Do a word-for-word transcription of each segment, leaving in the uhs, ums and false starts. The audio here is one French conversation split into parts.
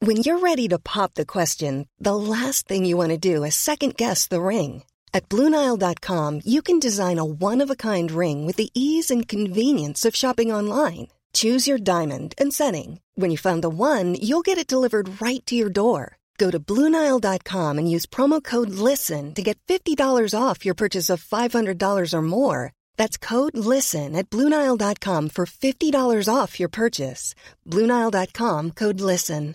When you're ready to pop the question, the last thing you want to do is second-guess the ring. At Blue Nile dot com, you can design a one-of-a-kind ring with the ease and convenience of shopping online. Choose your diamond and setting. When you find the one, you'll get it delivered right to your door. Go to Blue Nile dot com and use promo code LISTEN to get fifty dollars off your purchase of five hundred dollars or more. That's code LISTEN at Blue Nile dot com for fifty dollars off your purchase. Blue Nile dot com, code LISTEN.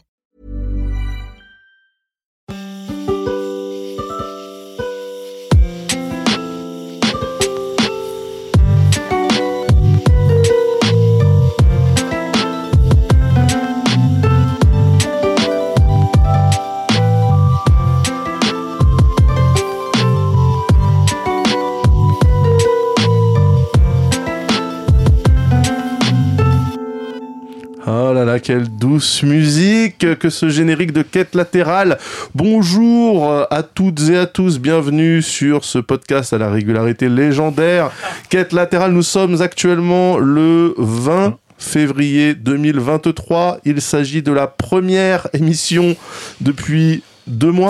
Oh là là, quelle douce musique que ce générique de Quête latérale. Bonjour à toutes et à tous, bienvenue sur ce podcast à la régularité légendaire. Quête latérale, nous sommes actuellement le vingt février deux mille vingt-trois. Il s'agit de la première émission depuis deux mois.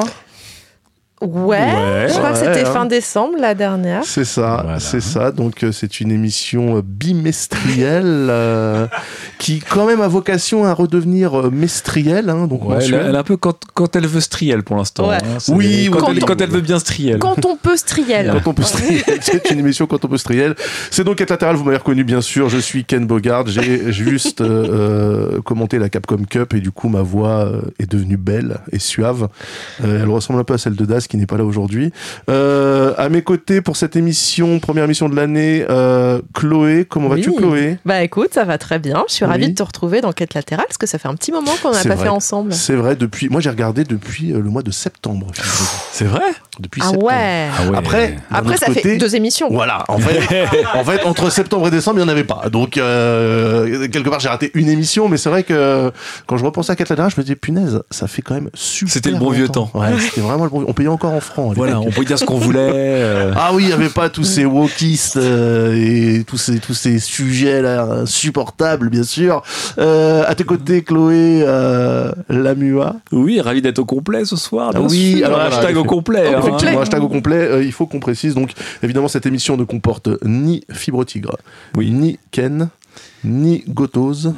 Ouais, ouais, je crois ouais, que c'était hein. fin décembre la dernière. C'est ça, Voilà. c'est ça. Donc euh, c'est une émission euh, bimestrielle euh, qui quand même a vocation à redevenir euh, mestrielle. Hein, donc Ouais, elle, mensuelle. elle est un peu quand, quand elle veut strielle pour l'instant. Ouais. hein. C'est- Oui, quand, quand elle, on- quand elle veut bien strielle. Quand on peut striel. Quand on peut striel, c'est une émission quand on peut striel. C'est donc Quête latérale, vous m'avez reconnu bien sûr, je suis Ken Bogard, j'ai juste euh, euh, commenté la Capcom Cup et du coup ma voix euh, est devenue belle et suave. Euh, elle ressemble un peu à celle de Das qui n'est pas là aujourd'hui. Euh, à mes côtés pour cette émission, première émission de l'année, euh, Chloé, comment vas-tu Oui. Chloé ? Bah écoute, ça va très bien. Je suis ravie Oui. de te retrouver dans Quête latérale parce que ça fait un petit moment qu'on n'a C'est pas vrai. fait ensemble. C'est vrai, depuis, moi j'ai regardé depuis euh, le mois de septembre. figurez-vous. C'est vrai Depuis Ah septembre. ouais. Ah ouais. Après, d'un Après, autre ça fait côté, deux émissions. Voilà, en fait, en fait, entre septembre et décembre, il n'y en avait pas. Donc, euh, quelque part, j'ai raté une émission, mais c'est vrai que quand je repensais à Quête latérale, je me disais, punaise, ça fait quand même super C'était le bon vieux longtemps. temps. Ouais, c'était vraiment le bon vieux. On payait encore en francs. à Voilà, l'époque. on pouvait dire ce qu'on voulait. euh. Ah oui, il n'y avait pas tous ces wokistes euh, et tous ces, tous ces sujets-là insupportables, bien sûr. Euh, à tes côtés, Chloé euh, Lamua. Oui, ravi d'être au complet ce soir. bien Ah oui, sûr. alors voilà, hashtag au effectivement. complet. hein. Effectivement, hashtag au complet, euh, il faut qu'on précise. Donc, évidemment, cette émission ne comporte ni Fibre Tigre, Oui. ni Ken, ni Gotose.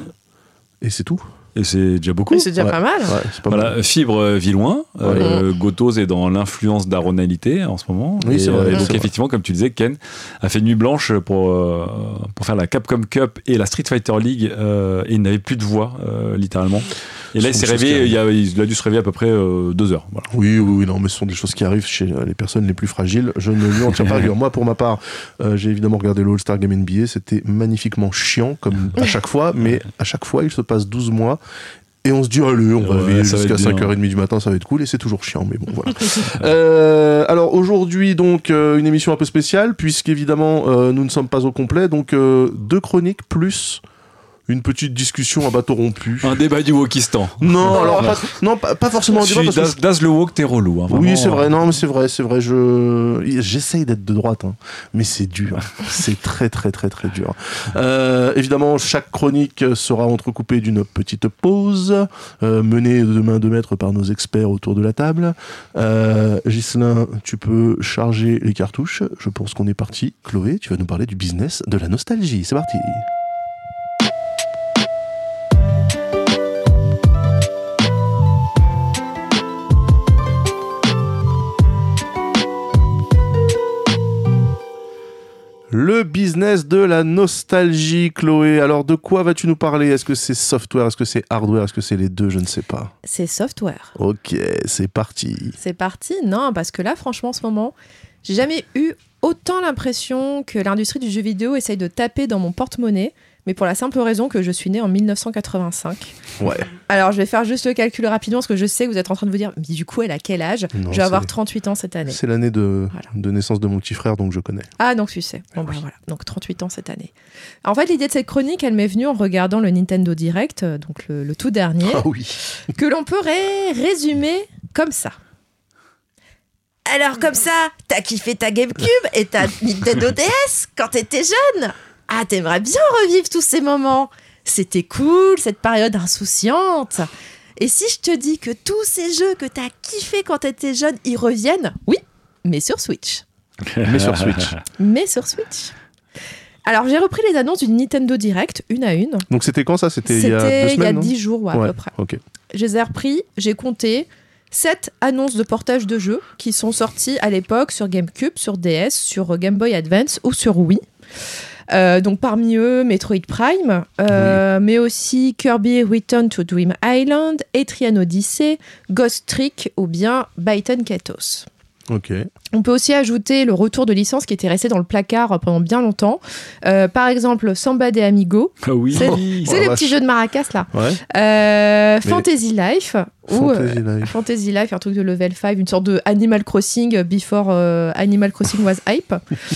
Et c'est tout. Et c'est déjà beaucoup. Mais c'est déjà Ouais. pas mal. Ouais, c'est pas Voilà, mal. Fibre euh, vit loin. Euh, Gotose est dans l'influence d'aronalité en ce moment. Oui, et, c'est vrai, euh, et c'est donc, vrai. effectivement, comme tu disais, Ken a fait nuit blanche pour, euh, pour faire la Capcom Cup et la Street Fighter League. Euh, et il n'avait plus de voix, euh, littéralement. Et là, il Ce s'est sont des choses réveillé, qui il, a, il a dû se réveiller à peu près euh, deux heures. Voilà. Oui, oui, oui, non, mais ce sont des choses qui arrivent chez euh, les personnes les plus fragiles. Je ne lui en tire pas rigueur. Moi, pour ma part, euh, j'ai évidemment regardé le All-Star Game N B A. C'était magnifiquement chiant, comme à chaque fois, mais à chaque fois, il se passe douze mois. Et on se dit, allez, on va Ouais, veiller ça va jusqu'à être bien. cinq heures trente du matin, ça va être cool, et c'est toujours chiant, mais bon, voilà. euh, alors, aujourd'hui, donc, euh, une émission un peu spéciale, puisqu'évidemment, euh, nous ne sommes pas au complet, donc, euh, deux chroniques plus une petite discussion à bateau rompu. Un débat du Wokistan. Non, alors, pas, non, pas, pas forcément un Je débat, suis parce que Das, das le Wok, t'es relou. Hein, oui, vraiment. c'est vrai, non, mais c'est vrai, c'est vrai, je... j'essaye d'être de droite, hein, mais c'est dur, c'est très, très, très, très dur. Euh, évidemment, chaque chronique sera entrecoupée d'une petite pause, euh, menée de main de maître par nos experts autour de la table. Euh, Ghislain, tu peux charger les cartouches, je pense qu'on est parti. Chloé, tu vas nous parler du business de la nostalgie, c'est parti. Le business de la nostalgie, Chloé. Alors, de quoi vas-tu nous parler ? Est-ce que c'est software ? Est-ce que c'est hardware ? Est-ce que c'est les deux ? Je ne sais pas. C'est software. Ok, c'est parti. C'est parti. Non, parce que là, franchement, en ce moment, j'ai jamais eu autant l'impression que l'industrie du jeu vidéo essaye de taper dans mon porte-monnaie, mais pour la simple raison que je suis née en dix-neuf cent quatre-vingt-cinq. Ouais. Alors, je vais faire juste le calcul rapidement, parce que je sais que vous êtes en train de vous dire, mais du coup, elle a quel âge ? Non, Je vais avoir c'est- trente-huit ans cette année. C'est l'année de, Voilà. de naissance de mon petit frère, donc je connais. Ah, donc tu sais. Bon, bah, voilà. Donc trente-huit ans cette année. En fait, l'idée de cette chronique, elle m'est venue en regardant le Nintendo Direct, euh, donc le, le tout dernier, Ah oui. que l'on peut ré- résumer comme ça. Alors comme ça, t'as kiffé ta GameCube et ta Nintendo D S quand t'étais jeune ? Ah, t'aimerais bien revivre tous ces moments ? C'était cool, cette période insouciante. Et si je te dis que tous ces jeux que t'as kiffé quand t'étais jeune, ils reviennent, oui, mais sur Switch. Mais sur Switch. Mais sur Switch. Alors, j'ai repris les annonces du Nintendo Direct, une à une. Donc, c'était quand ça? C'était il y a deux C'était il y a semaines, dix jours, ouais, ouais, à peu près. ok. Je les ai repris, j'ai compté sept annonces de portage de jeux qui sont sorties à l'époque sur GameCube, sur D S, sur Game Boy Advance ou sur Wii. Euh, donc parmi eux, Metroid Prime, euh, oui. mais aussi Kirby Return to Dream Island, Etrian Odyssey, Ghost Trick ou bien Baiten Kaitos. Ok. On peut aussi ajouter le retour de licence qui était resté dans le placard pendant bien longtemps. Euh, par exemple, Samba de Amigo. Ah oui. C'est, oh, c'est oh, le vache. petit jeu de maracas là. Ouais. Euh, Fantasy Life. Ou, Fantasy euh, Life. Fantasy Life, un truc de level cinq, une sorte de Animal Crossing before euh, Animal Crossing was hype.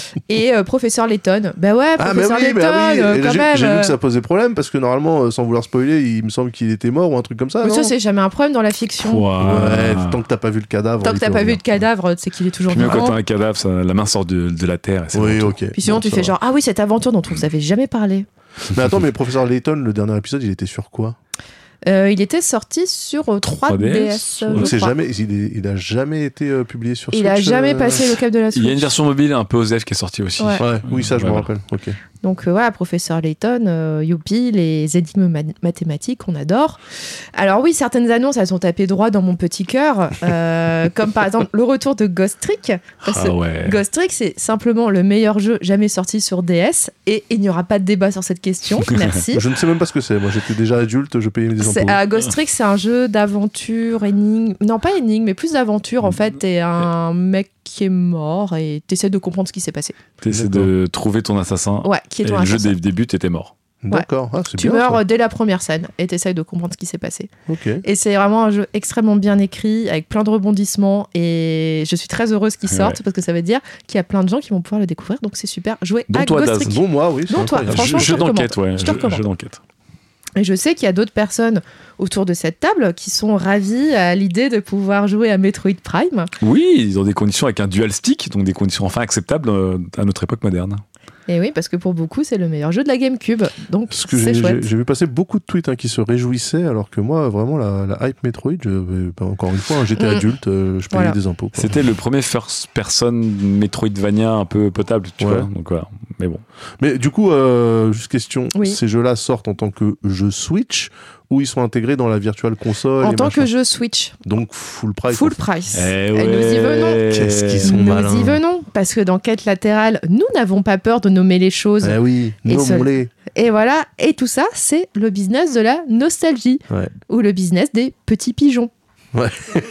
Et euh, Professeur Layton. Bah ouais, Ah, mais Professeur oui, Layton, bah oui. euh, quand j'ai, même. j'ai vu euh, que ça posait problème parce que normalement, euh, sans vouloir spoiler, il me semble qu'il était mort ou un truc comme ça. Mais non ça, c'est jamais un problème dans la fiction. Ouah. Ouais, tant que t'as pas vu le cadavre. Tant il que t'as peut pas vu revenir. de cadavre, c'est qu'il est toujours Puis même quand vivant. t'as un cadavre, ça, la main sort de, de la terre. Et c'est Oui, bon, ok. Puis sinon, Bon, tu ça fais va. genre, ah oui, cette aventure dont vous avez jamais parlé. Mais attends, mais Professeur Layton, le dernier épisode, il était sur quoi? Euh, il était sorti sur euh, trois D S. trois D S, je Donc c'est crois. jamais, il, est- il a jamais été euh, publié sur Il Switch. a jamais euh, passé le cap de la Switch. Il y a une version mobile un peu osef qui est sortie aussi. Ouais. Ouais, oui, ça je Ouais, me voilà. rappelle. Ok. Donc euh, voilà, Professeur Layton, euh, youpi, les énigmes ma- mathématiques, on adore. Alors oui, certaines annonces, elles ont tapé droit dans mon petit cœur, euh, comme par exemple le retour de Ghost Trick. Parce que Ah ouais. Ghost Trick, c'est simplement le meilleur jeu jamais sorti sur D S, et il n'y aura pas de débat sur cette question. Merci. Je ne sais même pas ce que c'est. Moi, j'étais déjà adulte, je payais mes C'est, impôts. euh, Ghost Trick, c'est un jeu d'aventure, énigme. Non, pas énigme, mais plus d'aventure. En fait, t'es un mec qui est mort et t'essaies de comprendre ce qui s'est passé. T'essaies de trouver ton assassin. Ouais, qui est Et ton le jeu assassin. dé- débute et t'es mort. D'accord, ah, c'est Tu bien. meurs ça. euh, dès la première scène et t'essayes de comprendre ce qui s'est passé. Ok. Et c'est vraiment un jeu extrêmement bien écrit, avec plein de rebondissements. Et je suis très heureuse qu'il sorte Ouais. parce que ça veut dire qu'il y a plein de gens qui vont pouvoir le découvrir. Donc c'est super. Jouer Dont à toi, Ghost Daz. Trick. Bon, moi, oui. c'est Non, toi, incroyable. franchement, jeu je te jeu d'enquête, ouais. recommande. Je te Jeu- recommande. Jeu d'enquête. Et je sais qu'il y a d'autres personnes autour de cette table qui sont ravies à l'idée de pouvoir jouer à Metroid Prime. Oui, dans des conditions avec un dual stick, donc des conditions enfin acceptables euh, à notre époque moderne. Et oui, parce que pour beaucoup, c'est le meilleur jeu de la GameCube. Donc Parce que c'est j'ai, chouette. j'ai, j'ai vu passer beaucoup de tweets hein, qui se réjouissaient, alors que moi, vraiment, la, la hype Metroid, je, bah, encore une fois, hein, j'étais Mm. adulte, euh, je payais Voilà. des impôts. quoi. C'était le premier first person Metroidvania un peu potable, tu Ouais. vois. Donc voilà. Mais bon. Mais du coup, euh, juste question, Oui. ces jeux-là sortent en tant que jeux Switch ou ils sont intégrés dans la Virtual Console En et tant machin que jeu Switch, Donc full price. full en fait. price. Eh Et nous y venons. Qu'est-ce qu'ils sont Nous malins. y venons, parce que dans Quête latérale, nous n'avons pas peur de nommer les choses. Eh oui, Et nommons-les. Et voilà, et tout ça, c'est le business de la nostalgie, Ouais. ou le business des petits pigeons. Ouais.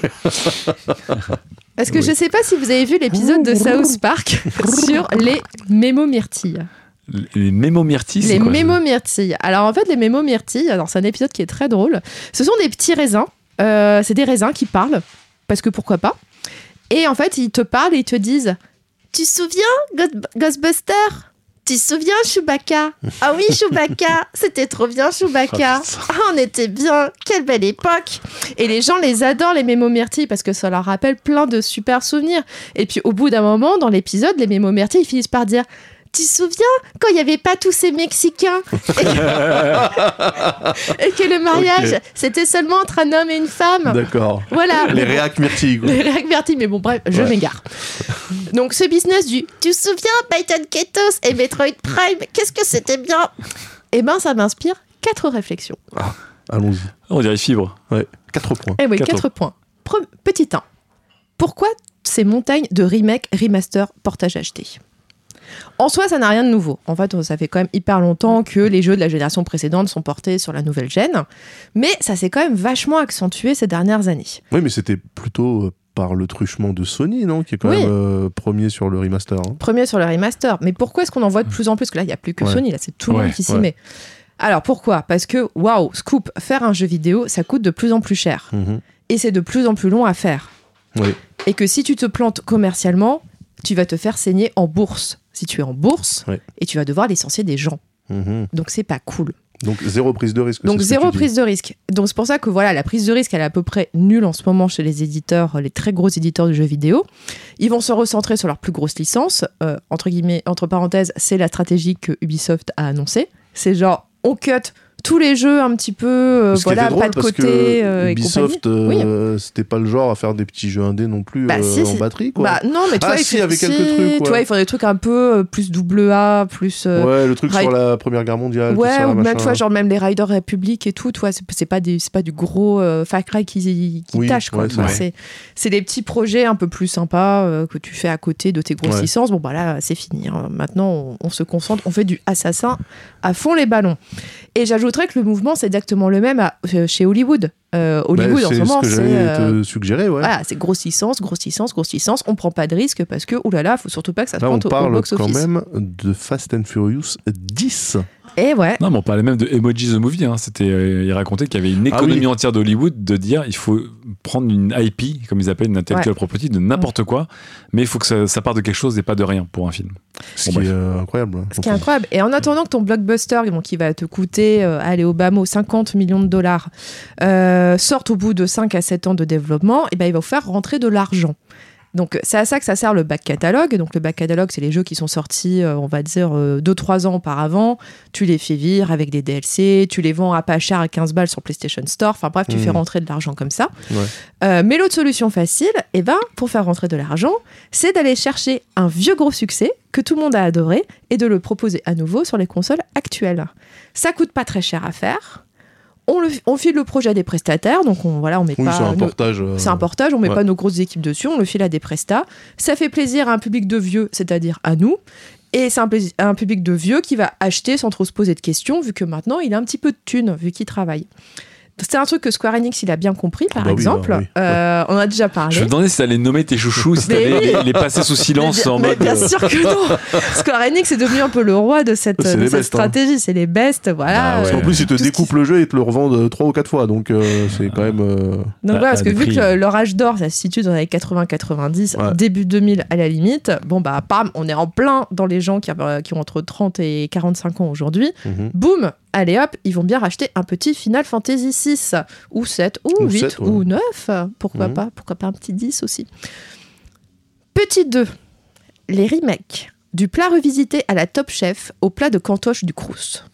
Parce que Oui. je sais pas si vous avez vu l'épisode de South Park sur les mémomyrtilles. Les mémomyrtilles, c'est Les quoi, ça mémomyrtilles. Alors en fait, les mémomyrtilles, alors c'est un épisode qui est très drôle. Ce sont des petits raisins. Euh, c'est des raisins qui parlent, parce que pourquoi pas. Et en fait, ils te parlent et ils te disent « Tu te souviens, God- Ghostbuster ? Tu te souviens, Chewbacca ? Ah oui, Chewbacca, c'était trop bien, Chewbacca. Ah, on était bien, quelle belle époque !» Et les gens les adorent, les mémomyrtilles, parce que ça leur rappelle plein de super souvenirs. Et puis au bout d'un moment, dans l'épisode, les mémomyrtilles ils finissent par dire « Tu te souviens quand il n'y avait pas tous ces Mexicains et que, et que le mariage, Ok. c'était seulement entre un homme et une femme ?» D'accord. Voilà. Les réacs myrtilles. quoi. Les réacs vertis, mais bon, bref, je Ouais. m'égare. Donc, ce business du « Tu te souviens, Baiten Kaitos et Metroid Prime, qu'est-ce que c'était bien ?» Eh ben, ça m'inspire quatre réflexions. Allons-y. On dirait fibre. Ouais. Quatre points. Eh oui, Quatre. quatre points. Pre- petit un. Pourquoi ces montagnes de remake, remaster, portage H D ? En soi, ça n'a rien de nouveau. En fait, ça fait quand même hyper longtemps que les jeux de la génération précédente sont portés sur la nouvelle gêne. Mais ça s'est quand même vachement accentué ces dernières années. Oui, mais c'était plutôt euh, par le truchement de Sony, non Qui est quand Oui. même euh, premier sur le remaster. hein. Premier sur le remaster. Mais pourquoi est-ce qu'on en voit de plus en plus ? Parce que là, il n'y a plus que Ouais. Sony, là, c'est tout le Ouais, monde qui s'y ouais. met. Alors pourquoi ? Parce que, waouh, scoop, faire un jeu vidéo, ça coûte de plus en plus cher. Mhm. Et c'est de plus en plus long à faire. Oui. Et que si tu te plantes commercialement, tu vas te faire saigner en bourse. Si tu es en bourse, Ouais. et tu vas devoir licencier des gens. Mhm. Donc c'est pas cool. Donc zéro prise de risque. Donc c'est ce que zéro tu dis. prise de risque. Donc c'est pour ça que voilà, la prise de risque, elle est à peu près nulle en ce moment chez les éditeurs, les très gros éditeurs de jeux vidéo. Ils vont se recentrer sur leurs plus grosses licences. Euh, entre guillemets, entre parenthèses, c'est la stratégie que Ubisoft a annoncée. C'est genre, on cut tous les jeux un petit peu, euh, Ce qui voilà, était drôle, pas de parce côté que euh, et Ubisoft, compagnie. euh, c'était pas le genre à faire des petits jeux indés non plus Bah, euh, si, en si. batterie, quoi. Bah non, mais tu Ah, vois, il si, fait- avec quelques si, trucs, ouais. Tu vois, il faut des trucs un peu euh, plus double A, plus. euh, ouais, le truc Raid- sur la Première Guerre mondiale, Ouais, tout ça, ou même, machin. tu vois, genre même les Riders Republic et tout, tu vois, c'est, c'est pas des, c'est pas du gros euh, Far Cry qui, qui Oui, tâche, quoi. ouais, Tu vois, c'est c'est, c'est des petits projets un peu plus sympas euh, que tu fais à côté de tes grosses Ouais. licences. Bon, bah là, c'est fini. hein. Maintenant, on, on se concentre, on fait du assassin à fond les ballons. Et j'ajouterais que le mouvement, c'est exactement le même à- euh, chez Hollywood. Euh, Hollywood, Bah, en ce moment, c'est ce que c'est. j'allais euh, te suggérer, ouais. Voilà, c'est grosse licence, grosse licence, grosse licence. On prend pas de risque parce que, oulala, faut surtout pas que ça se Là, on plante au, au parle box quand office. même de Fast and Furious dix. Et ouais. Non, mais on parlait même de Emoji the Movie. Hein. C'était, euh, il racontait qu'il y avait une Ah économie oui. entière d'Hollywood de dire il faut prendre une I P, comme ils appellent, une intellectual property, de n'importe quoi, mais il faut que ça, ça parte de quelque chose et pas de rien pour un film. Ce Bon, qui est bref. euh, incroyable. Ce qui est incroyable. Et en attendant que ton blockbuster, bon, qui va te coûter, euh, allez, au bas mot, cinquante millions de dollars, euh, sorte au bout de cinq à sept ans de développement, et ben, il va vous faire rentrer de l'argent. Donc, c'est à ça que ça sert le back catalogue. Donc, le back catalogue, c'est les jeux qui sont sortis, euh, on va dire, deux trois ans auparavant. Tu les fais vivre avec des D L C, tu les vends à pas cher à quinze balles sur PlayStation Store. Enfin, bref, tu Mmh. fais rentrer de l'argent comme ça. Ouais. Euh, mais l'autre solution facile, eh ben, pour faire rentrer de l'argent, c'est d'aller chercher un vieux gros succès que tout le monde a adoré et de le proposer à nouveau sur les consoles actuelles. Ça coûte pas très cher à faire. On, le, on file le projet à des prestataires, donc on voilà, on met Oui, pas. c'est un nos- portage. euh, c'est un portage, on met ouais. pas nos grosses équipes dessus, on le file à des prestats. Ça fait plaisir à un public de vieux, c'est-à-dire à nous. Et c'est un, plaisir- un public de vieux qui va acheter sans trop se poser de questions, vu que maintenant il a un petit peu de thunes, vu qu'il travaille. C'est un truc que Square Enix il a bien compris, par Ah bah oui, exemple. bah oui. Euh, on a déjà parlé. Je me demandais si t'allais nommer tes chouchous, si Mais t'allais oui. les, les passer sous silence mais bien, en mais mode. bien euh, sûr que non. Square Enix est devenu un peu le roi de cette, C'est de les cette bestes, hein. stratégie. C'est les bestes, voilà. Ah ouais. Parce qu'en plus, ils te Tout ce qui- découpent le jeu et ils te le revendent euh, trois ou quatre fois. Donc, euh, c'est quand même. euh, Donc Ah, voilà, parce à que des vu prix. que leur âge d'or, ça se situe dans les quatre-vingts quatre-vingt-dix, Ouais. début deux mille à la limite, bon bah, bam, on est en plein dans les gens qui, avaient- qui ont entre trente et quarante-cinq ans aujourd'hui. mhm. Boum, allez hop, ils vont bien racheter un petit Final Fantasy six, ou sept, ou, Ou huit, sept, ouais. ou neuf, pourquoi Mhm. pas, pourquoi pas un petit dix aussi. Petit deux, les remakes. Du plat revisité à la Top Chef au plat de cantoche du Crous.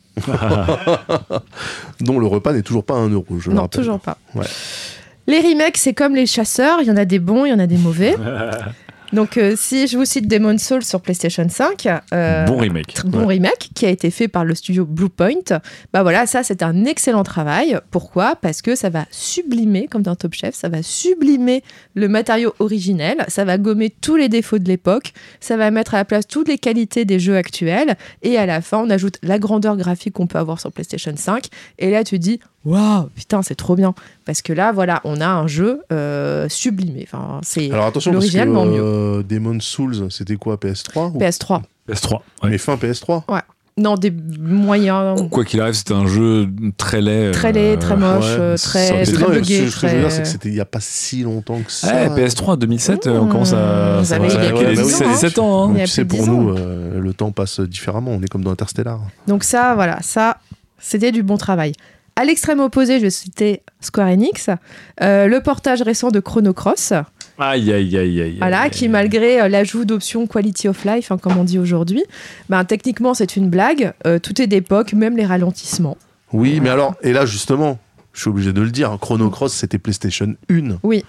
Dont le repas n'est toujours pas à un euro. Je le Non, rappelle. toujours pas. Ouais. Les remakes, c'est comme les chasseurs, il y en a des bons, il y en a des mauvais. Donc, euh, si je vous cite Demon's Souls sur PlayStation cinq, euh, Bon remake. très bon remake qui a été fait par le studio Bluepoint, bah voilà, ça c'est un excellent travail. Pourquoi ? Parce que ça va sublimer, comme dans Top Chef, ça va sublimer le matériau originel, ça va gommer tous les défauts de l'époque, ça va mettre à la place toutes les qualités des jeux actuels, et à la fin, on ajoute la grandeur graphique qu'on peut avoir sur PlayStation cinq, et là tu dis waouh, putain, c'est trop bien. Parce que là, voilà, on a un jeu euh, sublimé. Enfin, c'est Alors attention, parce que l'original, mais en mieux. euh, Demon's Souls, c'était quoi, P S trois ou- P S trois. P S trois. ouais. Mais fin P S trois. Non, des moyens Quoi qu'il arrive, c'était un jeu très laid. très laid, très moche, ouais. euh, Ça très, aurait été très Non, mais buggé. ce, ce que je veux dire, c'est très- que c'était il n'y a pas si longtemps que ça. Ouais, P S trois deux mille sept, euh, on Mmh, commence à. vous Ça avez- va il y a attaquer plus les de dix ans, dix-sept ans. hein. Il y a Tu sais, plus de pour dix nous, ans. euh, le temps passe différemment. On est comme dans Interstellar. Donc ça, voilà, ça, c'était du bon travail. À l'extrême opposé, je vais citer Square Enix, euh, le portage récent de Chrono Cross, Aïe, aïe, aïe, aïe. voilà, aïe, qui aïe. malgré euh, l'ajout d'options quality of life, hein, comme on dit aujourd'hui, ben, techniquement c'est une blague, euh, tout est d'époque, même les ralentissements. Oui, mais alors, et là, justement, je suis obligé de le dire, Chrono Cross, c'était PlayStation un. Oui.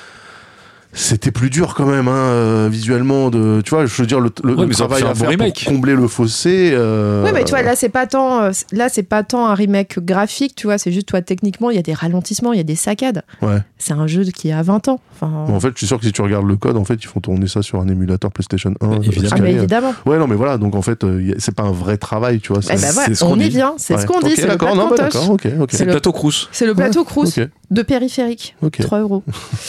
C'était plus dur quand même, hein, euh, visuellement. De, tu vois, je veux dire, le, le, Ouais, le mais ça travail fait un à bon faire remake. pour combler le fossé. euh, Oui, mais tu vois, là, c'est pas tant, euh, là, c'est pas tant un remake graphique, tu vois, c'est juste, toi, techniquement, il y a des ralentissements, il y a des saccades. Ouais. C'est un jeu qui a vingt ans. Enfin, Mais en fait, je suis sûr que si tu regardes le code, en fait, ils font tourner ça sur un émulateur PlayStation un. Mais euh, évidemment. ah, mais scanné. évidemment. Ouais, non, mais voilà, donc en fait, euh, y a- c'est pas un vrai travail, tu vois. Eh ben c'est- voilà, c'est ce on qu'on y dit. vient, c'est ce Ouais. qu'on dit, Ok, c'est le d'accord, plat de non, bah, cantoche. d'accord, ok, ok. C'est C'est le le- plateau Crous. C'est le plateau Ouais, Crous ok. de périphérique. Ok. trois euros.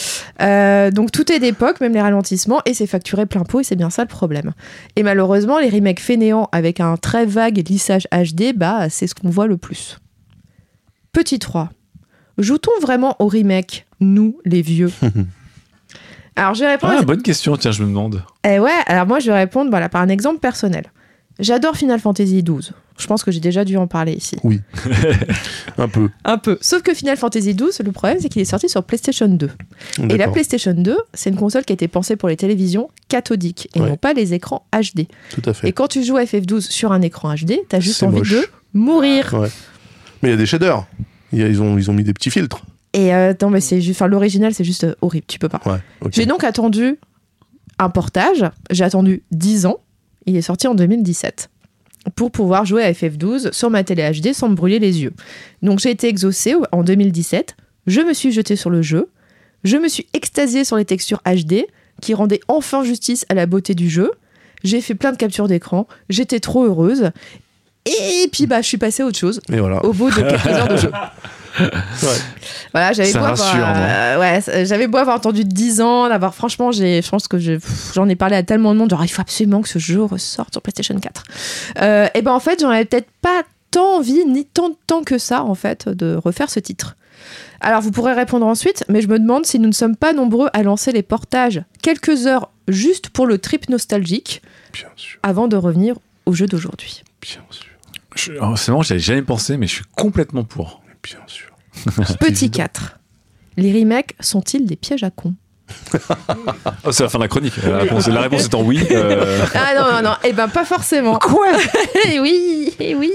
Euh, donc tout est d'époque, même les ralentissements, et c'est facturé plein pot, et c'est bien ça le problème. Et malheureusement, les remakes fainéants avec un très vague lissage H D, bah, c'est ce qu'on voit le plus. Petit trois. Joue-t-on vraiment au remake, nous, les vieux ? Alors je vais répondre. Ah, à- bonne question, tiens, je me demande. Eh ouais, alors moi je vais répondre voilà, par un exemple personnel. J'adore Final Fantasy douze. Je pense que j'ai déjà dû en parler ici. Oui. Un peu. Un peu. Sauf que Final Fantasy douze, le problème, c'est qu'il est sorti sur PlayStation deux. Et la D'accord. PlayStation deux, c'est une console qui a été pensée pour les télévisions cathodiques et Ouais. non pas les écrans H D. Tout à fait. Et quand tu joues à F F douze sur un écran H D, t'as juste C'est envie moche. de mourir. Ouais. Mais il y a des shaders. Il y a- Ils ont, ils ont mis des petits filtres. Et euh, non, mais c'est juste, enfin, l'original, c'est juste euh, horrible. Tu peux pas. Ouais, ok. J'ai donc attendu un portage. J'ai attendu dix ans. Il est sorti en deux mille dix-sept. Pour pouvoir jouer à F F douze sur ma télé H D sans me brûler les yeux. Donc j'ai été exaucée en deux mille dix-sept. Je me suis jetée sur le jeu. Je me suis extasiée sur les textures H D qui rendaient enfin justice à la beauté du jeu. J'ai fait plein de captures d'écran. J'étais trop heureuse. Et puis bah je suis passée à autre chose Et voilà. au bout de quelques heures de jeu. Ouais. Voilà, j'avais Ça beau rassure, avoir, euh, ouais, ça- j'avais beau avoir entendu dix ans, d'avoir franchement, j'ai, je pense que je, pff, j'en ai parlé à tellement de monde, genre il faut absolument que ce jeu ressorte sur PlayStation quatre. Euh, et ben en fait, j'en avais peut-être pas tant envie ni tant de temps que ça en fait de refaire ce titre. Alors vous pourrez répondre ensuite, mais je me demande si nous ne sommes pas nombreux à lancer les portages quelques heures juste pour le trip nostalgique, Bien sûr, avant de revenir au jeu d'aujourd'hui. bien sûr, Je- alors, c'est marrant, j'y avais jamais pensé, mais je suis complètement pour. bien sûr. Petit quatre. Les remakes sont-ils des pièges à cons? Oh, c'est la fin de la chronique. La réponse, la réponse étant oui. euh, Ah non, non, non, eh ben pas forcément. Quoi? Eh oui, eh oui,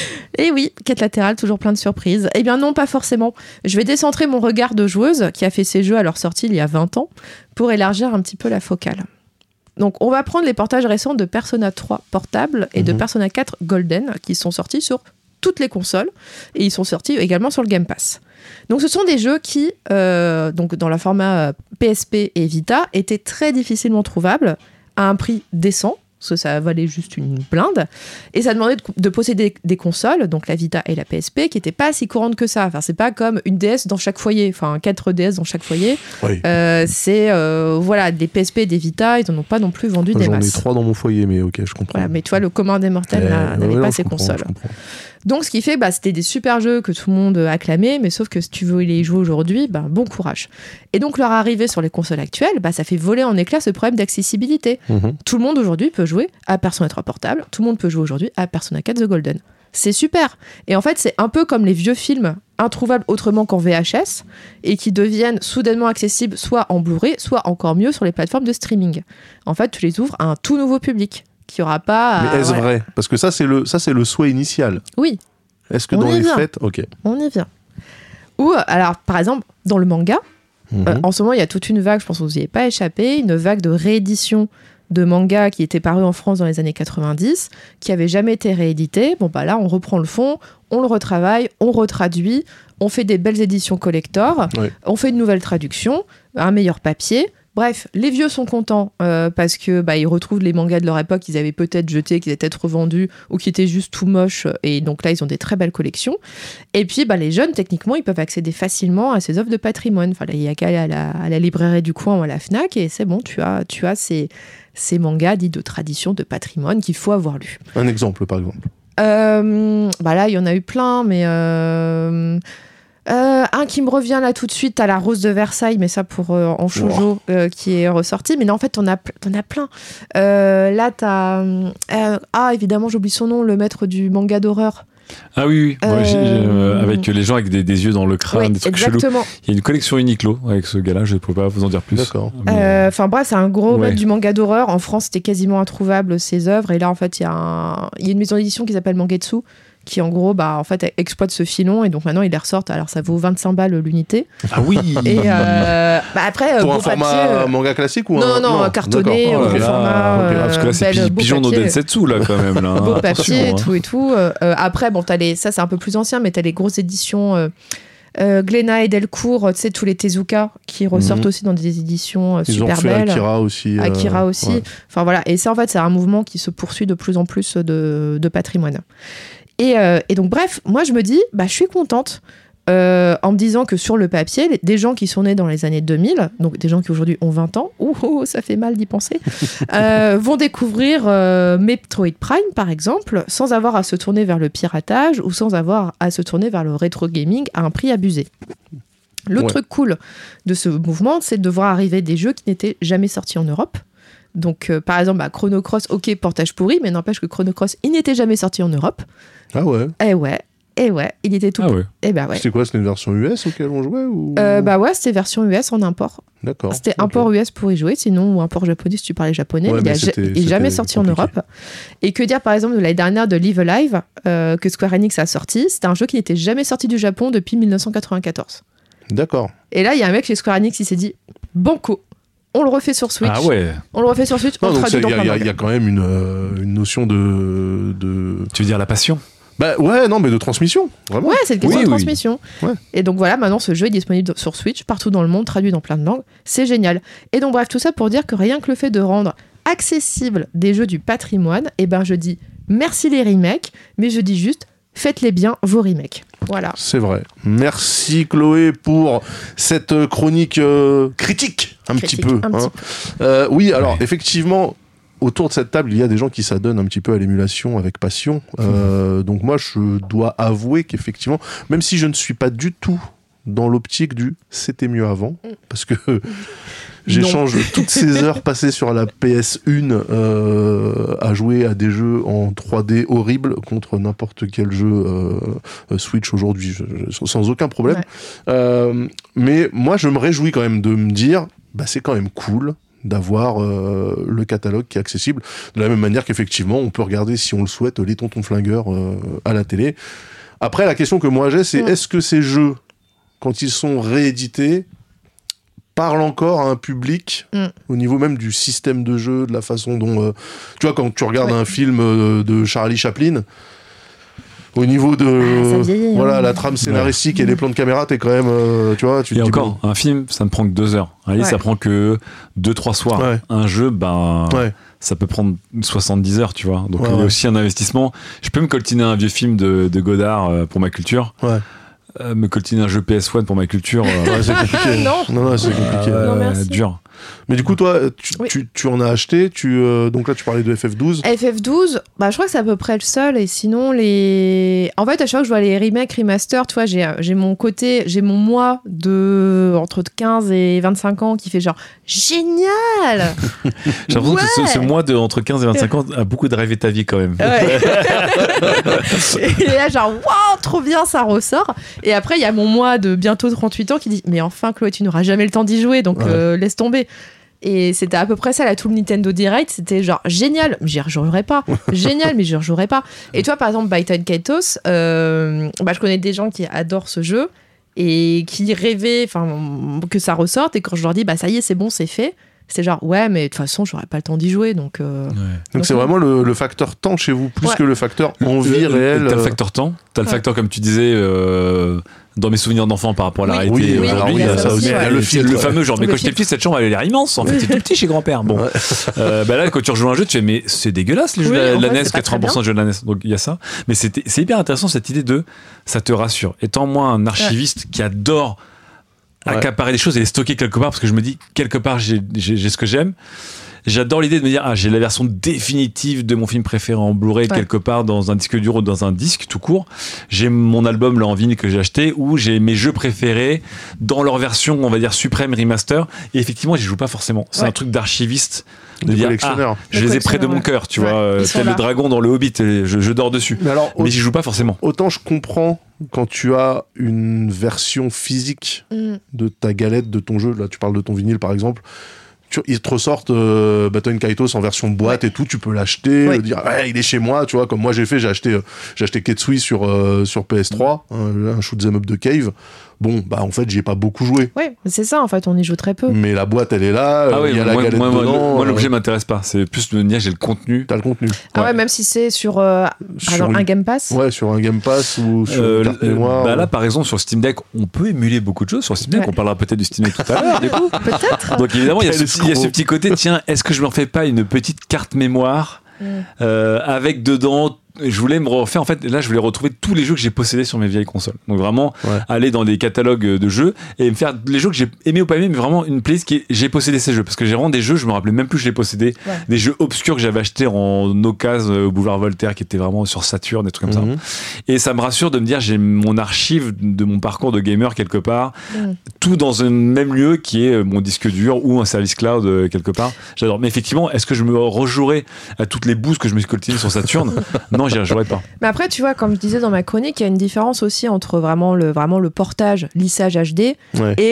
eh oui, quête latérale, toujours plein de surprises. Eh bien non, pas forcément. Je vais décentrer mon regard de joueuse qui a fait ses jeux à leur sortie il y a vingt ans pour élargir un petit peu la focale. Donc on va prendre les portages récents de Persona trois portable et de Mhm. Persona quatre Golden qui sont sortis sur toutes les consoles et ils sont sortis également sur le Game Pass. Donc ce sont des jeux qui, euh, donc dans le format euh, P S P et Vita, étaient très difficilement trouvables à un prix décent, parce que ça valait juste une blinde, et ça demandait de, de posséder des consoles, donc la Vita et la P S P, qui n'étaient pas si courantes que ça. Enfin, c'est pas comme une D S dans chaque foyer, enfin quatre D S dans chaque foyer. Oui. Euh, c'est euh, voilà, des P S P et des Vita, ils n'en ont pas non plus vendu des J'en ai masses. trois dans mon foyer, mais ok, je comprends. Voilà, mais tu vois, le commun des mortels Eh, n'a- n'avait ouais, non, pas je ces comprends, consoles. je comprends. Donc, ce qui fait, bah, c'était des super jeux que tout le monde acclamait, mais sauf que si tu veux les jouer aujourd'hui, bah, bon courage. Et donc, leur arrivée sur les consoles actuelles, bah, ça fait voler en éclats ce problème d'accessibilité. Mhm. Tout le monde aujourd'hui peut jouer à Persona trois portable, tout le monde peut jouer aujourd'hui à Persona quatre The Golden. C'est super. Et en fait, c'est un peu comme les vieux films introuvables autrement qu'en V H S et qui deviennent soudainement accessibles soit en Blu-ray, soit encore mieux sur les plateformes de streaming. En fait, tu les ouvres à un tout nouveau public qui aura pas à- Mais est-ce ouais. vrai? Parce que ça, c'est le, ça, c'est le souhait initial. Oui. Est-ce que On dans y les vient. faits, ok. On y vient. Ou, alors, par exemple, dans le manga, Mhm. euh, en ce moment, il y a toute une vague, je pense que vous n'y avez pas échappé, une vague de réédition de mangas qui était paru en France dans les années quatre-vingt-dix, qui n'avait jamais été réédité. Bon, bah là, on reprend le fond, on le retravaille, on retraduit, on fait des belles éditions collector, Ouais. on fait une nouvelle traduction, un meilleur papier. Bref, les vieux sont contents euh, parce que bah, ils retrouvent les mangas de leur époque qu'ils avaient peut-être jetés, qu'ils étaient peut-être revendus ou qui étaient juste tout moches. Et donc là, ils ont des très belles collections. Et puis, bah, les jeunes, techniquement, ils peuvent accéder facilement à ces œuvres de patrimoine. Enfin, il n'y a qu'à aller à la, à la librairie du coin ou à la Fnac et c'est bon, tu as, tu as ces, ces mangas dits de tradition, de patrimoine qu'il faut avoir lus. Un exemple, par exemple. Euh, bah là, il y en a eu plein, mais... euh, euh, un qui me revient là tout de suite, à la Rose de Versailles, mais ça pour euh, en shoujo, euh, qui est ressorti. Mais là, en fait, t'en as, ple- t'en as plein. Euh, là, t'as... euh, ah, évidemment, j'oublie son nom, le maître du manga d'horreur. Ah oui, oui. Ouais, j'ai- Euh, euh, avec les gens avec des, des yeux dans le crâne, Oui, des trucs chelous. exactement. Il y a une collection Uniqlo avec ce gars-là, je ne peux pas vous en dire plus. D'accord. Mais, Euh, Enfin bref, c'est un gros Ouais. maître du manga d'horreur. En France, c'était quasiment introuvable ses œuvres. Et là, en fait, il y, a un- il y a une maison d'édition qui s'appelle Mangetsu, qui en gros, bah, en fait, exploite ce filon. Et donc maintenant, ils les ressortent. Alors, ça vaut vingt-cinq balles l'unité. Ah oui. Et euh, bah, après, Pour gros un format papier, euh, manga classique ou non, un... non, non, cartonné, d'accord. au Oh là gros là. format. ok. euh, parce que là, c'est belle- pi- beau pigeon no papier. Densetsu, là, quand même. Là, hein. Beau Attention, papier, hein. tout et tout. Euh, euh, après, bon, t'as les, ça c'est un peu plus ancien, mais t'as les grosses éditions euh, euh, Glénat et Delcourt, euh, tu sais, tous les Tezuka qui ressortent Mhm. aussi dans des éditions euh, Ils ont super fait belles. Akira aussi. euh, Akira aussi. ouais. Enfin voilà. Et ça, en fait, c'est un mouvement qui se poursuit de plus en plus de, de patrimoine. Et, euh, et donc, bref, moi, je me dis, bah, je suis contente. euh, en me disant que sur le papier, les- des gens qui sont nés dans les années deux mille, donc des gens qui aujourd'hui ont vingt ans, ouh, ouh, ça fait mal d'y penser, euh, vont découvrir euh, Metroid Prime, par exemple, sans avoir à se tourner vers le piratage ou sans avoir à se tourner vers le rétro gaming à un prix abusé. L'autre Ouais. truc cool de ce mouvement, c'est de voir arriver des jeux qui n'étaient jamais sortis en Europe. Donc, euh, par exemple, bah, Chrono Cross, ok, portage pourri, mais n'empêche que Chrono Cross, il n'était jamais sorti en Europe. Ah ouais. Eh ouais, eh ouais, il était tout... Ah ouais. Eh bah ouais. C'était quoi? C'était une version U S auquel on jouait ou... Euh, bah ouais, c'était version U S en import. D'accord. C'était Ok. un port U S pour y jouer, sinon, ou un port japonais si tu parlais japonais. Ouais, il mais n'est c'était- c'était jamais sorti en compliqué. Europe. Et que dire, par exemple, de l'année dernière de Live Alive, euh, que Square Enix a sorti. C'était un jeu qui n'était jamais sorti du Japon depuis mille neuf cent quatre-vingt-quatorze. D'accord. Et là, il y a un mec chez Square Enix qui s'est dit banco, on le refait sur Switch. Ah ouais. On le refait sur Switch, on Non, le donc traduit il dans y, a- plein y de a- y a langues. quand même une, euh, une notion de, de. Tu veux dire la passion? Bah ouais, non, mais de transmission, vraiment. Ouais, c'est une question Oui, de oui. transmission. Ouais. Et donc voilà, maintenant ce jeu est disponible sur Switch, partout dans le monde, traduit dans plein de langues. C'est génial. Et donc bref, tout ça pour dire que rien que le fait de rendre accessible des jeux du patrimoine, et ben je dis merci les remakes, mais je dis juste faites-les bien vos remakes. Voilà. C'est vrai. Merci Chloé pour cette chronique euh, critique, un Critique, petit peu. un hein. petit Euh, oui, alors Ouais. effectivement, autour de cette table, il y a des gens qui s'adonnent un petit peu à l'émulation avec passion. Euh, donc moi, je dois avouer qu'effectivement, même si je ne suis pas du tout dans l'optique du c'était mieux avant, parce que j'échange toutes ces heures passées sur la P S un euh, à jouer à des jeux en trois D horribles contre n'importe quel jeu euh, Switch aujourd'hui, je- je- sans aucun problème. Ouais. Euh, mais moi, je me réjouis quand même de me dire, bah, c'est quand même cool d'avoir euh, le catalogue qui est accessible, de la même manière qu'effectivement, on peut regarder, si on le souhaite, les tontons flingueurs euh, à la télé. Après, la question que moi j'ai, c'est Mm. est-ce que ces jeux, quand ils sont réédités, parlent encore à un public Mm. au niveau même du système de jeu, de la façon dont... euh, tu vois, quand tu regardes Ouais. un film euh, de Charlie Chaplin, au niveau de... Ah, ça vieillit, voilà, hein. la trame scénaristique et les plans de caméra, t'es quand même... euh, tu vois, tu te Et dis, encore, un film, ça ne prend que deux heures. Un livre, Ouais. ça prend que deux, trois soirs. Ouais. Un jeu, ben, bon, ouais. ça peut prendre soixante-dix heures, tu vois. Donc, Ouais, il y a ouais. aussi un investissement. Je peux me coltiner un vieux film de, de Godard euh, pour ma culture. Ouais. Euh, me coltiner un jeu P S un pour ma culture. euh, Ouais, c'est compliqué. Non. non, non, c'est compliqué. euh, Non, merci. dur. Mais du coup, toi, tu, Oui. tu, tu en as acheté, tu, euh, donc là, tu parlais de F F douze. F F douze, bah, je crois que c'est à peu près le seul. Et sinon, les. En fait, à chaque fois que je vois les remakes, remasters, tu vois, j'ai, j'ai mon côté, j'ai mon moi de entre quinze et vingt-cinq ans qui fait genre génial! J'ai l'impression que ce, Ouais. ce mois de entre quinze et vingt-cinq ans a beaucoup drivé ta vie quand même. Ouais. Et là, genre, waouh, trop bien, ça ressort. Et après, il y a mon moi de bientôt trente-huit ans qui dit, mais enfin, Chloé, tu n'auras jamais le temps d'y jouer, donc Ouais. euh, laisse tomber. Et c'était à peu près ça, là, tout le Nintendo Direct. C'était genre génial, mais j'y rejouerai pas. Génial, mais j'y rejouerai pas. Et toi, par exemple, Baiten Kaitos, euh, bah, je connais des gens qui adorent ce jeu et qui rêvaient que ça ressorte. Et quand je leur dis, bah ça y est, c'est bon, c'est fait, c'est genre, ouais, mais de toute façon, j'aurais pas le temps d'y jouer. Donc, euh, Ouais. Donc c'est donc, vraiment le, le facteur temps chez vous, plus Ouais. que le facteur envie Le- le- réelle. T'as le euh, facteur temps, t'as le Ouais. facteur, comme tu disais, euh, dans mes souvenirs d'enfant par rapport à la Oui. réalité. Oui, oui, alors aujourd'hui, oui, il y a euh, ça aussi, il y a ouais. le le, filtre. le fameux genre, mais Le quand j'étais filtre. petit, cette chambre elle a l'air immense. En fait, c'est tout petit chez grand-père. Bon, Ouais. Euh, bah là, quand tu rejoues un jeu, tu fais, mais c'est dégueulasse les jeux Oui, de la, en de la fait, N E S, c'est pas très quatre-vingts pour cent de jeux de la N E S. Donc il y a ça. Mais c'était- c'est hyper intéressant cette idée de ça te rassure. Étant moi un archiviste qui adore Ouais. accaparer les choses et les stocker quelque part, parce que je me dis, quelque part, j'ai j'ai- j'ai ce que j'aime. J'adore l'idée de me dire, ah, j'ai la version définitive de mon film préféré en Blu-ray Ouais. quelque part dans un disque dur ou dans un disque tout court. J'ai mon album là en vinyle que j'ai acheté où j'ai mes jeux préférés dans leur version, on va dire, suprême remaster. Et effectivement, j'y joue pas forcément. C'est Ouais. un truc d'archiviste. de des dire, collectionneurs. ah, je Le les ai près de mon collectionneur, cœur, tu ouais. vois. euh, Ils sont Tel là. le dragon dans le Hobbit, et je, je dors dessus. Mais alors, Mais j'y joue pas forcément. autant je comprends quand tu as une version physique mm, de ta galette, de ton jeu, là tu parles de ton vinyle par exemple, tu, ils te ressortent euh, Baton Kaitos en version boîte et tout, tu peux l'acheter, Ouais. euh, dire ouais, il est chez moi, tu vois, comme moi j'ai fait, j'ai acheté, euh, j'ai acheté Ketsui sur, euh, sur P S trois, un, un shoot'em up de Cave. Bon, bah en fait, j'y ai pas beaucoup joué. ouais, c'est ça, en fait, on y joue très peu. Mais la boîte, elle est là, euh, Ah oui, il y a la moi, galette moi, moi, dedans. moi, euh, l'objet m'intéresse pas. C'est plus de me dire j'ai le contenu. T'as le contenu. Ah ouais, Ouais. même si c'est sur, euh, par Sur exemple, une- un Game Pass. Ouais, sur un Game Pass ou sur Euh, une carte euh, mémoire. bah là, par exemple, sur Steam Deck, on peut émuler beaucoup de choses. Sur Steam Deck, Ouais. on parlera peut-être du Steam Deck tout à l'heure, du coup. Peut-être. Donc évidemment, il y, a Quel ce petit, il y a ce escroc. petit côté, tiens, est-ce que je me refais pas une petite carte mémoire Mm. euh, avec dedans, je voulais me refaire, en fait, là, je voulais retrouver tous les jeux que j'ai possédés sur mes vieilles consoles. Donc vraiment, Ouais. aller dans des catalogues de jeux et me faire les jeux que j'ai aimés ou pas aimés, mais vraiment une playlist qui est, j'ai possédé ces jeux. Parce que j'ai vraiment des jeux, je me rappelais même plus que je les possédais. Ouais. Des jeux obscurs que j'avais achetés en occasion euh, au Boulevard Voltaire, qui étaient vraiment sur Saturn, des trucs comme Mhm. ça. Et ça me rassure de me dire, j'ai mon archive de mon parcours de gamer quelque part, Mm. tout dans un même lieu qui est mon disque dur ou un service cloud euh, quelque part. J'adore. Mais effectivement, est-ce que je me rejouerai à toutes les boosts que je me suis coltinées sur Saturn? Non, j'y rejouerai pas. Mais après, tu vois, comme je disais dans ma chronique, il y a une différence aussi entre vraiment le, vraiment le portage, lissage H D Ouais. et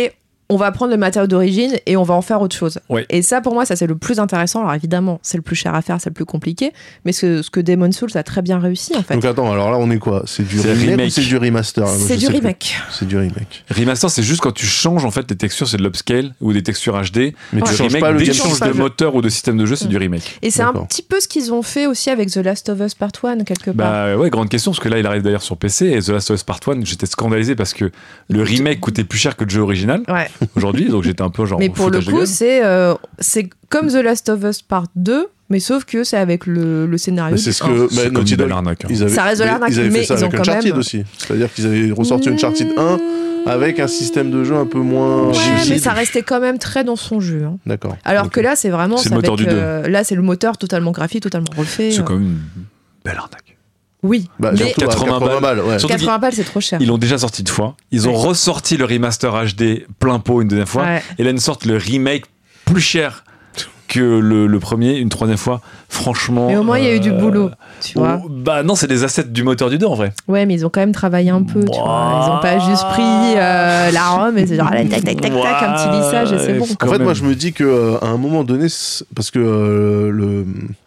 on va prendre le matériau d'origine et on va en faire autre chose. Ouais. Et ça, pour moi, ça c'est le plus intéressant. Alors évidemment, c'est le plus cher à faire, c'est le plus compliqué, mais ce, ce que Demon's Souls a très bien réussi en fait. Donc attends, alors là on est quoi? C'est du C'est remake, remake. ou c'est du remaster? C'est Je du sais plus. remake. C'est du remake. Remaster, c'est juste quand tu changes en fait les textures, c'est de l'upscale ou des textures H D. Mais tu Le changes remake, pas le dès que gameplay. tu changes pas de le- moteur ou de système de jeu, c'est du remake. Et c'est un D'accord. petit peu ce qu'ils ont fait aussi avec The Last of Us Part un quelque part. Bah ouais, grande question, parce que là il arrive d'ailleurs sur P C et The Last of Us Part un, j'étais scandalisé parce que le remake coûtait plus cher que le jeu original Ouais. aujourd'hui, donc j'étais un peu genre. Mais pour le foutage de coup, gueule. c'est euh, c'est comme The Last of Us Part deux, mais sauf que c'est avec le, le scénario. Mais c'est du ce un. que C'est bah, comme Naughty une belle Dog, arnaque. hein. ils avaient, Ça reste de mais l'arnaque, ils avaient mais fait ça ils ont avec quand Uncharted même- aussi. C'est-à-dire qu'ils avaient ressorti Uncharted un avec un système de jeu un peu moins Ouais, rigide. mais ça restait quand même très dans son jeu. hein. D'accord. Alors Ok. que là, c'est vraiment. C'est ça le moteur avec, du deux. euh, là, c'est le moteur totalement graphique, totalement refait. C'est euh. quand même une belle arnaque. Oui. Bah, mais surtout à quatre-vingts quatre-vingts balles, ouais. Surtout quatre-vingts balles, c'est trop cher. Ils l'ont déjà sorti deux fois. Ils ont Ouais. ressorti le remaster H D plein pot une deuxième fois. Ouais. Et là, ils sortent le remake plus cher que le, le premier une troisième fois. Franchement. Mais au moins, il y a eu du euh, boulot, tu vois. oh, bah non, c'est des assets du moteur du deux en vrai. Ouais, mais ils ont quand même travaillé un peu, tu vois. Ils ont pas juste pris euh, la ROM et c'est genre, allez, tac, tac, tac, tac, un petit lissage et c'est bon. En Quand fait, même. moi, je me dis que euh, à un moment donné, c'est- parce que euh, le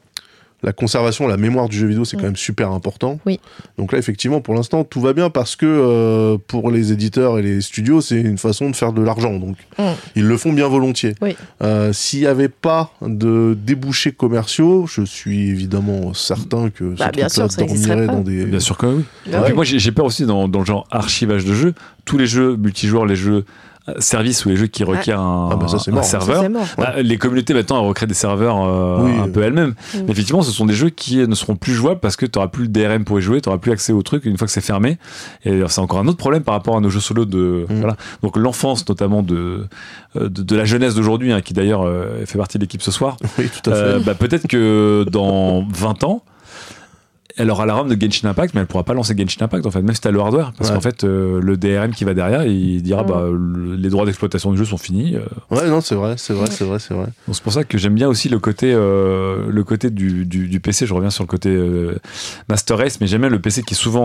la conservation, la mémoire du jeu vidéo, c'est Mm. quand même super important. Oui. Donc là, effectivement, pour l'instant, tout va bien parce que euh, pour les éditeurs et les studios, c'est une façon de faire de l'argent. Donc, Mm. ils le font bien volontiers. Oui. Euh, S'il n'y avait pas de débouchés commerciaux, je suis évidemment certain que Bah, ce bien truc-là sûr, ça existerait dormirait pas. dans des... Bien sûr que oui. Bah Et puis ouais. moi, j'ai j'ai peur aussi dans, dans le genre archivage de jeux. Tous les jeux multijoueurs, les jeux euh, services ou les jeux qui requièrent un, Ah bah ça, c'est un mort. Ça, serveur. c'est mort. Bah, les communautés maintenant elles recréent des serveurs euh, Oui. un peu elles-mêmes. Mm. Mais effectivement, ce sont des jeux qui ne seront plus jouables parce que tu n'auras plus le D R M pour y jouer, tu n'auras plus accès au truc une fois que c'est fermé. Et c'est encore un autre problème par rapport à nos jeux solo de Mm. voilà. Donc l'enfance notamment de, euh, de de la jeunesse d'aujourd'hui, hein, qui d'ailleurs euh, fait partie de l'équipe ce soir. Oui, tout à fait. Euh, bah, peut-être que dans vingt ans. Elle aura la ROM de Genshin Impact, mais elle pourra pas lancer Genshin Impact en fait, même si t'as le hardware, parce Ouais. qu'en fait euh, le D R M qui va derrière, il dira Mm. bah le- les droits d'exploitation du jeu sont finis. euh. Ouais, non, c'est vrai, c'est vrai, c'est vrai, c'est vrai. Donc c'est pour ça que j'aime bien aussi le côté, euh, le côté du, du, du P C. Je reviens sur le côté euh, Master Race, mais j'aime bien le P C qui souvent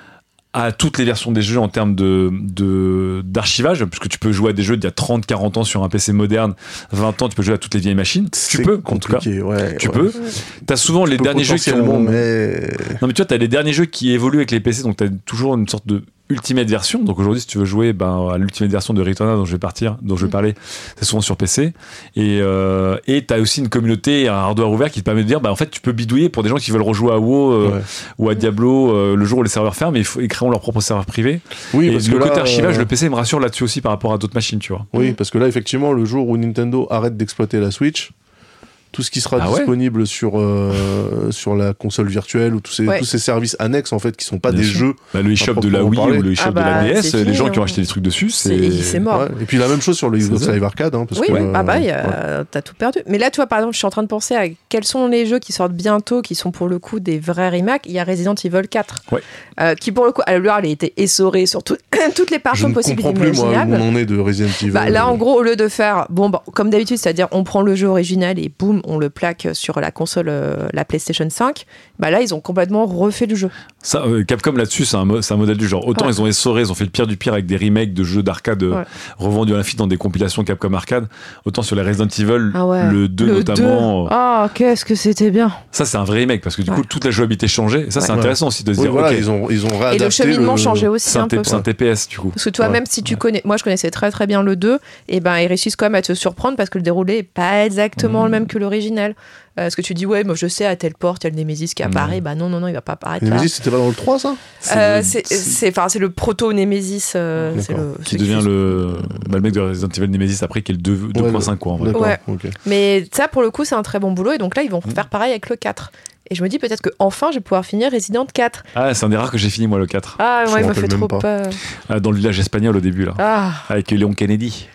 a toutes les versions des jeux en termes de, de, d'archivage, puisque tu peux jouer à des jeux d'il y a trente quarante ans sur un P C moderne, vingt ans, tu peux jouer à toutes les vieilles machines. Tu C'est peux, en tout cas. compliqué, ouais, Tu ouais. peux. T'as souvent les Tu peux derniers jeux qui potentiellement, ont. mais... Non mais tu vois, t'as les derniers jeux qui évoluent avec les P C, donc t'as toujours une sorte de ultimate version. Donc aujourd'hui, si tu veux jouer ben, à l'ultimate version de Returnal dont je vais partir, dont je vais Mm. parler, c'est souvent sur P C. Et euh, et t'as aussi une communauté, et un hardware ouvert qui te permet de dire, bah en fait, tu peux bidouiller pour des gens qui veulent rejouer à WoW euh, Ouais. ou à Diablo euh, le jour où les serveurs ferment, et ils, f- ils créeront leur propre serveur privé. Oui, et parce le que côté là, archivage, euh, le P C me rassure là-dessus aussi par rapport à d'autres machines, tu vois. Oui, parce que là, effectivement, le jour où Nintendo arrête d'exploiter la Switch, tout ce qui sera Ah ouais disponible sur, euh, sur la console virtuelle ou tous ces, Ouais. tous ces services annexes, en fait, qui sont pas Bien des sûr. jeux. Bah, le eShop de la proprement Wii parler. ou le eShop Ah de la bah, D S, c'est les fini, gens qui ont hein. acheté des trucs dessus, C'est c'est. c'est mort. Ouais. Et puis la même chose sur le C'est Xbox ça. Live Arcade. Hein, parce Oui, que, oui. euh, Ah bah, y a- ouais. t'as tout perdu. Mais là, tu vois, par exemple, je suis en train de penser à quels sont les jeux qui sortent bientôt, qui sont pour le coup des vrais remakes. Il y a Resident Evil quatre, Ouais. euh, qui pour le coup, alors lui, il a été essoré sur tout- toutes les Je parties ne possibles et comprends plus, moi, où imaginables. on en est de Resident Evil. Bah, là, en gros, au lieu de faire, bon, bon, comme d'habitude, c'est-à-dire on prend le jeu original et boum, on le plaque sur la console, euh, la PlayStation cinq, bah là, ils ont complètement refait le jeu. Ça, euh, Capcom là-dessus, c'est un, mo- c'est un modèle du genre. Autant Ouais. ils ont essoré, ils ont fait le pire du pire avec des remakes de jeux d'arcade euh, Ouais. revendus à l'infini dans des compilations Capcom Arcade. Autant sur les Resident Evil, Ah ouais. le deux le notamment. deux. euh, Ah, qu'est-ce que c'était bien. Ça, c'est un vrai remake parce que du coup, Ouais. toute la jouabilité changeait. Et ça, c'est Ouais. intéressant aussi de se Oui, dire, voilà, ok, ils ont, ils ont Et réadapté le cheminement le- changeait aussi c'est un, un T- peu. c'est un T P S du coup. Parce que toi, Ouais. même si tu connais, moi je connaissais très très bien le deux, et ben ils réussissent quand même à te surprendre parce que le déroulé est pas exactement Mmh. le même que l'original. Euh, Parce que tu dis, ouais, moi je sais, à telle porte, il y a le Nemesis qui apparaît. Mmh. Bah non, non, non, il va pas apparaître là. Nemesis, c'était pas dans le trois, ça Euh, le- c'est c'est- enfin, c'est le proto-Nemesis. euh, c'est D'accord. le- qui c'est- devient le, bah, le mec de Resident Evil Nemesis après, qui est le deux point cinq quoi en vrai. D'accord, Ouais. ok. Mais ça, pour le coup, c'est un très bon boulot. Et donc là, ils vont Mmh. faire pareil avec le quatre. Et je me dis peut-être que enfin je vais pouvoir finir Resident quatre. Ah, c'est un des rares que j'ai fini moi le quatre. Ah, Je moi, il me m'a rappelle fait même trop pas. peur. Ah, dans le village espagnol au début là. Ah. Avec Léon Kennedy.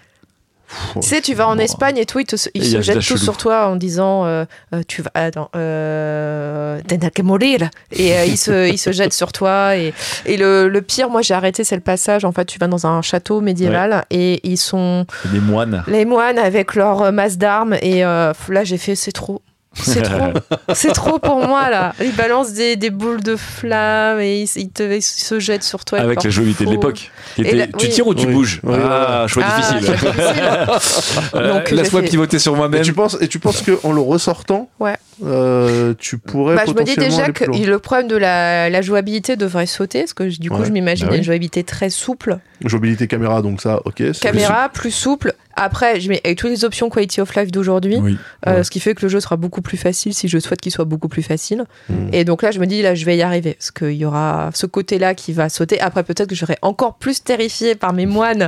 Tu sais, tu vas en Bon. Espagne et tout, ils, te- ils Et il y se a jettent Village tous Chelou. sur toi en disant euh, euh, tu vas attends euh, tendrás que morir et euh, ils se ils se jettent sur toi et, et le, le pire, moi j'ai arrêté, c'est le passage. En fait, tu vas dans un château médiéval et ils sont Les moines. les moines avec leur euh, masse d'armes et euh, là j'ai fait c'est trop. C'est trop. C'est trop pour moi, là. Ils balancent des, des boules de flammes et ils, ils, te, ils se jettent sur toi. Avec la jouabilité de l'époque. Était, là, tu oui. tires ou tu oui. bouges Oui, Ah, choix Ah, difficile. choix difficile. Euh, Donc, Laisse-moi j'ai fait- pivoter sur Et moi-même. tu penses, et tu penses qu'en le ressortant, Ouais. euh, tu pourrais Bah, je me dis potentiellement déjà aller que plus loin. le problème de la, la jouabilité devrait sauter, parce que je- du coup, Ouais. je m'imagine Bah oui. une jouabilité très souple. Jouabilité caméra, donc ça, ok. c'est- Caméra plus souple. Après, je mets avec toutes les options quality of life d'aujourd'hui, Oui. euh, Ouais. ce qui fait que le jeu sera beaucoup plus facile si je souhaite qu'il soit beaucoup plus facile. Mm. Et donc là, je me dis, là, je vais y arriver. Parce qu'il y aura ce côté-là qui va sauter. Après, peut-être que je serai encore plus terrifiée par mes moines.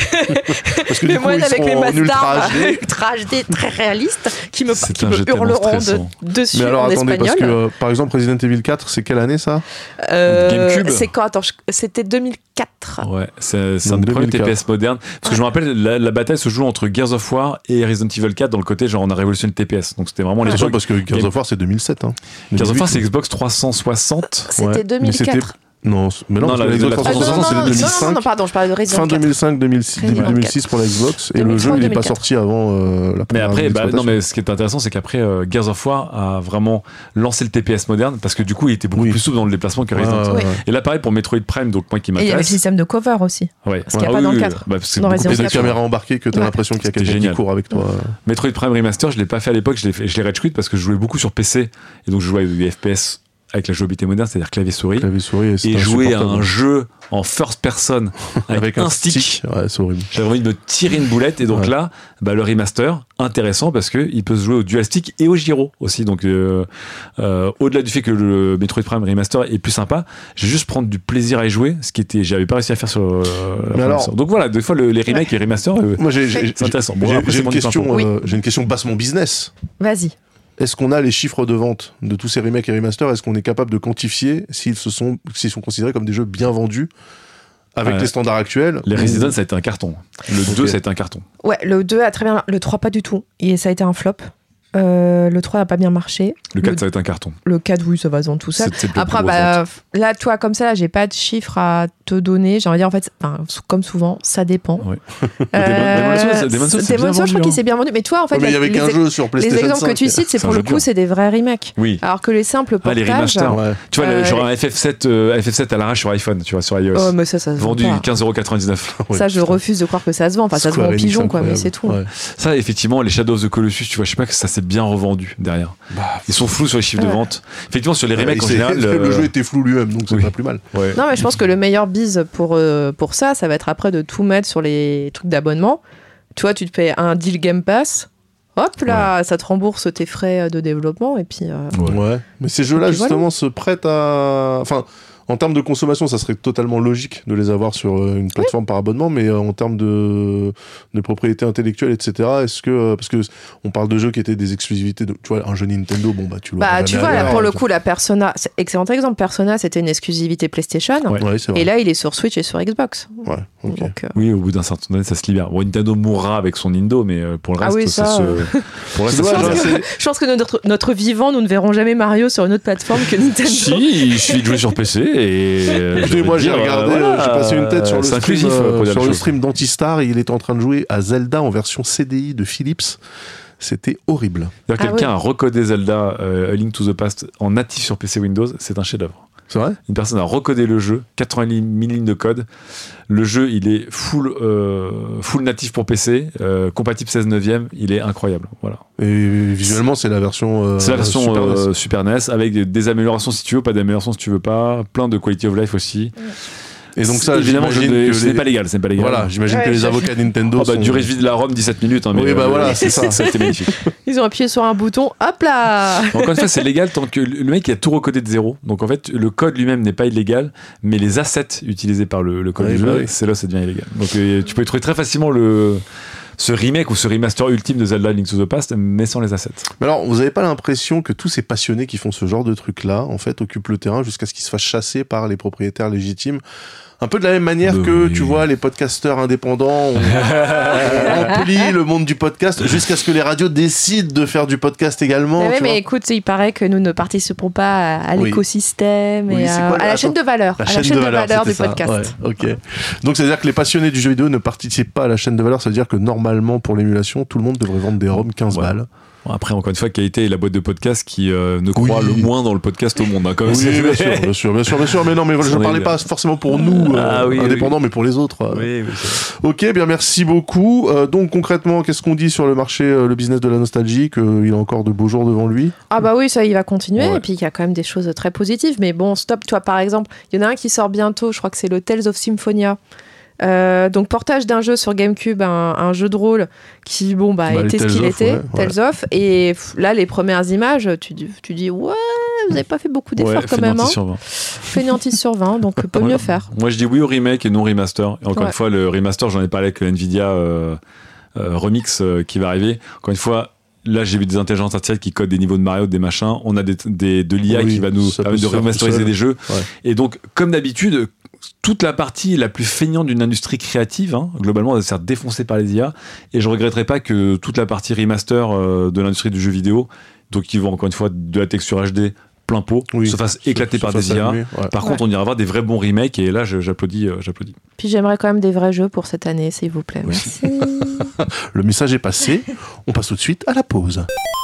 Parce que les du coup, moines ils avec seront les en masses ultra d'armes H D. ultra H D très réalistes qui me, C'est qui un me jeu tellement hurleront de- stressant. dessus Mais alors en attendez, espagnol. parce que euh, par exemple Resident Evil quatre, c'est quelle année ça Euh, GameCube. C'est quand Attends, je- c'était deux mille quatre. Ouais, c'est c'est un Donc des premiers deux mille quatre. T P S modernes. Parce que je me rappelle, la, la bataille se joue entre Gears of War et Resident Evil quatre dans le côté genre on a révolutionné le T P S. Donc c'était vraiment les Attention jeux. parce que Gears Game- of War c'est deux mille sept. Hein. Gears of War c'est deux mille huit. Xbox trois cent soixante. C'était Ouais, deux mais mille c'était- quatre. Non, c- mais non, Non, parce que la- la Xbox la Ah, trois cent soixante non, c'est non, de non, deux mille non, cinq. non, pardon, je parlais de Resident Fin quatre. deux mille cinq, deux mille six, début deux mille six pour la Xbox. Et le jeu il est pas deux mille trois, sorti avant euh, la Mais première après, année bah, non, d'exploitation. mais ce qui est intéressant, c'est qu'après, euh, Gears of War a vraiment lancé le T P S moderne parce que du coup, il était beaucoup Oui. plus souple dans le déplacement que Ouais, Resident Evil. ouais, Oui. ouais. Et là, pareil pour Metroid Prime, donc moi qui Et il y avait le m'intéresse. système de cover aussi. Ouais. Ce qu'il y a Ah pas oui, dans le oui, quatre. bah, c'est Dans beaucoup Resident Et plus des Evil. caméras embarquées que t'as Ouais. l'impression qu'il y a C'était quelqu'un qui génial. court avec toi. Metroid Prime Remaster, je l'ai pas fait à l'époque, je l'ai fait- je l'ai rage quit parce que je jouais beaucoup sur P C et donc je jouais avec des F P S avec la jouabilité moderne, c'est-à-dire clavier souris. Clavier souris et, Et jouer à un jeu en first person avec, avec un stick. Ouais, c'est horrible. J'avais envie de me tirer une boulette et donc Ouais. là, bah, le remaster, intéressant parce que il peut se jouer au dual stick et au gyro aussi. Donc euh, euh, au-delà du fait que le Metroid Prime Remaster est plus sympa, j'ai juste prendre du plaisir à y jouer, ce qui était, j'avais pas réussi à faire sur. Euh, la Mais alors- Remaster. Donc voilà, des fois le- les remakes et les remasters, euh, Moi j'ai j'ai- c'est intéressant. Bon, j'ai- après, j'ai c'est une mon question, info. euh, j'ai une question bassement business. Vas-y. Est-ce qu'on a les chiffres de vente de tous ces remakes et remasters? Est-ce qu'on est capable de quantifier s'ils se sont, s'ils sont considérés comme des jeux bien vendus avec Ouais. les standards actuels? Les ou- Resident, ça a été un carton. Le Ok. deux, ça a été un carton. Ouais, le deux a très bien. Le trois, pas du tout. Et ça a été un flop. Euh, le trois n'a pas bien marché. Le quatre, ça a été un carton. Le quatre, oui, ça va dans tout ça. C'est- c'est le Après, plus gros bah, vente. là, toi, comme ça, là, j'ai pas de chiffres à te donner. J'ai envie de dire, en fait, enfin, comme souvent, ça dépend. Ouais. Euh, Demon's Souls, Demon's Souls, c'est bien Demon's Souls, je crois vendu, qu'il hein. s'est bien vendu. Mais toi, en fait, Ouais, mais il y la- avait les, qu'un jeu sur les PlayStation exemples cinq. que tu cites, c'est C'est un pour le jeu coup, dur. c'est des vrais remakes. Oui. Alors que les simples Ah, les portages. remasters. Ouais. Tu vois, le- Euh, genre un F F sept, euh, F F sept à l'arrache sur iPhone, tu vois, sur iOS. Oh, mais ça, ça se vend Vendu pas. quinze euros quatre-vingt-dix-neuf. Ouais, Ça, je putain. refuse de croire que ça se vend. Enfin, ça se Square vend au Enix, pigeon, quoi, mais incroyable. c'est tout. Ouais. Ça, effectivement, les Shadow of the Colossus, tu vois, je sais pas que ça s'est bien revendu derrière. Bah, Ils sont flous sur les chiffres de Ouais. vente. Effectivement, sur les ouais, remakes en c'est- général. le euh, jeu était flou lui-même, donc c'est oui. pas plus mal. ouais. Non, mais je pense que le meilleur bise pour, euh, pour ça, ça va être après de tout mettre sur les trucs d'abonnement. Tu vois, tu te payes un deal Game Pass. Hop là, ça te rembourse tes frais de développement et puis. euh, Ouais. Ouais. Mais ces jeux-là, Et puis justement, se prêtent à. Enfin, en termes de consommation, ça serait totalement logique de les avoir sur euh, une plateforme par abonnement, mais euh, en termes de, de propriété intellectuelle, et cetera, est-ce que. euh, parce que on parle de jeux qui étaient des exclusivités. De, tu vois, un jeu Nintendo, bon, bah, tu l'auras Bah, jamais tu vois, à là, l'heure, pour le tu- coup, la Persona, c'est excellent exemple. Persona, c'était une exclusivité PlayStation. Ouais. Ouais, c'est vrai. Et là, il est sur Switch et sur Xbox. Ouais, ok. Donc, euh, Oui, au bout d'un certain temps, ça se libère. Bon, Nintendo mourra avec son Indo, mais euh, pour le Ah reste, oui, ça, ça, se. euh. Pour le reste, C'est ça se dommage, libère. hein, c'est- je pense que notre, notre vivant, nous ne verrons jamais Mario sur une autre plateforme que Nintendo. Si, il suffit de jouer sur P C et. euh, Écoutez, moi j'ai dire, regardé, euh, euh, voilà, j'ai passé une tête sur le c'est stream, inclusif, euh, pour dire sur les le choses. stream d'Antistar, il était en train de jouer à Zelda en version C D I de Philips. C'était horrible. D'ailleurs, Ah quelqu'un ouais. a recodé Zelda euh, A Link to the Past en natif sur P C Windows, c'est un chef-d'œuvre. C'est vrai? Une personne a recodé le jeu, quatre-vingt mille lignes de code. Le jeu, il est full, euh, full natif pour P C, euh, compatible seize neuvième, il est incroyable. Voilà. Et visuellement, c'est la version. euh, C'est la version Super Super, N E S. Super N E S avec des améliorations si tu veux, pas d'améliorations si tu veux pas, plein de quality of life aussi. Et donc, ça, évidemment, je j'imagine ne- que ce les- n'est pas légal, ce n'est pas légal. Voilà, j'imagine Ouais, que les j'avoue. avocats Nintendo. Oh, bah, sont... durée de vie de la ROM, dix-sept minutes. Hein, mais, Oui, bah euh, voilà, c'est ça. C'était magnifique. Ils ont appuyé sur un bouton, hop là. Encore une fois, c'est légal tant que le mec il a tout recodé de zéro. Donc en fait, le code lui-même n'est pas illégal, mais les assets utilisés par le, le code Ouais, du bah jeu, oui. c'est là où ça devient illégal. Donc euh, tu peux trouver très facilement le ce remake ou ce remaster ultime de Zelda Link to the Past, mais sans les assets. Mais alors, vous avez pas l'impression que tous ces passionnés qui font ce genre de trucs-là, en fait, occupent le terrain jusqu'à ce qu'ils se fassent chasser par les propriétaires légitimes? Un peu de la même manière Bah que, oui. tu vois, les podcasteurs indépendants ont rempli le monde du podcast jusqu'à ce que les radios décident de faire du podcast également. Mais, ouais, tu mais vois. écoute, il paraît que nous ne participons pas à, à Oui. l'écosystème Oui, et c'est à, quoi, à la attends. chaîne de valeur. La à chaîne, la chaîne de valeur, du c'était ça. podcast. Ouais, ok. Donc, ça veut dire que les passionnés du jeu vidéo ne participent pas à la chaîne de valeur. Ça veut dire que normalement, pour l'émulation, tout le monde devrait vendre des ROM quinze Ouais. balles. Bon, après, encore une fois, qualité est la boîte de podcast qui euh, ne croit Oui. le moins dans le podcast au monde. Hein, comme Oui, c'est- bien sûr, bien sûr, bien sûr, bien sûr. Mais non, mais je On ne est parlais bien. pas forcément pour nous, euh, Ah oui, indépendants, oui. mais pour les autres. euh. Oui, oui, c'est vrai. Ok, bien, merci beaucoup. Euh, donc, concrètement, qu'est-ce qu'on dit sur le marché, euh, le business de la nostalgie, qu'il a encore de beaux jours devant lui? Ah bah oui, ça, il va continuer. Ouais. Et puis, il y a quand même des choses très positives. Mais bon, stop, toi, par exemple, il y en a un qui sort bientôt, je crois que c'est le Tales of Symphonia. Euh, donc, portage d'un jeu sur GameCube, un, un jeu de rôle qui, bon, bah, Bah, les était ce Tales qu'il of, était, ouais, ouais. Tales of. Et pff, là, les premières images, tu, dis- tu dis, ouais, vous n'avez pas fait beaucoup d'efforts Ouais, quand même. fainéantise Hein. sur vingt. Fainéantise sur vingt, donc peut Ouais. mieux faire. Moi, je dis oui au remake et non remaster. Et encore Ouais. une fois, le remaster, j'en ai parlé avec le Nvidia euh, euh, Remix euh, qui va arriver. Encore une fois, là, j'ai vu des intelligences artificielles qui codent des niveaux de Mario, des machins. On a des, des, de l'I A Oui, qui va nous ça peut permettre de se faire tout remasteriser seul. des jeux. Ouais. Et donc, comme d'habitude, toute la partie la plus feignante d'une industrie créative, hein, globalement, va se faire défoncer par les I A. Et je regretterais pas que toute la partie remaster euh, de l'industrie du jeu vidéo, donc qui vont encore une fois de la texture H D plein pot, Oui. se fasse éclater Se- par se des fasse I A. allumer, ouais. Par Ouais. contre, on ira voir des vrais bons remakes et là, je- j'applaudis, euh, j'applaudis. Puis j'aimerais quand même des vrais jeux pour cette année, s'il vous plaît. Oui. Merci. Le message est passé. On passe tout de suite à la pause.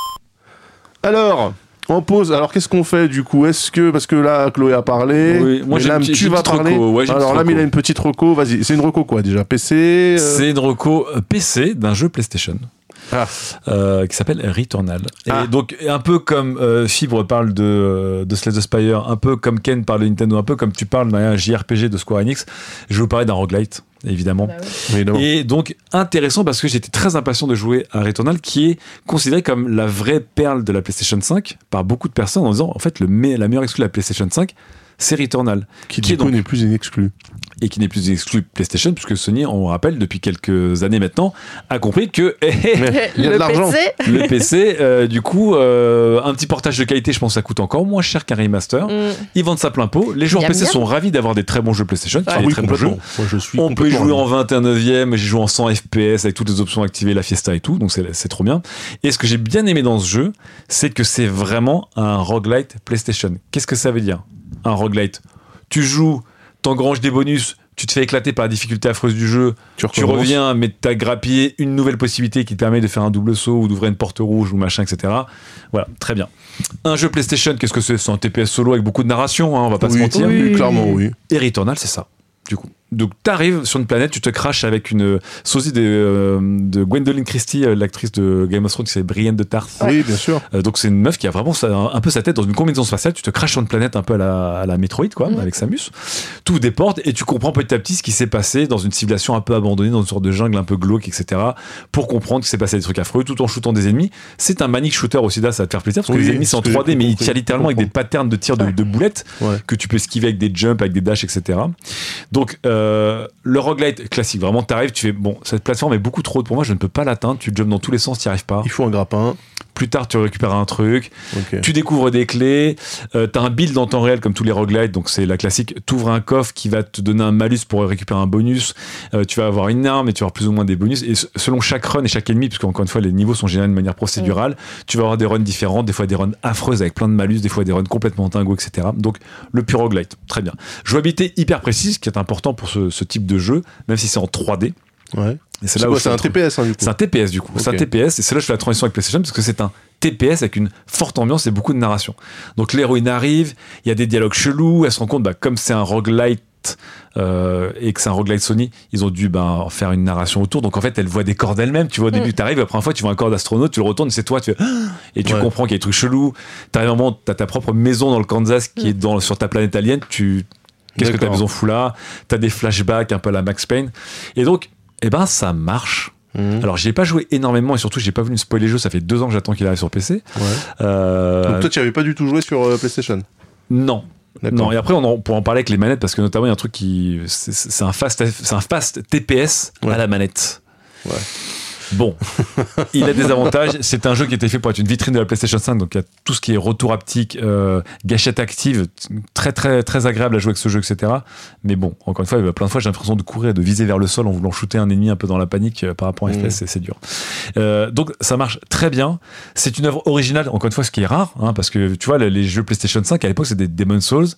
Alors, en pause, alors qu'est-ce qu'on fait du coup? Est-ce que, parce que là, Chloé a parlé, Oui, moi, mais j'ai Lame, une petite- tu j'ai une vas petite parler. reco, ouais, j'ai une alors petite là, il a reco. une petite reco, vas-y. C'est une reco quoi déjà? P C euh, C'est une reco euh, P C d'un jeu PlayStation. Ah. Euh, qui s'appelle Returnal. Ah. Et donc, un peu comme euh, Fibre parle de, euh, de Slay the Spire, un peu comme Ken parle de Nintendo, un peu comme tu parles d'un J R P G de Square Enix, je vais vous parler d'un roguelite, évidemment. Bah ouais. Évidemment. Et donc, intéressant parce que j'étais très impatient de jouer à Returnal, qui est considéré comme la vraie perle de la PlayStation cinq par beaucoup de personnes en disant, en fait, le me- la meilleure exclue de la PlayStation cinq, c'est Returnal. qui qui est du coup donc- n'est plus une exclue. Et qui n'est plus exclu PlayStation, puisque Sony, on rappelle, depuis quelques années maintenant, a compris que eh, eh, Mais il y a de Le l'argent. P C, le P C, euh, du coup, euh, un petit portage de qualité, je pense que ça coûte encore moins cher qu'un remaster. mm, Ils vendent ça plein pot. Les joueurs Miam, P C miam. sont ravis d'avoir des très bons jeux PlayStation, qui Ouais. sont Ah des oui, très bons jeux. complètement. Moi, je suis On peut y complètement jouer en ravi. vingt et un neuvième, j'ai joué en cent F P S avec toutes les options activées, la fiesta et tout, donc c'est c'est trop bien. Et ce que j'ai bien aimé dans ce jeu, c'est que c'est vraiment un roguelite PlayStation. Qu'est-ce que ça veut dire, un roguelite? Tu joues, t'engranges des bonus, tu te fais éclater par la difficulté affreuse du jeu, Tu, tu recommences. reviens, mais t'as grappillé une nouvelle possibilité qui te permet de faire un double saut ou d'ouvrir une porte rouge ou machin, et cetera. Voilà, très bien. Un jeu PlayStation, qu'est-ce que c'est? C'est un T P S solo avec beaucoup de narration, hein, on va pas Oui, se mentir. oui, Oui. clairement, oui. Et Returnal, c'est ça, du coup. Donc t'arrives sur une planète, tu te craches avec une sosie de, euh, de Gwendoline Christie, euh, l'actrice de Game of Thrones, qui c'est Brienne de Tarth. Oui, bien sûr. Euh, donc c'est une meuf qui a vraiment sa- un, un peu sa tête dans une combinaison spatiale. Tu te craches sur une planète un peu à la, à la Metroid, quoi, Mhm. avec Samus. Tout déporte et tu comprends petit à petit ce qui s'est passé dans une civilisation un peu abandonnée, dans une sorte de jungle un peu glauque, et cetera. Pour comprendre qu'il s'est passé des trucs affreux, tout en shootant des ennemis. C'est un manic shooter aussi, là, ça va te faire plaisir parce que Oui, les ennemis sont en ce que trois D, j'ai mais ils compris. tirent littéralement avec des patterns de tir de, de boulettes Ouais. que tu peux esquiver avec des jumps, avec des dashs, et cetera. Donc euh, le roguelite classique, vraiment, t'arrives, tu fais bon, cette plateforme est beaucoup trop haute pour moi, je ne peux pas l'atteindre. Tu jumps dans tous les sens, t'y arrives pas. Il faut un grappin. Plus tard, tu récupères un truc. Ok. Tu découvres des clés, euh, t'as un build en temps réel comme tous les roguelites, donc c'est la classique, t'ouvres un coffre qui va te donner un malus pour récupérer un bonus, euh, tu vas avoir une arme et tu vas avoir plus ou moins des bonus, et s- selon chaque run et chaque ennemi, puisque encore une fois les niveaux sont générés de manière procédurale, tu vas avoir des runs différentes, des fois des runs affreuses avec plein de malus, des fois des runs complètement dingos, et cetera. Donc le pur roguelite, très bien. Jouabilité hyper précise, ce qui est important pour ce, ce type de jeu, même si c'est en trois D. Ouais. Et C'est là où quoi? je C'est un trouve- T P S, hein, du coup. c'est un T P S du coup. C'est un Ok. T P S et c'est là que je fais la transition avec PlayStation parce que c'est un T P S avec une forte ambiance et beaucoup de narration. Donc l'héroïne arrive, il y a des dialogues chelous, elle se rend compte, bah, comme c'est un roguelite euh, et que c'est un roguelite Sony, ils ont dû bah, faire une narration autour. Donc en fait, elle voit des corps d'elle-même. Tu vois, au Mm. début, t'arrives, la première fois, tu vois un corps d'astronaute, tu le retournes, c'est toi, tu fais, ah et tu Ouais. comprends qu'il y a des trucs chelous. T'arrives à un moment, t'as ta propre maison dans le Kansas qui Mm. est dans, sur ta planète alien, tu. Qu'est-ce que ta D'accord. maison fout là? T'as des flashbacks un peu à la Max Payne. Et donc, eh ben, ça marche. Mhm. Alors, j'y ai pas joué énormément et surtout, j'ai pas voulu me spoiler le jeu. Ça fait deux ans que j'attends qu'il arrive sur P C. Ouais. Euh, Donc toi, tu avais pas du tout joué sur euh, PlayStation. non. D'accord. Non, et après, on en, pourra en parler avec les manettes parce que notamment, il y a un truc qui. C'est c'est un fast, c'est un fast T P S Ouais. à la manette. Ouais. Bon, il a des avantages. C'est un jeu qui a été fait pour être une vitrine de la PlayStation cinq, donc il y a tout ce qui est retour haptique, euh, gâchette active, très très très agréable à jouer avec ce jeu, et cetera. Mais bon, encore une fois, il y a plein de fois, j'ai l'impression de courir et de viser vers le sol en voulant shooter un ennemi un peu dans la panique euh, par rapport à un Mmh. F P S, c'est- c'est dur. Euh, donc ça marche très bien. C'est une œuvre originale, encore une fois, ce qui est rare, hein, parce que tu vois, les- les jeux PlayStation cinq à l'époque, c'était des Demon's Souls.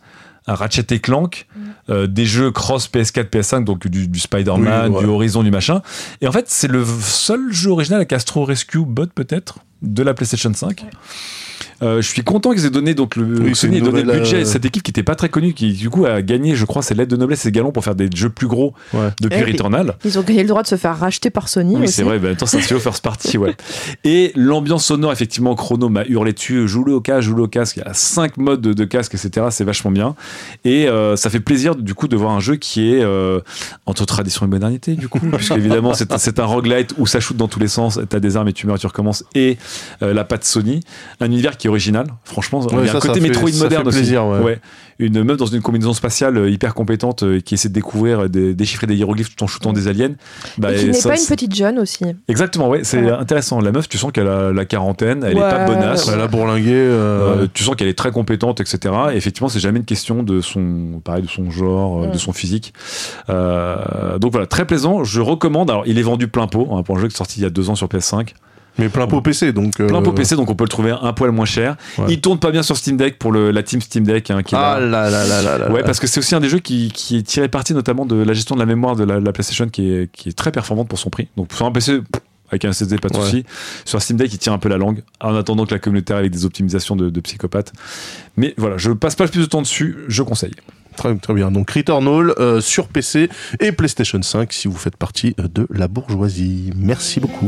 un Ratchet et Clank, mmh. euh, des jeux cross P S quatre, P S cinq, donc du, du Spider-Man, oui, ouais. du Horizon, du machin. Et en fait, c'est le seul jeu original avec Astro Rescue Bot, peut-être, de la PlayStation cinq. Ouais. Euh, je suis content qu'ils aient donné donc le oui, Sony ait donné le budget à cette équipe qui n'était pas très connue, qui du coup a gagné, je crois, c'est l'aide de noblesse et galons pour faire des jeux plus gros ouais. depuis et Returnal. Ils ont gagné le droit de se faire racheter par Sony. Oui, aussi. c'est vrai. Ben, attends, c'est un studio first party, ouais. Et l'ambiance sonore, effectivement, Chrono m'a hurlé dessus. Joue-le au casque, joue-le au casque. Il y a cinq modes de, de casque, et cetera. C'est vachement bien. Et euh, ça fait plaisir du coup de voir un jeu qui est euh, entre tradition et modernité, du coup, puisque évidemment c'est, c'est un roguelite où ça shoot dans tous les sens. T'as des armes et tu meurs et tu recommences. Et euh, la patte Sony, un univers qui est original. Franchement. Ouais, il y a ça, un côté Metroid fait, moderne aussi. Plaisir, ouais. Ouais. Une meuf dans une combinaison spatiale hyper compétente euh, qui essaie de découvrir, de déchiffrer des hiéroglyphes tout en shootant des aliens. Bah, et qui et n'est ça, pas une petite jeune aussi. Exactement, ouais, c'est ouais. intéressant. La meuf, tu sens qu'elle a la quarantaine, elle ouais, est pas bonasse. Elle a bourlingué. Euh... Euh, tu sens qu'elle est très compétente, et cetera. Et effectivement, c'est jamais une question de son, pareil, de son genre, ouais. de son physique. Euh, donc voilà, très plaisant. Je recommande. Alors, il est vendu plein pot hein, pour un jeu qui est sorti il y a deux ans sur P S cinq. Mais plein pot P C, donc. Euh... Plein pot P C, donc on peut le trouver un poil moins cher. Ouais. Il tourne pas bien sur Steam Deck pour le, la team Steam Deck. Hein, qui est ah là là là là là. Ouais, parce que c'est aussi un des jeux qui, qui est tiré parti notamment de la gestion de la mémoire de la, la PlayStation qui est, qui est très performante pour son prix. Donc sur un P C, avec un S S D, pas de ouais. souci. Sur Steam Deck, il tire un peu la langue, en attendant que la communauté arrive avec des optimisations de, de psychopathes. Mais voilà, je passe pas plus de temps dessus, je conseille. Très, très bien. Donc Returnal euh, sur P C et PlayStation cinq si vous faites partie de la bourgeoisie. Merci beaucoup.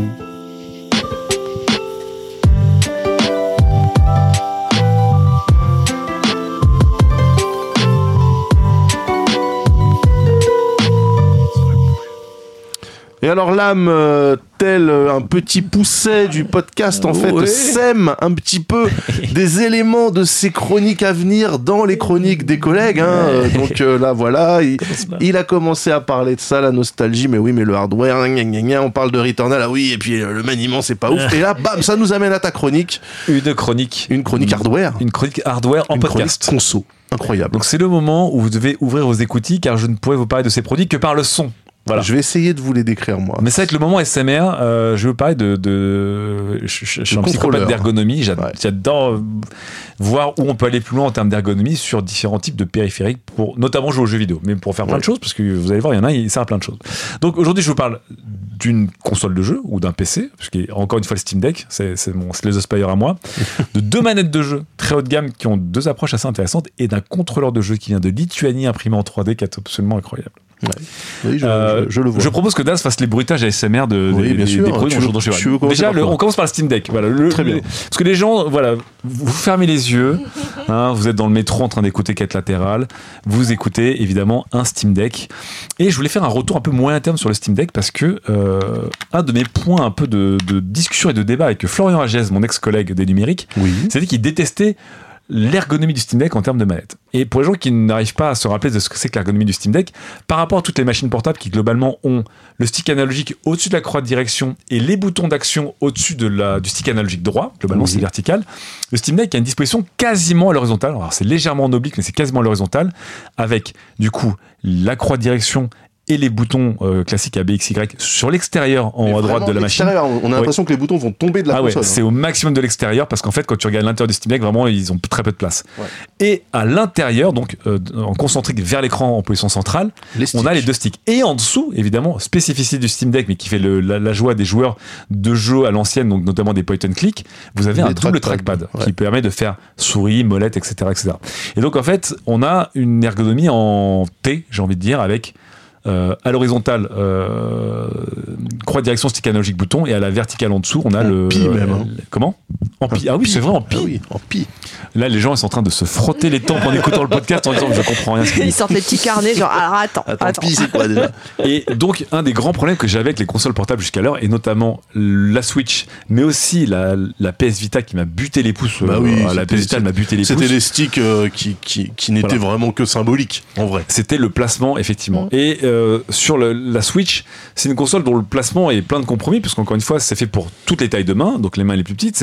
Et alors l'âme, euh, tel un petit pousset du podcast, en fait, ouais. sème un petit peu des éléments de ses chroniques à venir dans les chroniques des collègues. Hein. Euh, donc euh, là, voilà, il, il a commencé à parler de ça, la nostalgie, mais oui, mais le hardware, gna, gna, gna, on parle de Returnal, ah oui, et puis le maniement, c'est pas ouf. Et là, bam, ça nous amène à ta chronique. Une chronique. Une chronique hardware. Une chronique hardware en Une podcast. Chronique conso. Incroyable. Donc c'est le moment où vous devez ouvrir vos écoutilles, car je ne pourrais vous parler de ces produits que par le son. Voilà. Je vais essayer de vous les décrire, moi. Mais ça va être le moment S M R. Euh, je vais vous parler de. de... Je, je, je suis un psychopathe d'ergonomie. J'adore, ouais. j'adore voir où on peut aller plus loin en termes d'ergonomie sur différents types de périphériques, pour notamment jouer aux jeux vidéo, mais pour faire plein ouais. de choses, parce que vous allez voir, il y en a, il sert à plein de choses. Donc aujourd'hui, je vous parle d'une console de jeu ou d'un P C, parce qu'il y a encore une fois le Steam Deck, c'est, c'est mon Slay the Spire à moi, de deux manettes de jeu très haut de gamme qui ont deux approches assez intéressantes et d'un contrôleur de jeu qui vient de Lituanie imprimé en trois D qui est absolument incroyable. Ouais. Oui, je, euh, je, je le vois. Je propose que Das fasse les bruitages A S M R de, oui, des, bien des, sûr. des produits dont je suis Déjà, le, on commence par le Steam Deck. Voilà, le, Très bien. Le, parce que les gens, voilà, vous fermez les yeux, hein, vous êtes dans le métro en train d'écouter Quête latérale, vous écoutez évidemment un Steam Deck. Et je voulais faire un retour un peu moyen terme sur le Steam Deck parce que euh, un de mes points un peu de, de discussion et de débat avec Florian Agez, mon ex-collègue des numériques, oui. c'était qu'il détestait l'ergonomie du Steam Deck en termes de manette. Et pour les gens qui n'arrivent pas à se rappeler de ce que c'est que l'ergonomie du Steam Deck, par rapport à toutes les machines portables qui globalement ont le stick analogique au-dessus de la croix de direction et les boutons d'action au-dessus de la, du stick analogique droit, globalement oui. c'est vertical, le Steam Deck a une disposition quasiment à l'horizontale. Alors c'est légèrement en oblique, mais c'est quasiment à l'horizontale, avec du coup la croix de direction et les boutons euh, classiques A B X Y sur l'extérieur en haut à droite de la machine. On a l'impression oui. que les boutons vont tomber de la ah console. Ouais, c'est au maximum de l'extérieur parce qu'en fait, quand tu regardes l'intérieur du Steam Deck, vraiment, ils ont très peu de place. Ouais. Et à l'intérieur, donc euh, en concentrique vers l'écran en position centrale, on a les deux sticks. Et en dessous, évidemment, spécificité du Steam Deck, mais qui fait le, la, la joie des joueurs de jeux à l'ancienne, donc notamment des point and click, vous avez les un double trackpad, trackpad ouais. qui permet de faire souris, molette, et cetera, et cetera. Et donc en fait, on a une ergonomie en T, j'ai envie de dire, avec Euh, à l'horizontale, euh, croix de direction, stick analogique, bouton, et à la verticale en dessous, on a en le. Pi même. Hein. Le, comment En pi. Ah oui, c'est vrai, en pi. Ah oui, en pi. Là, les gens ils sont en train de se frotter les tempes en écoutant le podcast en disant je comprends rien. Ils sortent les petits carnets, genre alors attends. Attends, attends. Pi, c'est quoi déjà? Et donc, un des grands problèmes que j'avais avec les consoles portables jusqu'alors, et notamment la Switch, mais aussi la, la P S Vita qui m'a buté les pouces. Bah oui, euh, la P S Vita m'a buté les c'était pouces. C'était les sticks euh, qui, qui, qui n'étaient voilà. vraiment que symboliques, en vrai. C'était le placement, effectivement. Mmh. Et euh, sur le, la Switch, c'est une console dont le placement est plein de compromis, puisqu'encore une fois, c'est fait pour toutes les tailles de main, donc les mains les plus petites, c'est fait aussi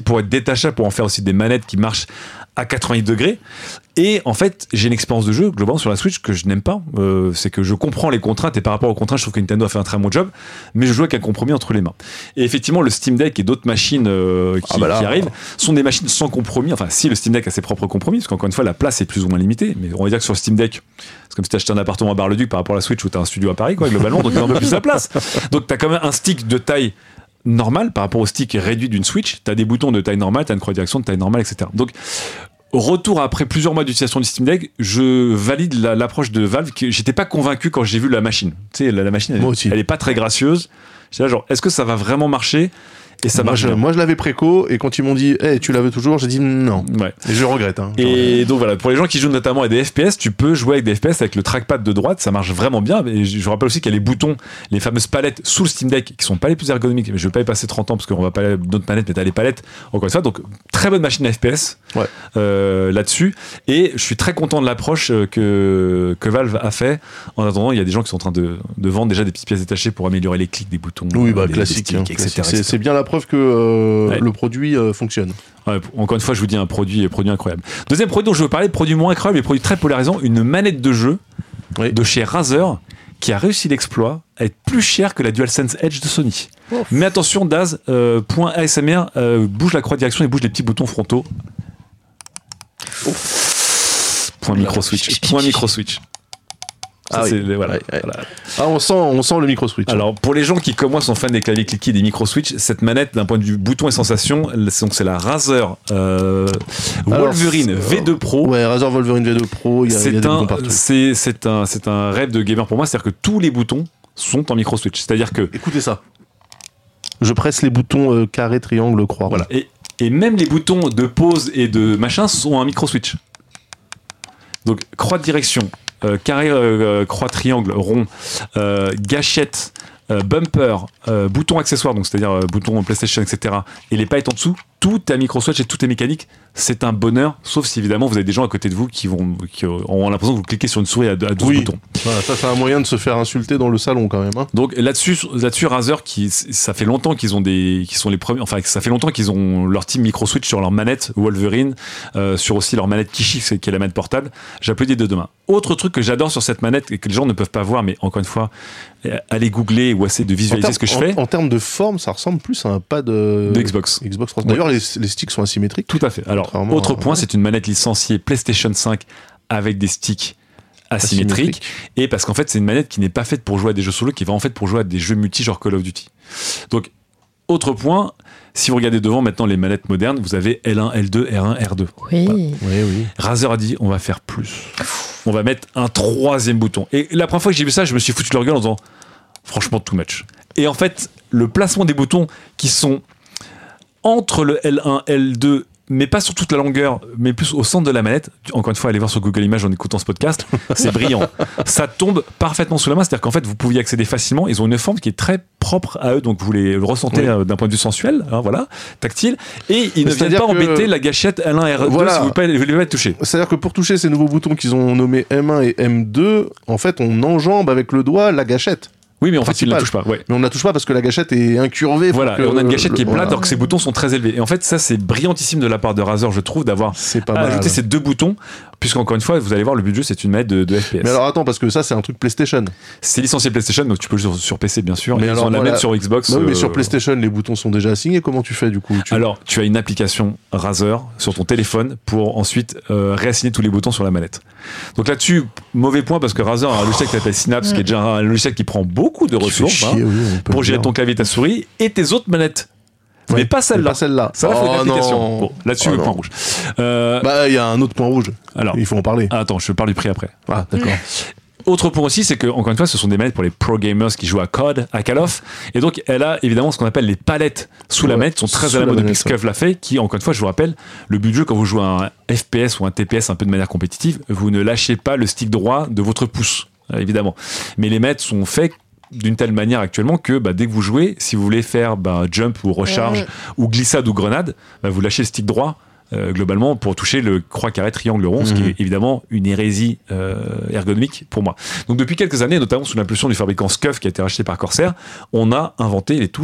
pour être détachables, pour en faire aussi des manettes qui marchent à quatre-vingt-dix degrés. Et en fait, j'ai une expérience de jeu globalement sur la Switch que je n'aime pas. Euh, c'est que je comprends les contraintes et par rapport aux contraintes, je trouve que Nintendo a fait un très bon job, mais je joue avec un compromis entre les mains. Et effectivement, le Steam Deck et d'autres machines euh, qui, ah bah là, qui arrivent sont des machines sans compromis. Enfin, si le Steam Deck a ses propres compromis, parce qu'encore une fois, la place est plus ou moins limitée. Mais on va dire que sur le Steam Deck, c'est comme si tu achetais un appartement à Bar-le-Duc par rapport à la Switch où tu as un studio à Paris, quoi, globalement, donc il y a un peu plus de place. Donc tu as quand même un stick de taille normale par rapport au stick réduit d'une Switch. Tu as des boutons de taille normale, tu as une croix de direction de taille normale, et cetera. Donc, retour après plusieurs mois d'utilisation du Steam Deck, je valide la, l'approche de Valve. Que j'étais pas convaincu quand j'ai vu la machine. Tu sais, la, la machine, elle, elle est pas très gracieuse. J'étais là, genre, est-ce que ça va vraiment marcher ? Et ça moi, marche je, moi je l'avais préco et quand ils m'ont dit hey, tu la veux toujours, j'ai dit non. Ouais. Et je regrette. Hein, je et regrette. donc voilà, pour les gens qui jouent notamment à des F P S, tu peux jouer avec des F P S avec le trackpad de droite, ça marche vraiment bien. Et je, je rappelle aussi qu'il y a les boutons, les fameuses palettes sous le Steam Deck qui sont pas les plus ergonomiques. Mais je vais pas y passer trente ans parce qu'on va pas aller d'autres manettes, mais t'as les palettes encore une fois. Donc très bonne machine à F P S ouais. euh, là-dessus. Et je suis très content de l'approche que, que Valve a fait. En attendant, il y a des gens qui sont en train de, de vendre déjà des petites pièces détachées pour améliorer les clics des boutons. Oui, bah des, classique. des sticks, hein, et cetera, classique. et cetera. C'est, c'est bien la preuve que euh, Ouais. le produit euh, fonctionne. Ouais, encore une fois, je vous dis un produit, un produit incroyable. Deuxième produit dont je veux parler, produit moins incroyable et produit très polarisant, une manette de jeu oui. de chez Razer qui a réussi l'exploit à être plus cher que la DualSense Edge de Sony. Ouf. Mais attention, Daz, euh, point A S M R, euh, bouge la croix de direction et bouge les petits boutons frontaux. Ouf. Point micro switch. Point micro switch. Ça, ah c'est, oui. voilà, ouais, ouais. voilà. Ah, on sent, on sent le micro switch. Alors, pour les gens qui, comme moi, sont fans des claviers cliqués et des micro switch, cette manette, d'un point de vue bouton et sensation, donc c'est la Razer euh, Alors, Wolverine V deux Pro. Ouais, Razer Wolverine V deux Pro. Il y a, c'est, il y a des un, boutons partout. c'est, c'est, un, c'est un rêve de gamer pour moi. C'est-à-dire que tous les boutons sont en micro switch. C'est-à-dire que. Écoutez ça. Je presse les boutons euh, carré, triangle, croix. Voilà. Et, et même les boutons de pause et de machin sont en micro switch. Donc, croix de direction. Euh, carré, euh, croix, triangle, rond, euh, gâchette, euh, bumper, euh, bouton accessoire, donc c'est-à-dire euh, bouton PlayStation, et cetera. Et les paillettes en dessous, tout est à micro-switch et tout est mécanique. C'est un bonheur, sauf si évidemment vous avez des gens à côté de vous qui, vont, qui ont l'impression que vous cliquez sur une souris à, à douze oui. boutons. Voilà, ça, c'est un moyen de se faire insulter dans le salon quand même. Hein. Donc là-dessus, là-dessus, Razer, qui, ça fait longtemps qu'ils ont des, qui sont les premiers, enfin ça fait longtemps qu'ils ont leur team micro-switch sur leur manette Wolverine, euh, sur aussi leur manette Kishi, qui est la manette portable. J'applaudis de demain. Autre truc que j'adore sur cette manette et que les gens ne peuvent pas voir, mais encore une fois, allez googler ou essayer de visualiser terme, ce que je en, fais. En termes de forme, ça ressemble plus à un pad de, de Xbox. Xbox trois cents. D'ailleurs, ouais. les, les sticks sont asymétriques. Tout à fait. Alors, autre point, ouais. c'est une manette licenciée PlayStation cinq avec des sticks asymétriques. Asymétrique. Et parce qu'en fait, c'est une manette qui n'est pas faite pour jouer à des jeux solo, qui est vraiment faite pour jouer à des jeux multi, genre Call of Duty. Donc, autre point, si vous regardez devant maintenant les manettes modernes, vous avez L un, L deux, R un, R deux. Oui. Voilà. oui, oui. Razer a dit, on va faire plus. On va mettre un troisième bouton. Et la première fois que j'ai vu ça, je me suis foutu leur gueule en disant, franchement, too much. Et en fait, le placement des boutons qui sont entre le L un, L deux, mais pas sur toute la longueur, mais plus au centre de la manette. Encore une fois, allez voir sur Google Images en écoutant ce podcast. C'est brillant. Ça tombe parfaitement sous la main. C'est-à-dire qu'en fait, vous pouvez y accéder facilement. Ils ont une forme qui est très propre à eux, donc vous les ressentez oui. d'un point de vue sensuel, hein, voilà, tactile. Et ils mais ne viennent pas embêter la gâchette L un, R deux voilà. si vous ne voulez pas être touché. C'est-à-dire que pour toucher ces nouveaux boutons qu'ils ont nommés M un et M deux, en fait, on enjambe avec le doigt la gâchette. Oui, mais en fait, ils ne la touchent pas. Ouais. Mais on ne la touche pas parce que la gâchette est incurvée. Voilà, que et on a une gâchette le, qui est plate voilà. alors que ces boutons sont très élevés. Et en fait, ça, c'est brillantissime de la part de Razer, je trouve, d'avoir ajouté ces deux boutons, puisqu'encore une fois, vous allez voir, le budget, c'est une manette de, de F P S. Mais alors attends, parce que ça, c'est un truc PlayStation. C'est licencié PlayStation, donc tu peux le jouer sur, sur P C, bien sûr. Mais et alors, on la voilà. mettre sur Xbox. Non, mais euh... sur PlayStation, les boutons sont déjà assignés. Comment tu fais du coup tu... Alors, tu as une application Razer sur ton téléphone pour ensuite euh, réassigner tous les boutons sur la manette. Donc là-dessus, mauvais point parce que Razer a un logiciel qui s'appelle Synapse, mmh. qui est déjà un logiciel qui prend beaucoup de ressources chier, hein, oui, pour gérer ton clavier et ta souris et tes autres manettes. Ouais, mais pas celle-là. Pas celle-là. Ça va oh, faire une application. Non. Bon, là-dessus, oh, le non. point rouge. Euh... Bah, il y a un autre point rouge. Alors, il faut en parler. Ah, attends, je parle du prix après. Ah, d'accord. Autre point aussi, c'est que, encore une fois, ce sont des manettes pour les pro gamers qui jouent à C O D, à Call of. Et donc, elle a évidemment ce qu'on appelle les palettes sous ouais, la manette, sont très à la mode depuis que Scuf l'a fait, qui, encore une fois, je vous rappelle, le but du jeu, quand vous jouez à un F P S ou un T P S un peu de manière compétitive, vous ne lâchez pas le stick droit de votre pouce, évidemment. Mais les manettes sont faites d'une telle manière actuellement que bah, dès que vous jouez, si vous voulez faire bah, jump ou recharge ouais. ou glissade ou grenade, bah, vous lâchez le stick droit euh, globalement pour toucher le croix carré triangle rond, mmh. ce qui est évidemment une hérésie euh, ergonomique pour moi. Donc depuis quelques années, notamment sous l'impulsion du fabricant Scuf qui a été racheté par Corsair, on a inventé les touches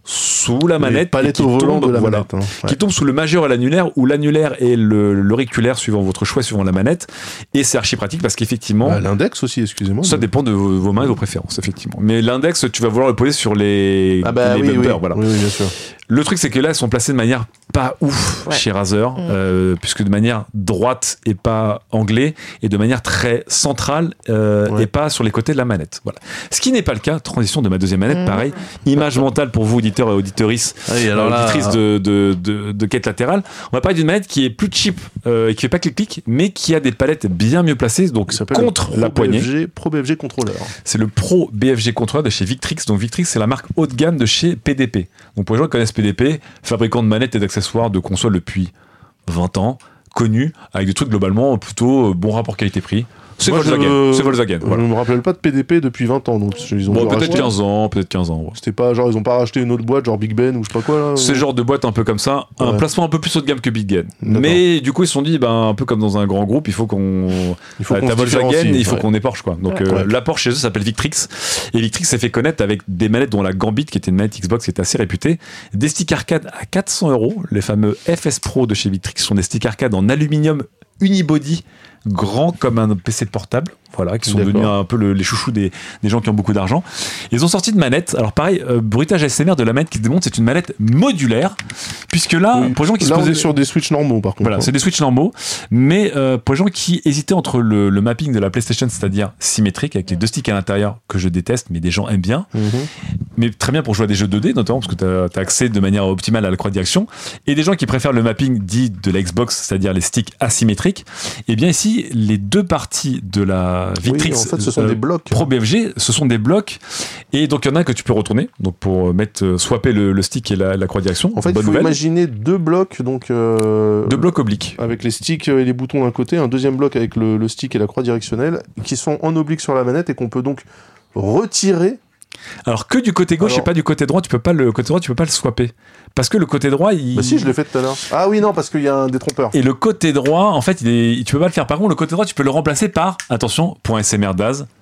sous la manette, palette et qui au volant tombe, de la voilà, manette, hein. Ouais. qui tombe sous le majeur et l'annulaire, ou l'annulaire et le, l'auriculaire suivant votre choix, suivant la manette. Et c'est archi pratique parce qu'effectivement, Bah, l'index aussi, excusez-moi. ça mais... dépend de vos, vos mains et de vos préférences, effectivement. Mais l'index, tu vas vouloir le poser sur les, Ah bah les oui, bumpers, oui. voilà. Oui, oui, bien sûr. Le truc, c'est que là, elles sont placées de manière pas ouf Ouais. chez Razer, Mmh. euh, puisque de manière droite et pas anglais, et de manière très centrale euh, Ouais. et pas sur les côtés de la manette. Voilà. Ce qui n'est pas le cas, transition de ma deuxième manette, Mmh. pareil, image mentale pour vous, auditeurs et auditrices, Ah oui, alors là, auditrices de, de, de, de quête latérale. On va parler d'une manette qui est plus cheap euh, et qui fait pas clic-clic, mais qui a des palettes bien mieux placées, donc ça s'appelle contre le Pro la poignée. B F G, Pro B F G Controller. C'est le Pro B F G Controller de chez Victrix. Donc Victrix, c'est la marque haut de gamme de chez P D P. Donc pour les gens qui connaissent P D P, fabricant de manettes et d'accessoires de consoles depuis vingt ans, connu, avec des trucs globalement plutôt euh, bon rapport qualité-prix. C'est Moi, Volkswagen. je- C'est Volkswagen. Je Voilà. me rappelle pas de P D P depuis vingt ans, donc ils ont Bon, dû peut-être racheter. quinze ans, peut-être quinze ans. ouais. C'était pas genre ils ont pas racheté une autre boîte genre Big Ben ou je sais pas quoi là. C'est le genre de boîte un peu comme ça, un Ouais. placement un peu plus haut de gamme que Big Game. D'accord. Mais du coup, ils se sont dit, ben, un peu comme dans un grand groupe, il faut qu'on. Il faut Euh, qu'on t'as se Volkswagen, différencie, il faut ouais. qu'on ait Porsche, quoi. Donc, Ouais. euh, Ouais. la Porsche chez eux s'appelle Victrix. Et Victrix s'est fait connaître avec des manettes dont la Gambit, qui était une manette Xbox qui était assez réputée. Des sticks arcade à quatre cents euros. Les fameux F S Pro de chez Victrix sont des sticks arcade en aluminium unibody, grands comme un P C portable. Voilà, qui sont D'accord. devenus un peu le- les chouchous des, des gens qui ont beaucoup d'argent. Ils ont sorti de manette. Alors pareil, euh, bruitage A S M R de la manette qui se démontre, c'est une manette modulaire. Puisque là, Oui. pour les gens qui Là se on posaient... est sur des Switch normaux par contre. Voilà, hein. c'est des Switch normaux, mais euh, pour les gens qui hésitaient entre le, le mapping de la PlayStation, c'est-à-dire symétrique avec les deux sticks à l'intérieur, que je déteste, mais des gens aiment bien, Mhm. mais très bien pour jouer à des jeux deux D, notamment parce que tu as accès de manière optimale à la croix de direction, et des gens qui préfèrent le mapping dit de la Xbox, c'est-à-dire les sticks asymétriques. Et bien ici, les deux parties de la Victrix Oui, en fait ce sont euh, des blocs. Pro B F G, ce sont des blocs, et donc il y en a un que tu peux retourner, donc pour mettre euh, swapper le, le stick et la, la croix de direction. En fait, il Bonne faut nouvelle. imaginer deux blocs donc euh, Deux blocs obliques. avec les sticks et les boutons d'un côté, un deuxième bloc avec le, le stick et la croix directionnelle qui sont en oblique sur la manette et qu'on peut donc retirer. Alors que du côté gauche Alors- et pas du côté droit, tu peux pas le côté droit, tu peux pas le swapper parce que le côté droit, il... Bah si, je l'ai fait tout à l'heure. Ah oui, non, parce qu'il y a un détrompeur. et le côté droit, en fait, il est... tu peux pas le faire. Par contre, le côté droit, tu peux le remplacer par, attention, point S M R D A S,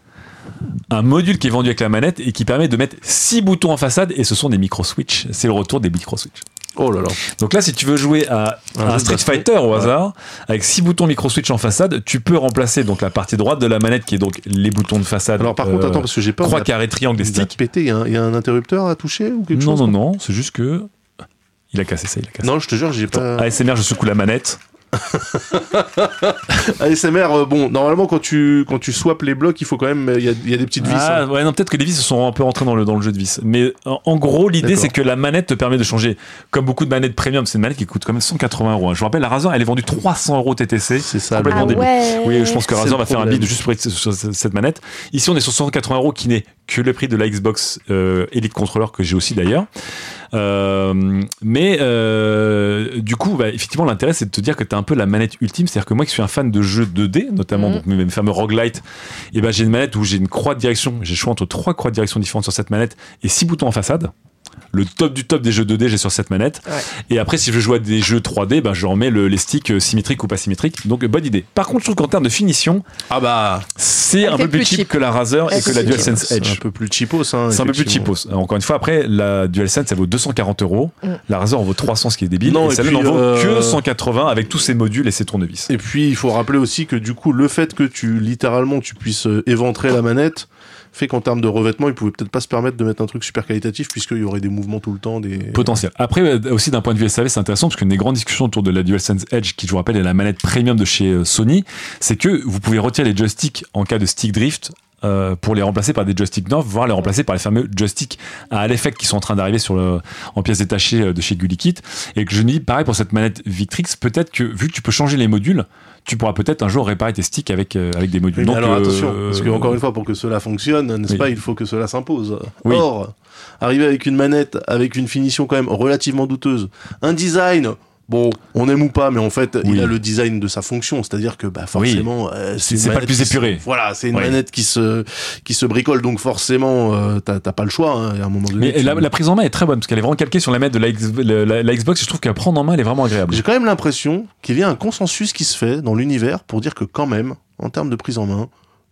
un module qui est vendu avec la manette et qui permet de mettre six boutons en façade, et ce sont des micro switch. C'est le retour des micro switch. Oh là là. Donc là, si tu veux jouer à Un un jeu Street de Fighter au ouais. hasard, avec six boutons micro switch en façade, tu peux remplacer donc la partie droite de la manette qui est donc les boutons de façade. Alors par contre, euh, attends, parce que j'ai pas. croix, il a- carré, triangle et il a stick. pété, il y, a un- il y a un interrupteur à toucher ou quelque Non, chose non, non, c'est juste que il a cassé ça, il a cassé. Non, je te jure, j'ai pas. A S M R, je secoue la manette. A S M R, euh, bon, normalement, quand tu, quand tu swaps les blocs, il faut quand même. Il y a, il y a des petites vis. Ah hein. ouais, non, peut-être que les vis se sont un peu rentrées dans le, dans le jeu de vis. Mais en, en gros, l'idée, D'accord. c'est que la manette te permet de changer. Comme beaucoup de manettes premium, c'est une manette qui coûte quand même cent quatre-vingts euros. hein. Je vous rappelle, la Razer, elle est vendue trois cents euros T T C. C'est ça. complètement Ah le- débile. ouais. Oui, je pense que C'est Razer le va faire un problème. bid juste pour sur, sur cette manette. Ici, on est sur cent quatre-vingts euros, qui n'est que le prix de la Xbox euh, Elite Controller, que j'ai aussi d'ailleurs. Euh, mais euh, du coup, bah, effectivement, l'intérêt, c'est de te dire que tu as un peu la manette ultime. C'est-à-dire que moi, qui suis un fan de jeux deux D, notamment Mhm. donc mes, mes fameux roguelite, et ben j'ai une manette où j'ai une croix de direction. J'ai le choix entre trois croix de direction différentes sur cette manette et six boutons en façade. Le top du top des jeux deux D, j'ai sur cette manette. Ouais. Et après, si je veux jouer à des jeux trois D, ben, je remets le, les sticks euh, symétriques ou pas symétriques. Donc, bonne idée. Par contre, je trouve qu'en termes de finition, Ah bah. c'est Elle un fait peu plus plus cheap cheap. que la Razer et Elle que fait la plus DualSense C'est un Edge. peu plus cheapos. Hein, C'est un peu plus effectivement. cheapos. Encore une fois, après, la DualSense, elle vaut deux cent quarante euros. Mm. La Razer en vaut trois cents, ce qui est débile. Non, et et celle-là puis, n'en vaut euh, que cent quatre-vingts avec tous ses modules et ses tournevis. Et puis, il faut rappeler aussi que du coup, le fait que tu, littéralement, tu puisses euh, éventrer la manette fait qu'en termes de revêtement, ils pouvaient peut-être pas se permettre de mettre un truc super qualitatif puisqu'il y aurait des mouvements tout le temps. Des... Potentiel. Après, euh, aussi d'un point de vue S A V, c'est intéressant parce qu'il y a des grandes discussions autour de la DualSense Edge, qui, je vous rappelle, est la manette premium de chez euh, Sony. C'est que vous pouvez retirer les joysticks en cas de stick drift. Euh, pour les remplacer par des joysticks neufs, voire les remplacer par les fameux joysticks à l'effet qui sont en train d'arriver sur le, en pièces détachées euh, de chez Gulikit. Et que je me dis, pareil pour cette manette Victrix, peut-être que vu que tu peux changer les modules, tu pourras peut-être un jour réparer tes sticks avec, euh, avec des modules. Oui, mais Donc, alors euh, attention, parce que encore une fois, pour que cela fonctionne, n'est-ce oui. pas, il faut que cela s'impose. Oui. Or, arriver avec une manette avec une finition quand même relativement douteuse, un design. Bon, on aime ou pas, mais en fait, Oui. il a le design de sa fonction, c'est-à-dire que bah forcément, euh, C'est- une c'est pas manette le plus qui se- épuré. Voilà, c'est une Oui. manette qui se qui se bricole, donc forcément, euh, t'as t'as pas le choix. Hein, à un moment donné. Mais tu- la, la prise en main est très bonne parce qu'elle est vraiment calquée sur la manette de la, X- la, la- la Xbox. Et je trouve qu'à prendre en main, elle est vraiment agréable. J'ai quand même l'impression qu'il y a un consensus qui se fait dans l'univers pour dire que quand même, en termes de prise en main,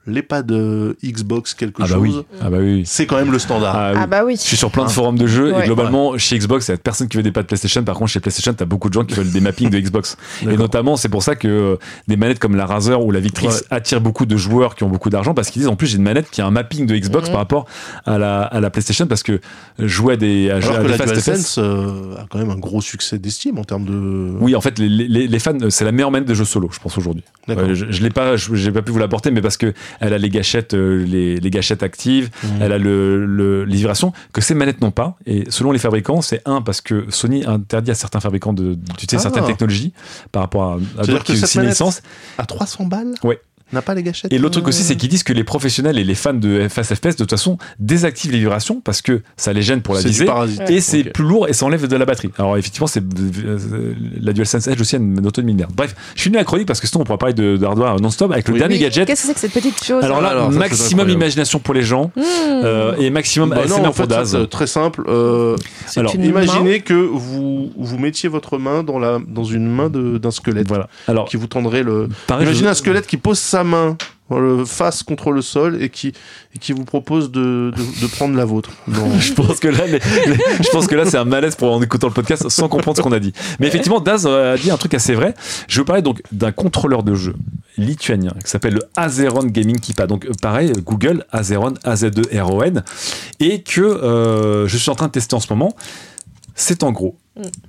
les pads euh, Xbox quelque Ah bah chose, oui. Ah bah oui. c'est quand même le standard. Ah, oui. Ah bah oui. Je suis sur plein de forums de jeux Ouais. et globalement chez Xbox il y a personne qui veut des pads PlayStation. Par contre chez PlayStation t'as beaucoup de gens qui veulent des mappings de Xbox. Et notamment c'est pour ça que euh, des manettes comme la Razer ou la Victrix Ouais. attirent beaucoup de joueurs qui ont beaucoup d'argent parce qu'ils disent en plus j'ai une manette qui a un mapping de Xbox Mhm. par rapport à la, à la PlayStation parce que jouer à des, à, Alors à que des la fast F P S. DualSense euh, a quand même un gros succès d'estime en termes de. Oui, en fait, les, les, les fans, c'est la meilleure manette de jeux solo, je pense aujourd'hui. D'accord. Ouais, je, je l'ai pas, je- j'ai pas pu vous l'apporter, mais parce que elle a les gâchettes, euh, les, les gâchettes actives, Mhm. elle a le, le, les vibrations que ces manettes n'ont pas. Et selon les fabricants, c'est un parce que Sony interdit à certains fabricants de d'utiliser Ah. certaines technologies par rapport à, à C'est-à-dire d'autres que qui cette signent les manette- licences. À trois cents balles. Ouais. N'a pas les gâchettes. Et l'autre truc aussi, euh, c'est qu'ils disent que les professionnels et les fans de Fast F P S, de toute façon, désactivent les vibrations parce que ça les gêne pour la c'est du visée. parasite. Et c'est Ok. plus lourd et ça enlève de la batterie. Alors effectivement, c'est euh, la DualSense Edge aussi a une autonomie de merde. Bref, je suis venu à la chronique parce que sinon on pourra parler de, de hardware non-stop avec le Oui. dernier Oui, gadget. Qu'est-ce que c'est que cette petite chose Alors là, Alors, ça, c'est maximum incroyable. imagination pour les gens Mmh. euh, et maximum Bah A S M non, R en fait, pour Daz. c'est très simple. Euh, C'est alors, une imaginez que vous, vous mettiez votre main dans, la, dans une main de- d'un squelette Voilà. Alors, qui vous tendrait le. pareil, Imaginez je- un squelette qui pose sa main euh, face contre le sol et qui, et qui vous propose de, de, de prendre la vôtre. Non. je pense que là, les- les- je pense que là, c'est un malaise pour en écoutant le podcast sans comprendre ce qu'on a dit. Mais effectivement, Daz a dit un truc assez vrai. Je vais vous parler donc d'un contrôleur de jeu lituanien qui s'appelle le Azeron Gaming Keypad. Donc, euh, pareil, Google Azeron A Z E R O N et que euh, je suis en train de tester en ce moment. C'est en gros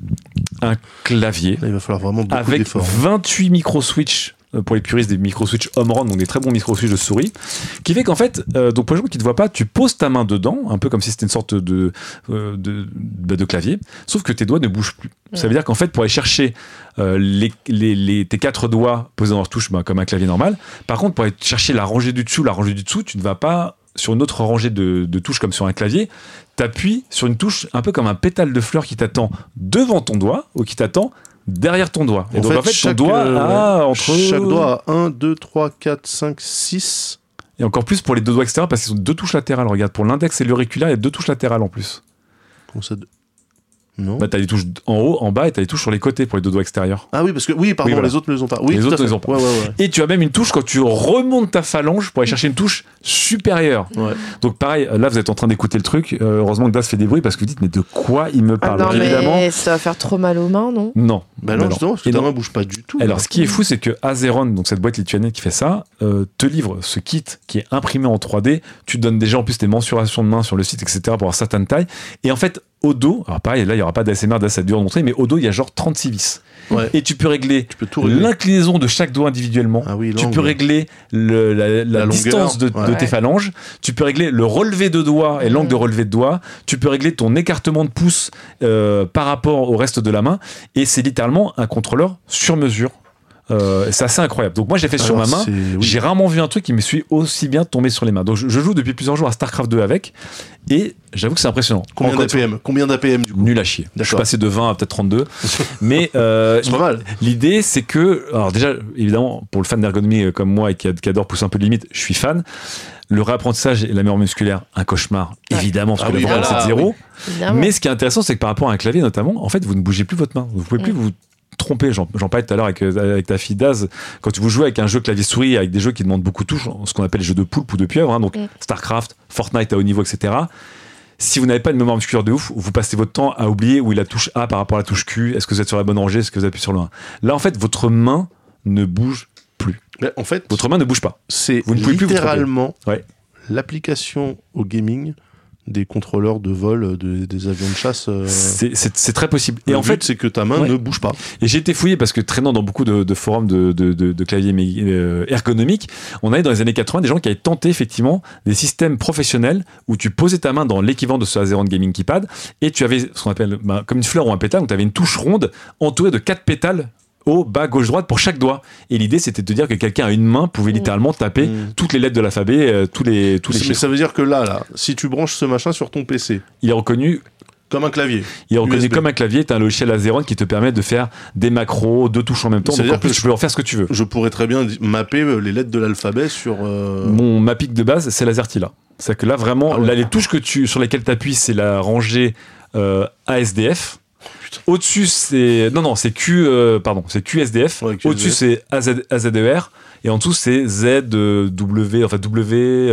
un clavier Là, il va falloir vraiment beaucoup avec d'efforts. vingt-huit micro-switch euh, pour les puristes, des micro-switch home run, donc des très bons micro-switch de souris, qui fait qu'en fait, euh, donc pour les gens qui ne te voient pas, tu poses ta main dedans, un peu comme si c'était une sorte de, euh, de, bah, de clavier, sauf que tes doigts ne bougent plus. Ça veut dire qu'en fait, pour aller chercher euh, les, les, les- tes quatre doigts posés dans leur touche, bah, comme un clavier normal, par contre, pour aller chercher la rangée du dessus, la rangée du dessous, tu ne vas pas sur une autre rangée de, de touches comme sur un clavier, t'appuies sur une touche un peu comme un pétale de fleur qui t'attend devant ton doigt ou qui t'attend derrière ton doigt. Et En donc fait, en fait, chaque, ton doigt euh, a entre... Chaque doigt a un, deux, trois, quatre, cinq, six. Et encore plus pour les deux doigts extérieurs parce qu'ils sont deux touches latérales. Regarde, pour l'index et l'auriculaire, il y a deux touches latérales en plus. Comment ça. Non. Bah, t'as les touches en haut, en bas et t'as les touches sur les côtés pour les deux doigts extérieurs. Ah oui, parce que oui, pardon, Oui, voilà. les autres ne les ont pas. Oui, Les tout autres à fait. ne les ont pas. Ouais, ouais, ouais. Et tu as même une touche quand tu remontes ta phalange pour aller chercher une touche supérieure. Ouais. Donc pareil, là vous êtes en train d'écouter le truc. Euh, heureusement que Das fait des bruits parce que vous dites mais de quoi il me Ah parle non, Évidemment, mais ça va faire trop mal aux mains, non non. Bah Bah non, non. justement, parce que Et ta non. main bouge pas du tout. Alors, ce qui est fou, c'est que Azeron, donc cette boîte lituanienne qui fait ça, euh, te livre ce kit qui est imprimé en trois D. Tu te donnes déjà en plus tes mensurations de main sur le site, et cetera pour avoir certaines tailles. Et en fait, au dos, alors pareil, là, il n'y aura pas d'A S M R, ça dur de montrer, mais au dos, il y a genre trente-six vis. Ouais. Et tu peux régler Tu peux tout régler. l'inclinaison de chaque doigt individuellement. Ah oui, Tu l'angle. peux régler le- la, la La distance de, longueur, de ouais. tes phalanges. Tu peux régler le relevé de doigt et l'angle de relevé de doigt. Tu peux régler ton écartement de pouce euh, par rapport au reste de la main. Et c'est littéralement un contrôleur sur mesure. Euh, c'est assez incroyable. Donc moi j'ai fait sur Alors, ma main. c'est- oui. J'ai rarement vu un truc qui me suis aussi bien tombé sur les mains. Donc je, je joue depuis plusieurs jours à StarCraft deux avec. Et j'avoue que c'est impressionnant. Combien Encore d'A P M Combien d'A P M du coup Nul à chier. Je suis D'accord. passé de vingt à peut-être trente-deux. Mais euh, C'est pas mal. l'idée, c'est que, alors déjà, évidemment, pour le fan d'ergonomie euh, comme moi et qui, a- qui adore pousser un peu de limite, je suis fan. Le réapprentissage et la mémoire musculaire, un cauchemar, évidemment, parce Ah que oui, la mémoire, voilà, c'est de zéro. Évidemment. Mais ce qui est intéressant, c'est que par rapport à un clavier notamment, en fait, vous ne bougez plus votre main. Vous pouvez plus Mm. vous tromper. J'en, j'en parlais tout à l'heure avec, euh, avec ta fille Daz. Quand vous jouez avec un jeu clavier-souris, avec des jeux qui demandent beaucoup de touches, ce qu'on appelle les jeux de poulpe ou de pieuvre, hein, donc Mm. StarCraft, Fortnite à haut niveau, et cetera. Si vous n'avez pas de mémoire musculaire de ouf, vous passez votre temps à oublier où est la touche A par rapport à la touche Q. Est-ce que vous êtes sur la bonne rangée? Est-ce que vous appuyez sur le un? Là, en fait, votre main ne bouge plus. Mais en fait, Votre main ne bouge pas. c'est vous ne pouvez plus vous littéralement Ouais. l'application au gaming des contrôleurs de vol de- des avions de chasse. euh, C'est, c'est- c'est très possible. Et le en but, fait, c'est que ta main Ouais. ne bouge pas. et j'ai été fouillé parce que traînant dans beaucoup de, de forums de, de, de, de claviers mé- euh, ergonomiques, on avait dans les années quatre-vingts des gens qui avaient tenté effectivement des systèmes professionnels où tu posais ta main dans l'équivalent de ce Azeron Gaming Keypad et tu avais ce qu'on appelle ben, comme une fleur ou un pétale, donc tu avais une touche ronde entourée de quatre pétales haut, bas, gauche, droite pour chaque doigt. Et l'idée c'était de te dire que quelqu'un à une main pouvait littéralement taper Mm. toutes les lettres de l'alphabet, euh, tous les, tous les Mais chiffres. ça veut dire que là, là, si tu branches ce machin sur ton P C, Il est reconnu comme un clavier, Il est reconnu U S B. comme un clavier, t'as un logiciel Azeron qui te permet de faire des macros, deux touches en même temps. Donc C'est-à-dire en plus, que tu peux en faire ce que tu veux. je pourrais très bien di- mapper euh, les lettres de l'alphabet sur. euh, Mon Mapic de base, c'est l'Azertila. C'est-à-dire que là, vraiment, Ah ouais. là, les touches que tu, sur lesquelles tu appuies, c'est la rangée euh, A S D F. Au-dessus, c'est. Non, non, c'est Q. Euh, pardon, c'est Q S D F. Ouais, au-dessus, c'est A Z, A Z E R. Et en dessous, c'est Z W. Enfin, W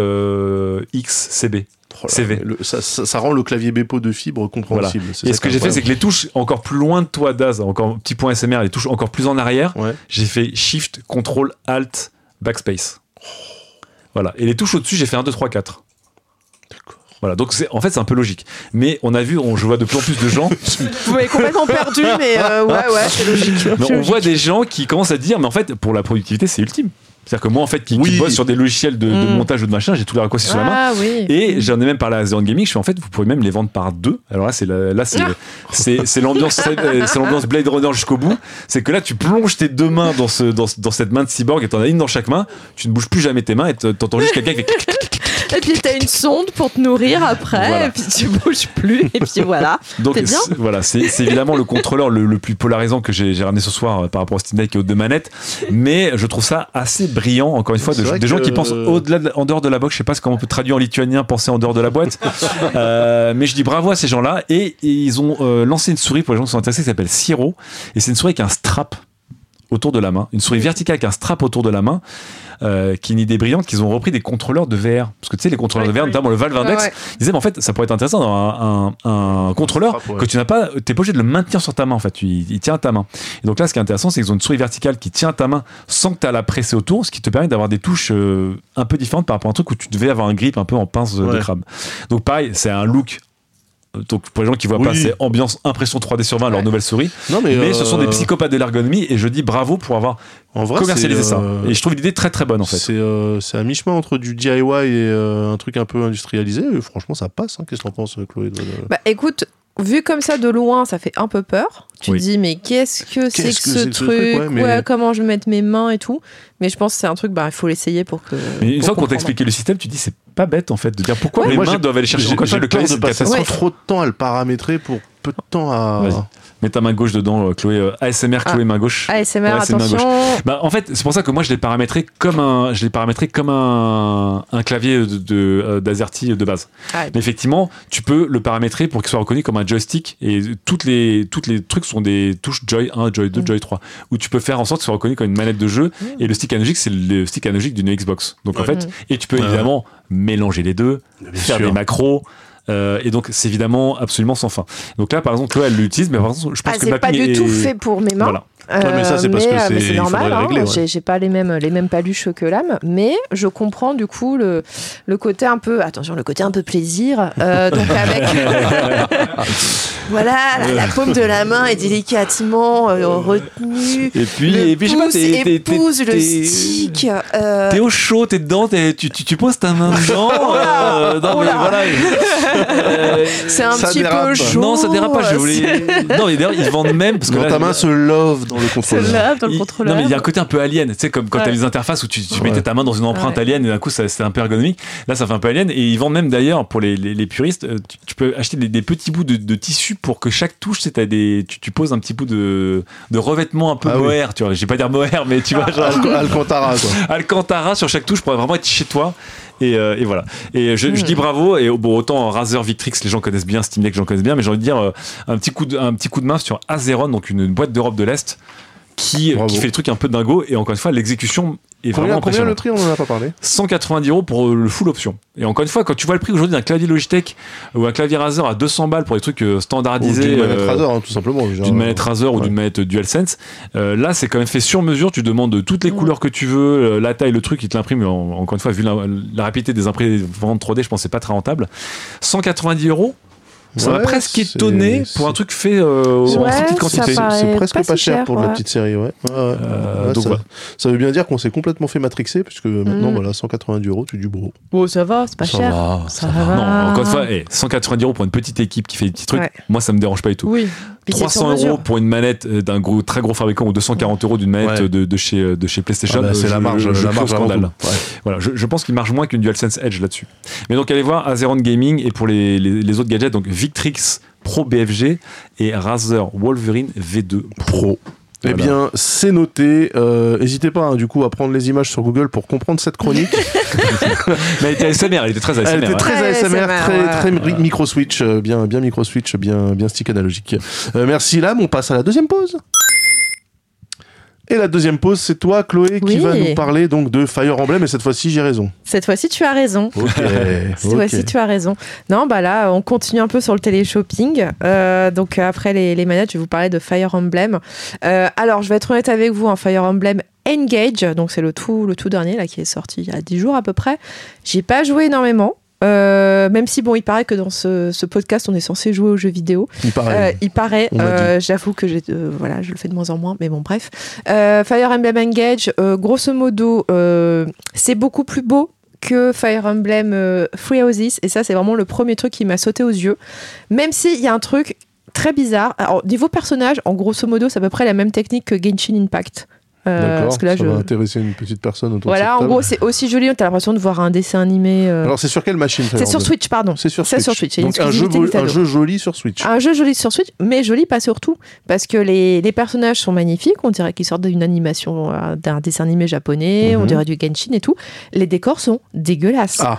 euh, X C B. Oh là, C V. Le, ça, ça, ça rend le clavier Bepo de fibre compréhensible. Voilà. Et ce que j'ai fait, c'est que les touches encore plus loin de toi, Daz, encore petit point S M R, les touches encore plus en arrière, ouais. J'ai fait Shift, Control, Alt, Backspace. Oh. Voilà. Et les touches au-dessus, j'ai fait un, deux, trois, quatre. D'accord. Voilà, donc c'est, en fait c'est un peu logique. Mais on a vu, on, je vois de plus en plus de gens. Vous m'avez complètement perdu, mais euh, ouais, ouais, c'est logique. Mais c'est on logique. voit des gens qui commencent à dire, mais en fait, pour la productivité, c'est ultime. C'est-à-dire que moi, en fait, qui, oui. qui bosse sur des logiciels de, mm. de montage ou de machin, j'ai tous les raccourcis ah, sur la main. Oui. Et j'en ai même parlé à Zeron Gaming. Je fais en fait, vous pouvez même les vendre par deux. Alors là, c'est la, là, c'est, ah. c'est, c'est l'ambiance, c'est, c'est l'ambiance Blade Runner jusqu'au bout. C'est que là, tu plonges tes deux mains dans ce, dans, dans cette main de cyborg et t'en as une dans chaque main. Tu ne bouges plus jamais tes mains et t'entends juste quelqu'un qui fait. Et puis t'as une sonde pour te nourrir après, voilà. Et puis tu bouges plus, et puis voilà. Donc T'es bien. C'est, voilà, c'est, c'est évidemment le contrôleur le, le plus polarisant que j'ai, j'ai ramené ce soir euh, par rapport au Steam Deck et aux deux manettes, mais je trouve ça assez brillant, encore une fois, de, des que... gens qui pensent au-delà de, en dehors de la box. Je sais pas comment on peut traduire en lituanien, penser en dehors de la boîte, euh, mais je dis bravo à ces gens-là, et, et ils ont euh, lancé une souris pour les gens qui sont intéressés qui s'appelle Siro, et c'est une souris avec un strap autour de la main, une souris verticale avec un strap autour de la main. Euh, qui est une idée brillante, qu'ils ont repris des contrôleurs de V R, parce que tu sais les contrôleurs ouais, de V R, oui. Notamment le Valve Index, ouais, ouais. Ils disaient mais en fait ça pourrait être intéressant d'avoir un, un, un contrôleur frappe, ouais. Que tu n'as pas, t'es pas obligé de le maintenir sur ta main en fait, tu, il tient à ta main. Et donc là ce qui est intéressant c'est qu'ils ont une souris verticale qui tient à ta main sans que tu aies à la presser autour, ce qui te permet d'avoir des touches euh, un peu différentes par rapport à un truc où tu devais avoir un grip un peu en pince ouais. de crabe. Donc pareil, c'est un look. Donc pour les gens qui voient oui. pas, c'est ambiance impression trois D sur vingt, ouais. Leur nouvelle souris. Non, mais mais euh... ce sont des psychopathes de l'ergonomie et je dis bravo pour avoir en vrai, commercialisé ça. Euh... Et je trouve l'idée très très bonne en fait. C'est, euh, c'est à mi-chemin entre du D I Y et euh, un truc un peu industrialisé. Et franchement, ça passe. Hein. Qu'est-ce que t'en penses, Chloé? Bah écoute, vu comme ça de loin, ça fait un peu peur. Tu oui. te dis, mais qu'est-ce que qu'est-ce c'est que, que ce c'est truc, ce truc ouais, mais... ouais, comment je vais mettre mes mains et tout. Mais je pense que c'est un truc, bah, il faut l'essayer pour que. Mais une fois qu'on t'a expliqué le système, tu dis, c'est pas bête en fait de dire pourquoi ouais, les mains j'ai, doivent aller chercher encore le clavier de passer ouais. trop de temps à le paramétrer pour peu de temps à. Vas-y. Mets ta main gauche dedans, Chloé. Euh, A S M R, Chloé, ah. main gauche. A S M R, ouais, attention. Bah, en fait, c'est pour ça que moi, je l'ai paramétré comme un, je l'ai paramétré comme un, un clavier de, de, de, d'Azerty de base. Ah, mais effectivement, tu peux le paramétrer pour qu'il soit reconnu comme un joystick. Et toutes les, toutes les trucs sont des touches Joy un, Joy deux, mmh. Joy trois. Où tu peux faire en sorte qu'il soit reconnu comme une manette de jeu. Mmh. Et le stick analogique, c'est le stick analogique d'une Xbox. Donc, ouais. en fait, mmh. et tu peux évidemment mélanger les deux, bien faire sûr. Des macros. Euh, et donc c'est évidemment absolument sans fin. Donc là par exemple Chloé elle l'utilise, mais par exemple je pense ah, que c'est pas du est... tout fait pour mes mains. Voilà. Euh, ouais, mais ça c'est parce mais, que c'est, mais c'est normal, hein, régler, ouais. j'ai, j'ai pas les mêmes, les mêmes paluches que l'âme, mais je comprends du coup le, le côté un peu, attention, le côté un peu plaisir, euh, donc avec voilà, la, la paume de la main est délicatement euh, retenue, et puis, le et puis je sais pas, t'es, t'es, épouse t'es, le t'es, stick, euh... t'es au chaud, t'es dedans, t'es, tu, tu, tu poses ta main dedans, euh, non, mais voilà, euh, c'est un petit dérape. peu chaud, non ça dérape pas, je voulais, non mais d'ailleurs ils vendent même parce que non, là, ta main se love dans le contrôleur. Se love dans le contrôleur. Non mais il y a un côté un peu alien, tu sais comme quand ouais. t'as les interfaces où tu, tu ouais. mettais ta main dans une empreinte ouais. alien et d'un coup ça, c'est un peu ergonomique. Là ça fait un peu alien et ils vendent même d'ailleurs pour les, les, les puristes, tu, tu peux acheter des, des petits bouts de, de tissu pour que chaque touche, tu, sais, des, tu, tu poses un petit bout de, de revêtement un peu ah mohair, oui. tu vois, je vais pas dire mohair mais tu vois genre Al- Alcantara quoi. Alcantara sur chaque touche pour vraiment être chez toi. Et, euh, et voilà. Et je, mmh. je dis bravo. Et bon, autant Razer Victrix, les gens connaissent bien, Steam Deck, les gens connaissent bien, mais j'ai envie de dire euh, un petit coup de, un petit coup de main sur Azeron, donc une, une boîte d'Europe de l'Est. Qui, qui fait le truc un peu dingo et encore une fois l'exécution est combien, vraiment combien impressionnante. Le prix on en a pas parlé cent quatre-vingt-dix euros pour le full option et encore une fois quand tu vois le prix aujourd'hui d'un clavier Logitech ou un clavier Razer à deux cents balles pour des trucs standardisés ou d'une manette euh, Razer hein, tout simplement genre, d'une manette Razer ouais. ou d'une manette DualSense euh, là c'est quand même fait sur mesure, tu demandes toutes les ouais. couleurs que tu veux, la taille, le truc il te l'imprime en, encore une fois vu la, la rapidité des imprimantes trois D je pense que c'est pas très rentable. Cent quatre-vingt-dix euros ça ouais, m'a presque étonné c'est... pour un truc fait euh, ouais, en petite quantité. C'est, c'est presque pas, pas si cher, cher pour ouais. la petite série. Ouais. Ouais, ouais. Euh, ouais, donc ça, ouais. ça veut bien dire qu'on s'est complètement fait matrixer, puisque mm. maintenant, voilà, cent quatre-vingt-dix euros, tu dis bro. Oh, ça va, c'est pas ça cher. Va, ça, ça va. va. Non, encore une fois, hey, cent quatre-vingt-dix euros pour une petite équipe qui fait des petits trucs, ouais. moi, ça me dérange pas du tout. Oui. trois cents euros pour une manette d'un gros, très gros fabricant ou deux cent quarante euros d'une manette ouais. de, de, chez, de chez PlayStation. Ah bah, c'est je, la marge, je, je la marge scandale. Ouais. Voilà, je, je pense qu'il marche moins qu'une DualSense Edge là-dessus. Mais donc, allez voir Azeron Gaming et pour les, les, les autres gadgets, donc Victrix Pro B F G et Razer Wolverine V deux Pro. Eh Voilà. bien, c'est noté. Euh, N'hésitez pas, hein, du coup, à prendre les images sur Google pour comprendre cette chronique. Mais elle était A S M R, elle était très A S M R. Elle était ouais. très Ouais, A S M R, A S M R, très, ouais. très mi- micro-switch, euh, bien, bien micro-switch, bien, bien stick analogique. Euh, merci, Lame. On passe à la deuxième pause. Et la deuxième pause, c'est toi, Chloé, qui Oui. va nous parler donc de Fire Emblem. Et cette fois-ci, j'ai raison. Cette fois-ci, tu as raison. Ok. Cette ok. fois-ci, tu as raison. Non, bah là, on continue un peu sur le télé-shopping. Euh, donc, après les, les manettes, je vais vous parler de Fire Emblem. Euh, alors, je vais être honnête avec vous, hein, Fire Emblem Engage, donc c'est le tout, le tout dernier, là, qui est sorti il y a dix jours à peu près. J'ai pas joué énormément. Euh, même si, bon, il paraît que dans ce, ce podcast, on est censé jouer aux jeux vidéo. Il paraît. Euh, il paraît, On m'a euh, j'avoue que j'ai, euh, voilà, je le fais de moins en moins, mais bon, bref. Euh, Fire Emblem Engage, euh, grosso modo, euh, c'est beaucoup plus beau que Fire Emblem euh, Three Houses, et ça, c'est vraiment le premier truc qui m'a sauté aux yeux. Même s'il y a un truc très bizarre. Alors, niveau personnage, en grosso modo, c'est à peu près la même technique que Genshin Impact. Euh, D'accord, parce que là, ça je... va intéresser une petite personne autour de Voilà, cette en table. gros, c'est aussi joli, t'as l'impression de voir un dessin animé. euh, Alors, c'est sur quelle machine Fire C'est sur Emblem Switch, pardon. C'est sur C'est Switch. sur Switch, c'est une Donc, un jeu, exclusivité beau- Nintendo. un jeu joli sur Switch. Un jeu joli sur Switch, mais joli pas surtout, parce que les, les personnages sont magnifiques, on dirait qu'ils sortent d'une animation, euh, d'un dessin animé japonais, Mhm. on dirait du Genshin et tout. Les décors sont dégueulasses. Ah,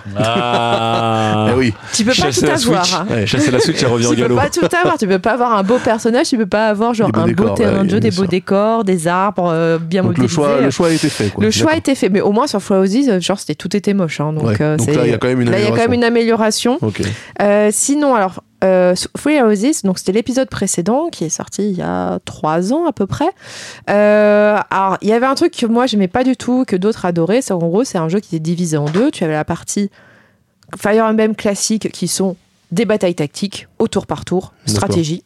Ah. eh oui. Tu peux pas Chasser tout la avoir. Switch. hein. Ouais, chasser la Switch, elle revient au Tu peux galop. pas tout avoir, tu peux pas avoir un beau personnage, tu peux pas avoir genre Des beaux un beau décors, terrain ouais, de jeu, des bien beaux sûr. décors, des arbres euh, bien Donc, le modélisés. choix, le choix a été fait. Quoi. Le choix a D'accord. été fait, mais au moins sur Three Houses, genre c'était tout était moche. hein, donc Ouais. euh, Donc c'est- là, il y a quand même une là, il y a quand même une amélioration. Ok. Euh, sinon, alors, euh, Three Houses, donc c'était l'épisode précédent qui est sorti il y a trois ans à peu près. Euh, alors, il y avait un truc que moi j'aimais pas du tout, que d'autres adoraient. C'est en gros, c'est un jeu qui était divisé en deux. Tu avais la partie Fire Emblem classique qui sont des batailles tactiques au tour par tour, stratégie.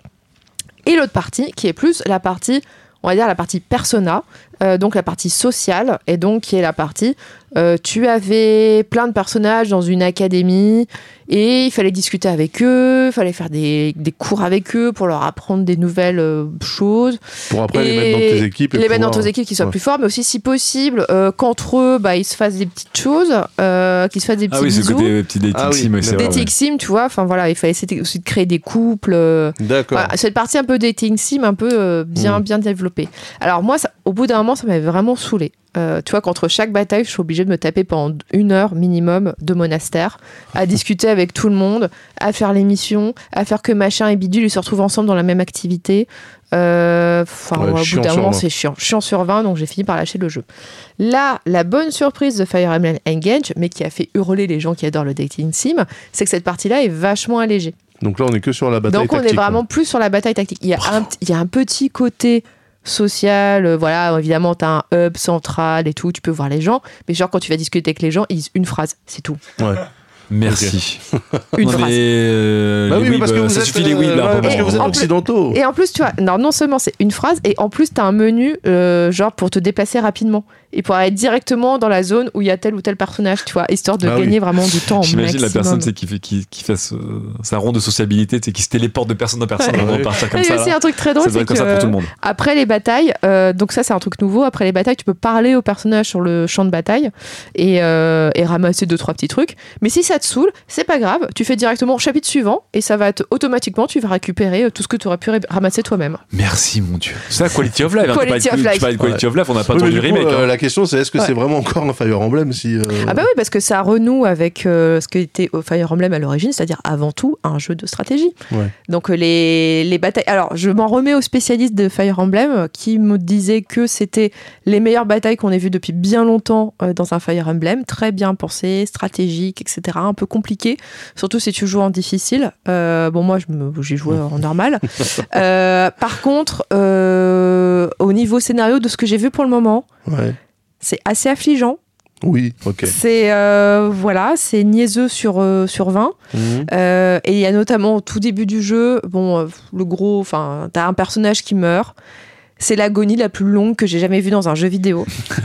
Et l'autre partie qui est plus la partie, on va dire la partie persona, euh, donc la partie sociale, et donc qui est la partie, euh, tu avais plein de personnages dans une académie, et il fallait discuter avec eux, il fallait faire des, des cours avec eux pour leur apprendre des nouvelles euh, choses. Pour après les Et mettre dans tes équipes. et Les mettre dans pouvoir- tes équipes qui soient ouais. plus forts, mais aussi si possible, euh, qu'entre eux, bah, ils se fassent des petites choses, euh, qu'ils se fassent des petits Ah oui, c'est bisous. le côté petit dating Ah oui, sim, ouais, c'est d'accord. vrai. Dating sim, tu vois, enfin voilà, il fallait essayer aussi de créer des couples. euh, D'accord. voilà, cette partie un peu dating sim, un peu euh, bien, Mm. bien développée. Alors moi, ça, au bout d'un moment, ça m'avait vraiment saoulé. Euh, tu vois, qu'entre chaque bataille, je suis obligée de me taper pendant une heure minimum de monastère, à discuter avec tout le monde, à faire les missions, à faire que machin et bidule ils se retrouvent ensemble dans la même activité. Euh, Enfin, Ouais, au bout chiant d'un sur moment, vingt. c'est chiant. Chiant sur vingt, donc j'ai fini par lâcher le jeu. Là, la bonne surprise de Fire Emblem Engage, mais qui a fait hurler les gens qui adorent le dating sim, c'est que cette partie-là est vachement allégée. Donc là, on est que sur la bataille Donc on tactique. est vraiment plus sur la bataille tactique. Il y a, un, il y a un petit côté social, euh, voilà, évidemment, tu as un hub central et tout, tu peux voir les gens, mais genre quand tu vas discuter avec les gens, ils disent une phrase, c'est tout. Ouais. Merci. Une Non, phrase. mais, euh, Bah les oui, mais weebs, parce que euh, vous ça êtes, suffit les euh, weebs là. ouais, à un parce que moment. vous êtes En plus- occidentaux. Et en plus, tu vois, non, non seulement c'est une phrase, et en plus, tu as un menu, euh, genre pour te déplacer rapidement, et pour aller directement dans la zone où il y a tel ou tel personnage, tu vois, histoire de Ah oui. gagner vraiment du temps au J'imagine la maximum. personne tu sais, qui fait, qui, qui fait ce- sa ronde de sociabilité, tu sais, qui se téléporte de personne en personne Ouais. avant de Ouais. partir Et comme il y ça. a aussi là. un truc très Ça drôle, doit c'est être comme ça pour que tout le monde. après les batailles, euh, donc ça c'est un truc nouveau, après les batailles, tu peux parler aux personnages sur le champ de bataille et, euh, et ramasser deux, trois petits trucs. Mais si ça te saoule, c'est pas grave, tu fais directement au chapitre suivant et ça va être automatiquement, tu vas récupérer euh, tout ce que tu aurais pu ré- ramasser toi-même. Merci mon Dieu. C'est ça, Quality of Life. hein. Quality Tu parlais de- of Life. Tu parlais de Quality of Life, on n'a pas Oui, mais entendu du le coup, remake. euh, hein. la question, c'est est-ce que Ouais. c'est vraiment encore un Fire Emblem si, euh, Ah bah oui, parce que ça renoue avec euh, ce que était Fire Emblem à l'origine, c'est-à-dire avant tout un jeu de stratégie. Ouais. Donc euh, les, les batailles... Alors, je m'en remets aux spécialistes de Fire Emblem euh, qui me disaient que c'était les meilleures batailles qu'on ait vues depuis bien longtemps euh, dans un Fire Emblem. Très bien pensé, stratégique, et cetera. Un peu compliqué, surtout si tu joues en difficile. Euh, bon, moi, je me- j'ai joué en normal. Euh, par contre, euh, au niveau scénario de ce que j'ai vu pour le moment, Ouais. c'est assez affligeant. Oui, ok. C'est euh, voilà, c'est niaiseux sur euh, sur vingt. Mhm. Euh, et il y a notamment au tout début du jeu, bon, euh, le gros, enfin, t'as un personnage qui meurt. C'est l'agonie la plus longue que j'ai jamais vue dans un jeu vidéo.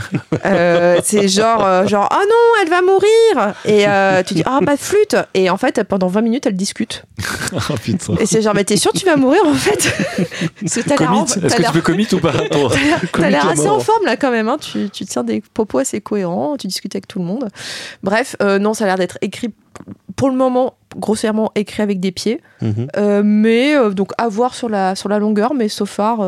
Euh, c'est genre, euh, genre, ah non, elle va mourir. Et euh, tu dis, ah pas de flûte. Et en fait, pendant vingt minutes, elle discute. Oh putain. Et c'est genre, mais t'es sûr que tu vas mourir en fait? Parce que t'as l'air en- Commit. t'as Est-ce que l'air- tu peux commit ou pas Attends. T'as l'air- T'as l'air Comique à assez en mort. forme là quand même, hein. tu, tu tiens des propos assez cohérents, tu discutes avec tout le monde. Bref, euh, non, ça a l'air d'être écrit pour le moment, grossièrement écrit avec des pieds, Mhm. Euh, mais euh, donc à voir sur la, sur la longueur, mais so far, euh,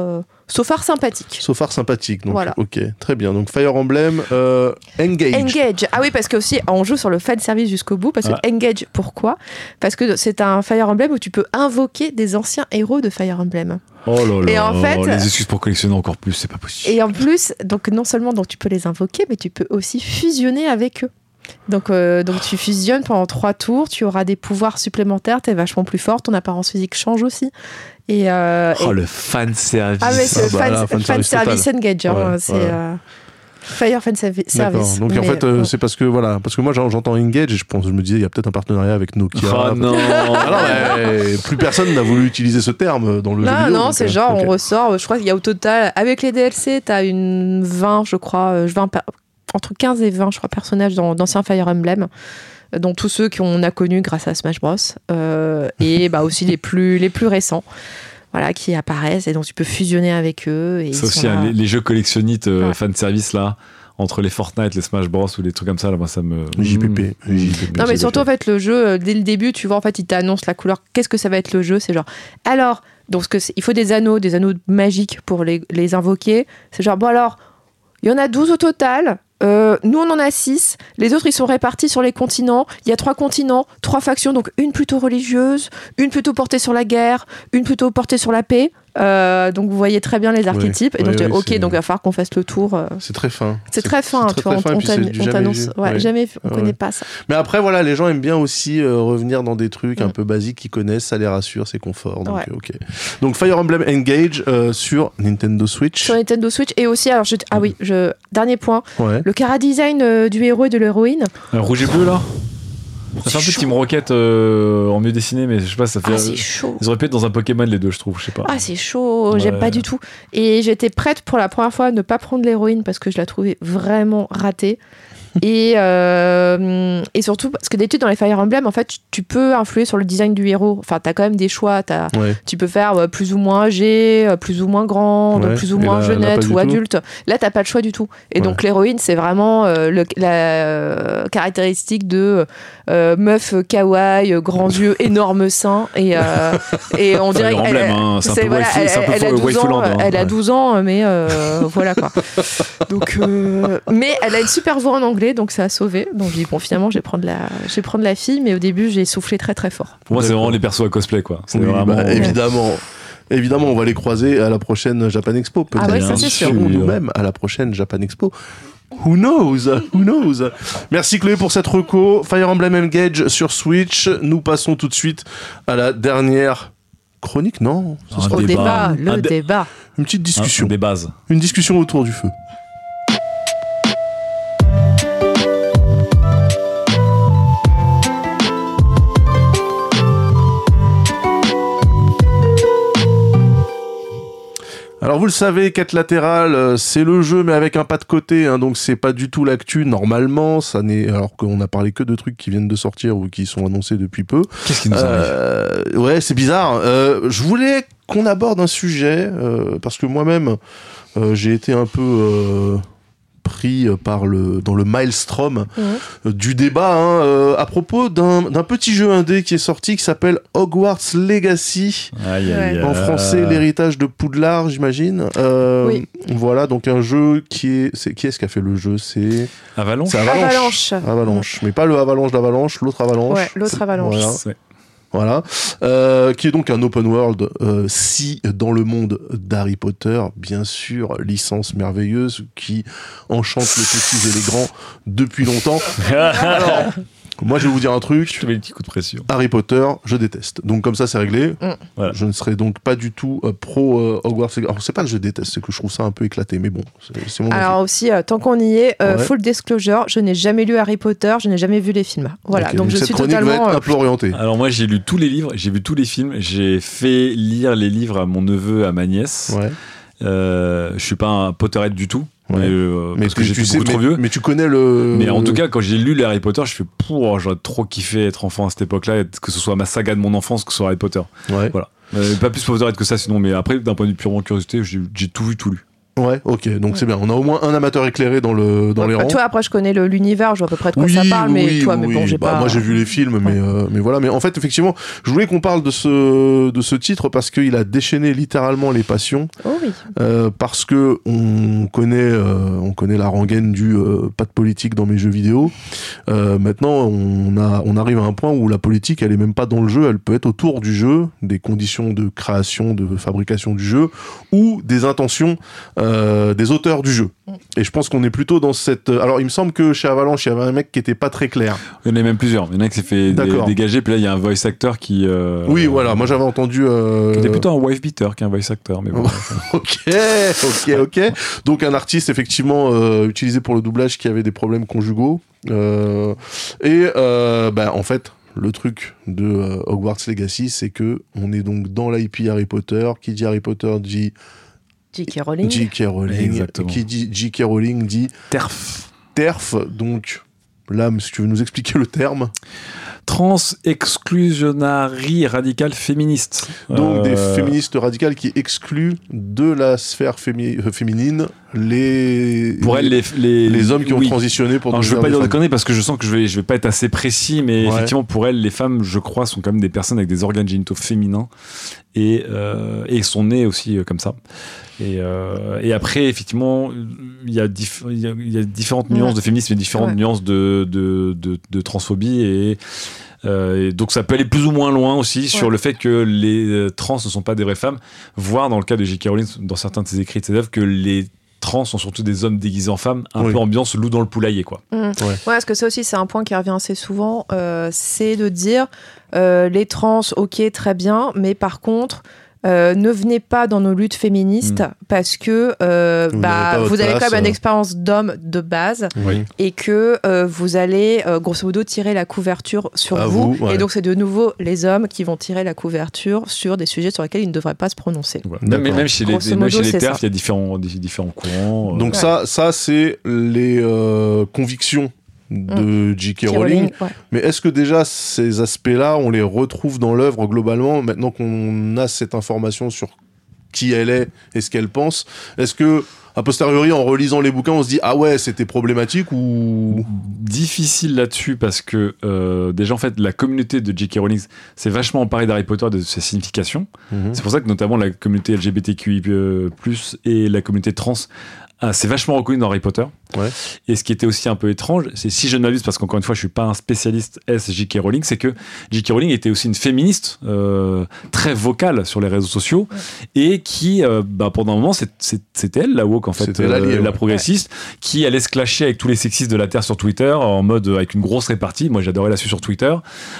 so far sympathique. So far sympathique, donc Voilà. ok, très bien. Donc Fire Emblem, euh, Engage. Engage. Ah oui, parce que aussi, on joue sur le fan service jusqu'au bout. Parce que Ah. Engage, pourquoi ? Parce que c'est un Fire Emblem où tu peux invoquer des anciens héros de Fire Emblem. Oh là là. Et en fait- les excuses pour collectionner encore plus, c'est pas possible. Et en plus, donc non seulement donc, tu peux les invoquer, mais tu peux aussi fusionner avec eux. Donc, euh, donc tu fusionnes pendant trois tours, tu auras des pouvoirs supplémentaires, t'es vachement plus fort, ton apparence physique change aussi. Et, euh, Oh et- le fan service. Ah mais c'est Ah bah fan, là, fan fan service service Engage, hein, Ouais, c'est ouais. euh, Fire fan servi- D'accord. service. Donc en Mais, fait, euh, euh, c'est parce que voilà, parce que moi j'en- j'entends Engage et je pense, je me disais, il y a peut-être un partenariat avec Nokia. Oh non. Ah non, mais plus personne n'a voulu utiliser ce terme dans le jeu non, vidéo. non, donc, c'est euh, genre, ok. on ressort, je crois qu'il y a au total, avec les D L C, t'as une vingt, je crois, euh, vingt, per- entre quinze et vingt, je crois, personnages dans- d'anciens Fire Emblem, euh, dont tous ceux qu'on a connus grâce à Smash Bros. Euh, et bah, aussi les plus, les plus récents. Voilà, qui apparaissent et donc tu peux fusionner avec eux. Et C'est ils aussi sont hein, là. les, les jeux collectionnites euh, Ouais. fan service là, entre les Fortnite, les Smash Bros ou les trucs comme ça, là, moi ça me. J P P. Mmh. J P P. Non, mais J P P. surtout, en fait, le jeu, euh, dès le début, tu vois, en fait, il t'annonce la couleur. Qu'est-ce que ça va être le jeu ? C'est genre, alors, donc, ce que c'est- il faut des anneaux, des anneaux magiques pour les, les invoquer. C'est genre, bon, alors, il y en a douze au total. Euh, nous, on en a six. Les autres, ils sont répartis sur les continents. Il y a trois continents, trois factions. Donc, une plutôt religieuse, une plutôt portée sur la guerre, une plutôt portée sur la paix. Euh, donc, vous voyez très bien les archétypes. et Ouais, donc, ouais, ok, c'est- donc, il va falloir qu'on fasse le tour. euh. C'est très fin. C'est très fin, c'est tu très, vois. très fin, On, et puis c'est t'ann- du on jamais t'annonce. vu. Ouais, Ouais. jamais vu, on Ouais. connaît pas ça. Mais après, voilà, les gens aiment bien aussi euh, revenir dans des trucs un Mm. peu basiques qu'ils connaissent, ça les rassure, c'est confort. Donc, Ouais. euh, ok. Donc Fire Emblem Engage euh, sur Nintendo Switch. Sur Nintendo Switch. Et aussi, alors, je, ah oui, je, dernier point. Ouais. Le chara-design euh, du héros et de l'héroïne. Un rouge et bleu là. Ça fait un peu chaud. Team Rocket euh, en mieux dessiné, mais je sais pas, ça fait. Ah, c'est chaud. Ils auraient pu être dans un Pokémon les deux, je trouve, je sais pas. Ah, c'est chaud. J'aime Ouais. pas du tout. Et j'étais prête pour la première fois à ne pas prendre l'héroïne parce que je la trouvais vraiment ratée. et, euh, et surtout, parce que d'habitude, dans les Fire Emblem, en fait, tu, tu peux influer sur le design du héros. Enfin, t'as quand même des choix. T'as, Ouais. tu peux faire ouais, plus ou moins âgé, euh, plus ou moins grand, donc Ouais. plus ou Et moins là- là, jeunette pas du ou tout. adulte. Là, t'as pas le choix du tout. Et Ouais. donc, l'héroïne, c'est vraiment euh, le, la euh, caractéristique de euh, meuf kawaii, euh, grands yeux, énormes seins. Et, euh, et on dirait Fire qu'elle Emblem, hein, c'est un peu voilà, waifu- elle, c'est un peu elle a fo- douze waifuland, ans, hein. elle a Ouais. douze ans, mais euh, voilà quoi. Donc, euh, mais elle a une super voix en anglais, donc ça a sauvé. Donc j'ai dit bon, finalement, je vais prendre la, je vais prendre la fille, mais au début, j'ai soufflé très très fort. Pour moi, c'est D'accord. vraiment les persos à cosplay, quoi. C'est Oui, vraiment. bah, évidemment. Évidemment, on va les croiser à la prochaine Japan Expo, peut-être. Ah ouais, ça, c'est sûr. Ou nous-mêmes à la prochaine Japan Expo. Who knows? Who knows? Merci Chloé pour cette reco. Fire Emblem Engage sur Switch. Nous passons tout de suite à la dernière chronique, non? Ce Un sera Au débat. débat, le Un dé- débat. une petite Hein, discussion. des bases. Une discussion autour du feu. Alors vous le savez, quête latérale, euh, c'est le jeu mais avec un pas de côté, hein, donc c'est pas du tout l'actu normalement, ça n'est alors qu'on a parlé que de trucs qui viennent de sortir ou qui sont annoncés depuis peu. Qu'est-ce qui nous arrive? Euh, ouais, c'est bizarre. Euh, je voulais qu'on aborde un sujet euh, parce que moi-même euh, j'ai été un peu euh, pris par le dans le maelstrom Mhm. euh, du débat hein, euh, à propos d'un d'un petit jeu indé qui est sorti qui s'appelle Hogwarts Legacy. Aïe, aïe, aïe. En français, l'héritage de Poudlard, j'imagine. Euh, Oui. Voilà, donc un jeu qui est, c'est qui est-ce qui a fait le jeu? C'est Avalanche. c'est Avalanche. Avalanche. Avalanche, mais pas le Avalanche d'Avalanche, l'autre Avalanche. Ouais, l'autre Avalanche. Voilà. C'est- Voilà, euh, qui est donc un open world, euh, si dans le monde d'Harry Potter, bien sûr, licence merveilleuse qui enchante les petits et les grands depuis longtemps. Alors, moi je vais vous dire un Je truc, te mets un petit coup de pression. Harry Potter, je déteste. Donc comme ça c'est réglé. Mm. Voilà. Je ne serai donc pas du tout euh, pro euh, Hogwarts. Alors c'est pas que je déteste, c'est que je trouve ça un peu éclaté, mais bon, c'est c'est mon avis. Alors aussi, euh, tant qu'on y est, euh, Ouais. full disclosure, je n'ai jamais lu Harry Potter, je n'ai jamais vu les films. Voilà, Ok, donc, je cette suis chronique va totalement. être euh, un peu orientée. Alors moi j'ai lu tous les livres, j'ai vu tous les films, j'ai fait lire les livres à mon neveu, à ma nièce. Ouais. Euh, je suis pas un Potterhead du tout, Ouais. mais, euh, Mais parce que tu, j'étais tu sais, beaucoup trop mais, vieux. mais tu connais le. Mais en tout cas, quand j'ai lu les Harry Potter, je fais pour, j'aurais trop kiffé être enfant à cette époque-là, et que ce soit ma saga de mon enfance, que ce soit Harry Potter. Ouais. Voilà. Euh, pas plus Potterhead que ça sinon, mais après, d'un point de vue purement curiosité, j'ai j'ai tout vu, tout lu. Ouais, ok, donc ouais. c'est bien. On a au moins un amateur éclairé dans, le, dans ouais, les bah, rangs. Toi, après, je connais le, l'univers, je vois à peu près de quoi oui, ça parle, mais oui, toi, oui, mais bon, j'ai bah, pas. Moi, j'ai vu les films, ouais. mais, euh, mais voilà. Mais en fait, effectivement, je voulais qu'on parle de ce, de ce titre parce qu'il a déchaîné littéralement les passions. Oh oui. Euh, parce que on connaît, euh, on connaît la rengaine du euh, pas de politique dans mes jeux vidéo. Euh, maintenant, on, a, on arrive à un point où la politique, elle est même pas dans le jeu, elle peut être autour du jeu, des conditions de création, de fabrication du jeu, ou des intentions euh, des auteurs du jeu. Et je pense qu'on est plutôt dans cette... Alors, il me semble que chez Avalanche, il y avait un mec qui était pas très clair. Il y en a même plusieurs. Il y en a un qui s'est fait dé- dégager, puis là, il y a un voice actor qui... Euh... Oui, voilà. Moi, j'avais entendu... Euh... Qui était plutôt un wife beater qu'un voice actor, mais bon. ok, ok, ok. Donc, un artiste, effectivement, euh, utilisé pour le doublage qui avait des problèmes conjugaux. Euh... Et, euh, bah, en fait... Le truc de euh, Hogwarts Legacy, c'est que on est donc dans l'I P Harry Potter. Qui dit Harry Potter dit J K Rowling. J K Rowling. Exactement. Qui dit J K Rowling dit TERF. TERF. Donc là, si tu veux nous expliquer le terme. Trans-exclusionary radical féministe. Donc euh... des féministes radicales qui excluent de la sphère fémi- féminine les pour elles les les, les hommes qui ont oui. transitionné pour. Alors, je veux pas dire de conneries parce que je sens que je vais je vais pas être assez précis, mais ouais. effectivement pour elles les femmes, je crois, sont quand même des personnes avec des organes génitaux féminins et euh, et sont nées aussi euh, comme ça. Et, euh, et après, effectivement, il y a, dif- il y a, il y a différentes nuances ouais. de féminisme et différentes ouais. nuances de, de, de, de transphobie. Et, euh, et donc, ça peut aller plus ou moins loin aussi ouais. sur le fait que les trans ne sont pas des vraies femmes, voire dans le cas de J K Rowling, dans certains de ses écrits et de ses œuvres, que les trans sont surtout des hommes déguisés en femmes, un oui. peu ambiance loup dans le poulailler, quoi. Mmh. Ouais. ouais, parce que ça aussi, c'est un point qui revient assez souvent, euh, c'est de dire euh, les trans, ok, très bien, mais par contre... Euh, ne venez pas dans nos luttes féministes mmh. parce que euh, vous, bah, vous avez quand même une expérience d'homme de base oui. et que euh, vous allez euh, grosso modo tirer la couverture sur à vous, vous ouais. et donc c'est de nouveau les hommes qui vont tirer la couverture sur des sujets sur lesquels ils ne devraient pas se prononcer. Ouais. Même, même chez les, même chez les TERF, il y a différents, différents courants. Donc ouais. ça, ça c'est les euh, convictions de J K Rowling, ouais. mais est-ce que déjà ces aspects-là, on les retrouve dans l'œuvre globalement, maintenant qu'on a cette information sur qui elle est et ce qu'elle pense? Est-ce que, a posteriori, en relisant les bouquins, on se dit ah ouais, c'était problématique ou... Difficile là-dessus parce que euh, déjà en fait la communauté de J K Rowling s'est vachement emparée d'Harry Potter, de ses significations. Mm-hmm. C'est pour ça que notamment la communauté L G B T Q I plus, et la communauté trans Ah, c'est vachement reconnu dans Harry Potter. Ouais. Et ce qui était aussi un peu étrange, c'est si je ne m'abuse, parce qu'encore une fois, je suis pas un spécialiste S J K Rowling, c'est que J K Rowling était aussi une féministe euh, très vocale sur les réseaux sociaux ouais. et qui, euh, bah, pendant un moment, c'est, c'est, c'était elle, la woke en fait, c'était euh, l'allié, la ouais. progressiste, ouais. qui allait se clasher avec tous les sexistes de la terre sur Twitter en mode avec une grosse répartie. Moi, j'adorais la suivre sur Twitter,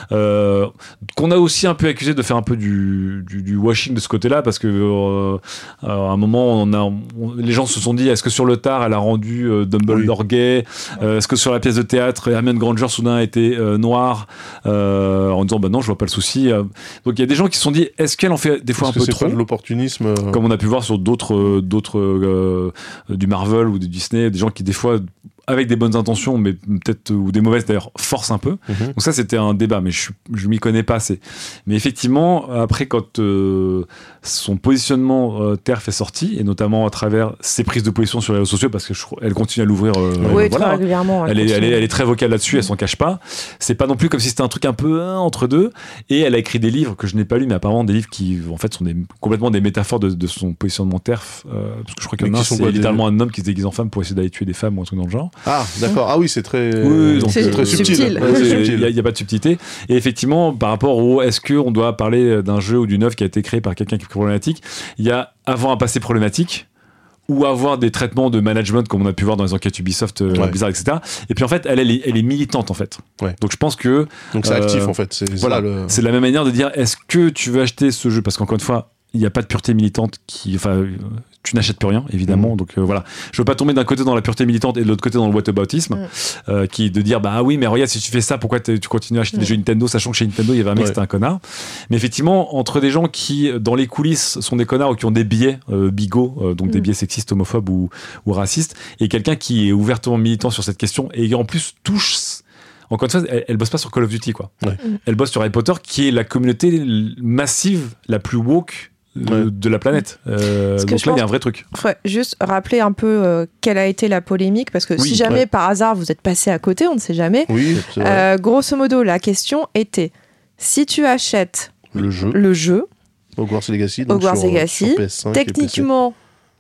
euh, qu'on a aussi un peu accusé de faire un peu du, du, du washing de ce côté-là, parce que euh, à un moment, on a, on, les gens se sont dit, est-ce que sur le tard, elle a rendu euh, Dumbledore oui. gay? Euh, est-ce que sur la pièce de théâtre, Hermione Granger soudain était euh, noire euh, en disant bah non, je vois pas le souci. Euh, donc il y a des gens qui se sont dit est-ce qu'elle en fait des fois est-ce un peu c'est trop pas de l'opportunisme euh... comme on a pu voir sur d'autres, euh, d'autres euh, du Marvel ou du Disney, des gens qui des fois avec des bonnes intentions, mais peut-être, ou des mauvaises d'ailleurs, force un peu. Mm-hmm. Donc ça, c'était un débat, mais je, je m'y connais pas assez. Mais effectivement, après, quand euh, son positionnement euh, TERF est sorti, et notamment à travers ses prises de position sur les réseaux sociaux, parce qu'elle continue à l'ouvrir. Euh, oui, voilà, très régulièrement. Elle, elle, est, elle, est, elle est très vocale là-dessus, mm-hmm. elle s'en cache pas. C'est pas non plus comme si c'était un truc un peu hein, entre deux. Et elle a écrit des livres que je n'ai pas lus, mais apparemment des livres qui, en fait, sont des, complètement des métaphores de, de son positionnement TERF. Euh, parce que je crois qu'il y en a un, c'est littéralement des... un homme qui se déguise en femme pour essayer d'aller tuer des femmes ou un truc dans le genre. Ah, d'accord. Ah oui, c'est très, oui, donc, c'est euh, très subtil. subtil. Il n'y a, a pas de subtilité. Et effectivement, par rapport au est-ce qu'on doit parler d'un jeu ou d'une œuvre qui a été créée par quelqu'un qui est problématique, il y a avoir un passé problématique ou avoir des traitements de management comme on a pu voir dans les enquêtes Ubisoft euh, ouais. bizarres, et cetera. Et puis en fait, elle, elle, est, elle est militante en fait. Ouais. Donc je pense que... Donc c'est euh, actif en fait. C'est, voilà, ça, le... c'est de la même manière de dire est-ce que tu veux acheter ce jeu? Parce qu'encore une fois, il n'y a pas de pureté militante qui... Enfin, euh, tu n'achètes plus rien, évidemment. Mmh. Donc euh, voilà. Je veux pas tomber d'un côté dans la pureté militante et de l'autre côté dans le whataboutisme, mmh. euh, qui est de dire bah ah oui, mais regarde, si tu fais ça, pourquoi tu continues à acheter mmh. des jeux Nintendo, sachant que chez Nintendo, il y avait un mec, ouais. c'était un connard. Mais effectivement, entre des gens qui, dans les coulisses, sont des connards ou qui ont des biais euh, bigots, euh, donc mmh. des biais sexistes, homophobes ou, ou racistes, et quelqu'un qui est ouvertement militant sur cette question et en plus touche. Encore une fois, elle, elle bosse pas sur Call of Duty, quoi. Ouais. Elle bosse sur Harry Potter, qui est la communauté massive, la plus woke ouais. de la planète. Euh, donc là, il y a un vrai truc. Ouais, juste rappeler un peu euh, quelle a été la polémique, parce que oui, si jamais ouais. par hasard vous êtes passé à côté, on ne sait jamais. Oui, c'est vrai. Euh, grosso modo, la question était, si tu achètes le jeu, le jeu Hogwarts Legacy, donc Hogwarts sur, Legacy, sur P S cinq techniquement,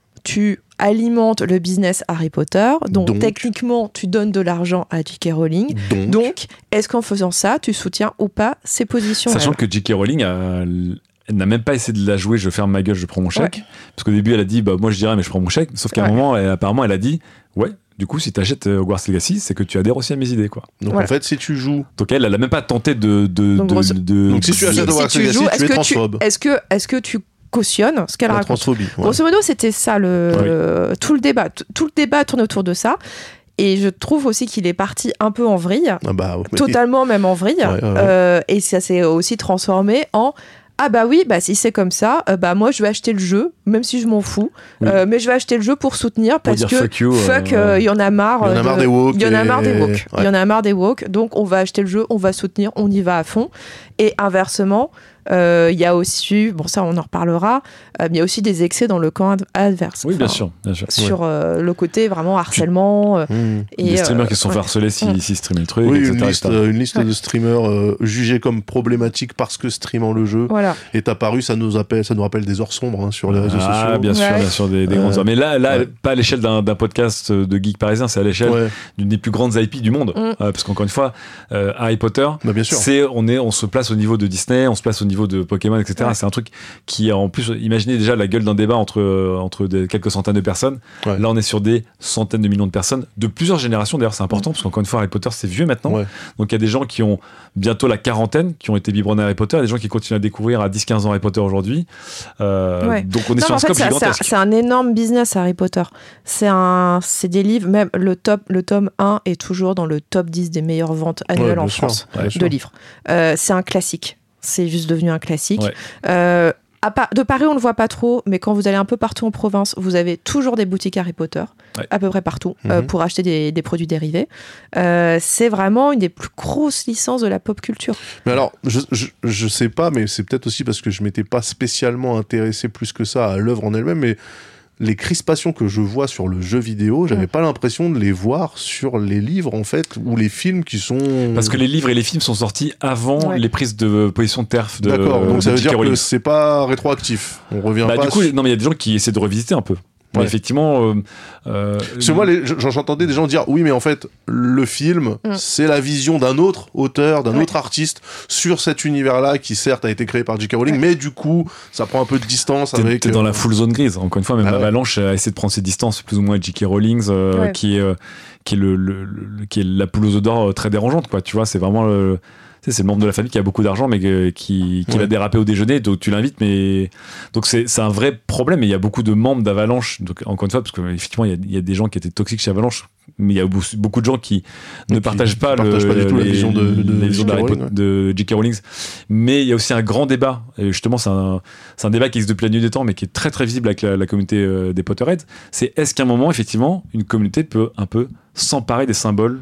tu alimentes le business Harry Potter, donc, donc techniquement, tu donnes de l'argent à J K Rowling. Donc, donc est-ce qu'en faisant ça, tu soutiens ou pas ses positions? Sachant que J K Rowling a... Elle n'a même pas essayé de la jouer, je ferme ma gueule, je prends mon chèque. Ouais. Parce qu'au début, elle a dit, bah, moi je dirais, mais je prends mon chèque. Sauf qu'à ouais. un moment, elle, apparemment, elle a dit, ouais, du coup, si tu achètes Hogwarts Legacy, c'est que tu adhères aussi à mes idées, quoi. Donc voilà. En fait, si tu joues. Donc elle, elle a même pas tenté de. de, donc, de, grosse... de... donc si tu achètes Hogwarts si Legacy, tu, tu es transphobe. Est-ce que, est-ce que tu cautionnes ce qu'elle la raconte? Transphobie. Ouais. Grosso modo, c'était ça, le, oui. euh, tout le débat. Tout le débat tourne autour de ça. Et je trouve aussi qu'il est parti un peu en vrille. Ah bah, oui. Totalement même en vrille. Ouais, ouais, ouais. Euh, et ça s'est aussi transformé en. Ah bah oui, bah si c'est comme ça, euh, bah moi je vais acheter le jeu, même si je m'en fous, oui. euh, mais je vais acheter le jeu pour soutenir parce pour que fuck, you, fuck, il euh, euh, y en a marre. Il y en a marre des woke. Il y en a marre des woke. Ouais. Il y en a marre des woke. Donc on va acheter le jeu, on va soutenir, on y va à fond. Et inversement, il euh, y a aussi, bon ça on en reparlera, mais euh, il y a aussi des excès dans le camp ad- adverse. Oui, enfin, bien sûr, bien sûr. Sur ouais. euh, le côté vraiment harcèlement. Euh, mmh. et, des streamers euh, qui se sont ouais. fait harceler s'ils mmh. si, si streamaient le truc, oui, et cetera. une liste, euh, une liste ouais. de streamers euh, jugés comme problématiques parce que streamant le jeu voilà. est apparu, ça nous appelle, ça nous rappelle des heures sombres hein, sur les réseaux ah, sociaux. Ah, bien sûr, ouais. bien sûr, des, des euh, grandes heures. Mais là, là ouais. pas à l'échelle d'un, d'un podcast de geek parisien, c'est à l'échelle ouais. d'une des plus grandes I P du monde. Mmh. Euh, parce qu'encore une fois, euh, Harry Potter, bah, bien sûr. c'est, on, est, on se place au niveau de Disney, on se place au niveau de Pokémon, et cetera. Ouais. C'est un truc qui, en plus, imaginez déjà la gueule d'un débat entre, euh, entre des, quelques centaines de personnes. Ouais. Là, on est sur des centaines de millions de personnes, de plusieurs générations. D'ailleurs, c'est important, mmh. parce qu'encore une fois, Harry Potter, c'est vieux maintenant. Ouais. Donc, il y a des gens qui ont bientôt la quarantaine, qui ont été biberonnés à Harry Potter, et des gens qui continuent à découvrir à dix quinze ans Harry Potter aujourd'hui. Euh, ouais. Donc, on est non, sur un en fait, scope c'est, gigantesque. C'est un, c'est un énorme business, Harry Potter. C'est, un, c'est des livres, même le, top, le tome un est toujours dans le top dix des meilleures ventes annuelles ouais, en France ouais, de livres. Euh, c'est un classique. C'est juste devenu un classique. Ouais. Euh, À part, de Paris, on ne le voit pas trop, mais quand vous allez un peu partout en province, vous avez toujours des boutiques Harry Potter, ouais. à peu près partout, mm-hmm. euh, pour acheter des, des produits dérivés. Euh, c'est vraiment une des plus grosses licences de la pop culture. Mais alors, je, je, je sais pas, mais c'est peut-être aussi parce que je m'étais pas spécialement intéressé plus que ça à l'œuvre en elle-même, mais les crispations que je vois sur le jeu vidéo, j'avais mmh. pas l'impression de les voir sur les livres, en fait, ou les films qui sont... Parce que les livres et les films sont sortis avant ouais. les prises de position de terf de D'accord, donc de ça veut J K dire Rowling. Que c'est pas rétroactif. On revient bah, pas... Du coup, sur... non, mais il y a des gens qui essaient de revisiter un peu. Ouais. Mais effectivement... Euh, euh, Parce que moi, les, j'entendais des gens dire « Oui, mais en fait, le film, mmh. c'est la vision d'un autre auteur, d'un ouais. autre artiste sur cet univers-là qui, certes, a été créé par J K Rowling, ouais. mais du coup, ça prend un peu de distance t'es, avec... » T'es euh... dans la full zone grise. Encore une fois, même ah, Avalanche ouais. a essayé de prendre ses distances plus ou moins avec J K Rowling, euh, ouais. qui, est, euh, qui, est le, le, le, qui est la poule aux œufs d'or très dérangeante, quoi. Tu vois, c'est vraiment... Le, c'est le membre de la famille qui a beaucoup d'argent mais que, qui, qui ouais. l'a dérapé au déjeuner, donc tu l'invites, mais donc c'est, c'est un vrai problème. Et il y a beaucoup de membres d'Avalanche, donc encore une fois, parce qu'effectivement il y, a, il y a des gens qui étaient toxiques chez Avalanche, mais il y a beaucoup de gens qui donc ne qui, partagent pas, qui le, partagent pas du tout les, la vision de, de, les visions de, Rowling, ouais. de J K Rowling. Mais il y a aussi un grand débat, et justement c'est un, c'est un débat qui existe depuis la nuit des temps, mais qui est très très visible avec la, la communauté euh, des Potterheads. C'est est-ce qu'à un moment, effectivement, une communauté peut un peu s'emparer des symboles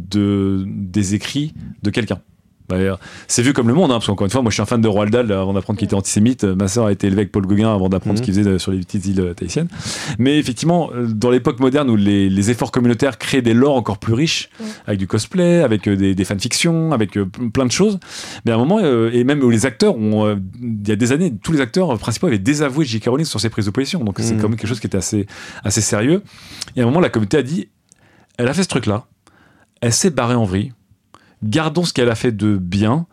de, des écrits de quelqu'un. Bah, c'est vu comme le monde, hein, parce qu'encore une fois, moi je suis un fan de Roald Dahl avant d'apprendre qu'il était antisémite. Ma sœur a été élevée avec Paul Gauguin avant d'apprendre mmh. ce qu'il faisait sur les petites îles tahitiennes. Mais effectivement, dans l'époque moderne où les, les efforts communautaires créent des lores encore plus riches, mmh. avec du cosplay, avec des, des fanfictions, avec euh, plein de choses, mais à un moment, euh, et même où les acteurs ont, euh, il y a des années, tous les acteurs principaux avaient désavoué J K Rowling sur ses prises de position. Donc mmh. c'est quand même quelque chose qui était assez, assez sérieux. Et à un moment, la communauté a dit, elle a fait ce truc-là, elle s'est barrée en vrille. Gardons ce qu'elle a fait de bien.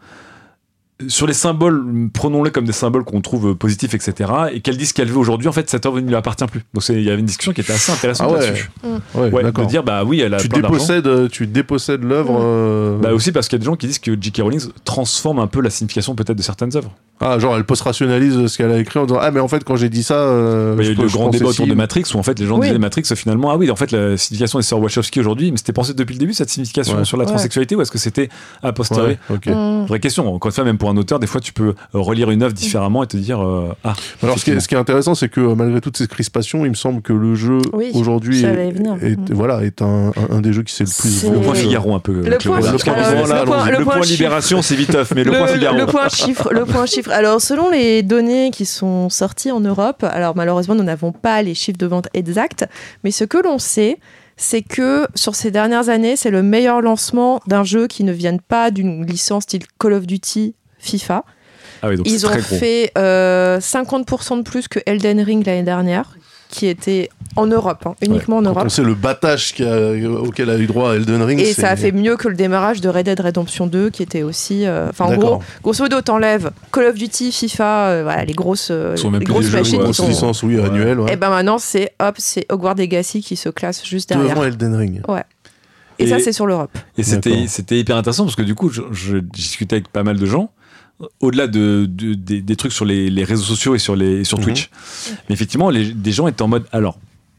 Sur les symboles, prenons-les comme des symboles qu'on trouve positifs, et cetera. Et qu'elle dise ce qu'elle veut aujourd'hui, en fait, cette œuvre ne lui appartient plus. Donc il y avait une discussion qui était assez intéressante ah ouais. là-dessus. Mmh. Ouais, ouais, de dire, bah oui, elle a tu plein dépossèdes, d'argent. Tu dépossèdes l'œuvre. Mmh. Euh... Bah aussi parce qu'il y a des gens qui disent que J K Rowling transforme un peu la signification peut-être de certaines œuvres. Ah, genre elle post-rationalise ce qu'elle a écrit en disant ah mais en fait quand j'ai dit ça euh, bah, il y a eu le grand débat autour si... de Matrix où en fait les gens oui. disaient Matrix finalement ah oui en fait la signification des sœurs Wachowski aujourd'hui mais c'était pensé depuis le début cette signification ouais. sur la transsexualité ouais. ou est-ce que c'était a posteriori ouais, okay. mmh. Vraie question encore une fois même pour un auteur, des fois, tu peux relire une œuvre différemment et te dire euh, ah. Alors, ce qui, est, ce qui est intéressant, c'est que malgré toutes ces crispations, il me semble que le jeu Oui, aujourd'hui est, est, est, mmh. voilà, est un, un, un des jeux qui s'est le plus. C'est... Le point Figaro un peu. Le point, le point, alors, voilà, le point, le le point point Libération, c'est viteuf, mais le, le point Figaro. Le point chiffre, le point chiffre. Alors, selon les données qui sont sorties en Europe, alors malheureusement, nous n'avons pas les chiffres de vente exacts, mais ce que l'on sait, c'est que sur ces dernières années, c'est le meilleur lancement d'un jeu qui ne vienne pas d'une licence style Call of Duty, FIFA. Ah oui, donc Ils c'est ont très gros. fait euh, cinquante pour cent de plus que Elden Ring l'année dernière, qui était en Europe, hein, uniquement ouais, en quand Europe. on sait le battage qui a, auquel a eu droit Elden Ring. Et c'est... ça a fait mieux que le démarrage de Red Dead Redemption deux, qui était aussi... Enfin, euh, en gros, grosso modo, t'enlèves Call of Duty, FIFA, euh, voilà, les grosses, euh, les grosses jeux, machines ouais, qui sont... licence, oui, ouais. annuelles. Ouais. Et ben maintenant, c'est, hop, c'est Hogwarts Legacy qui se classe juste derrière. Devant Elden Ring. Ouais. Et, et ça, c'est sur l'Europe. Et c'était, c'était hyper intéressant, parce que du coup, je, je discutais avec pas mal de gens, au-delà de, de, de, des trucs sur les, les réseaux sociaux et sur, les, sur Twitch. Mm-hmm. Mais effectivement, les, des gens étaient en mode, alors,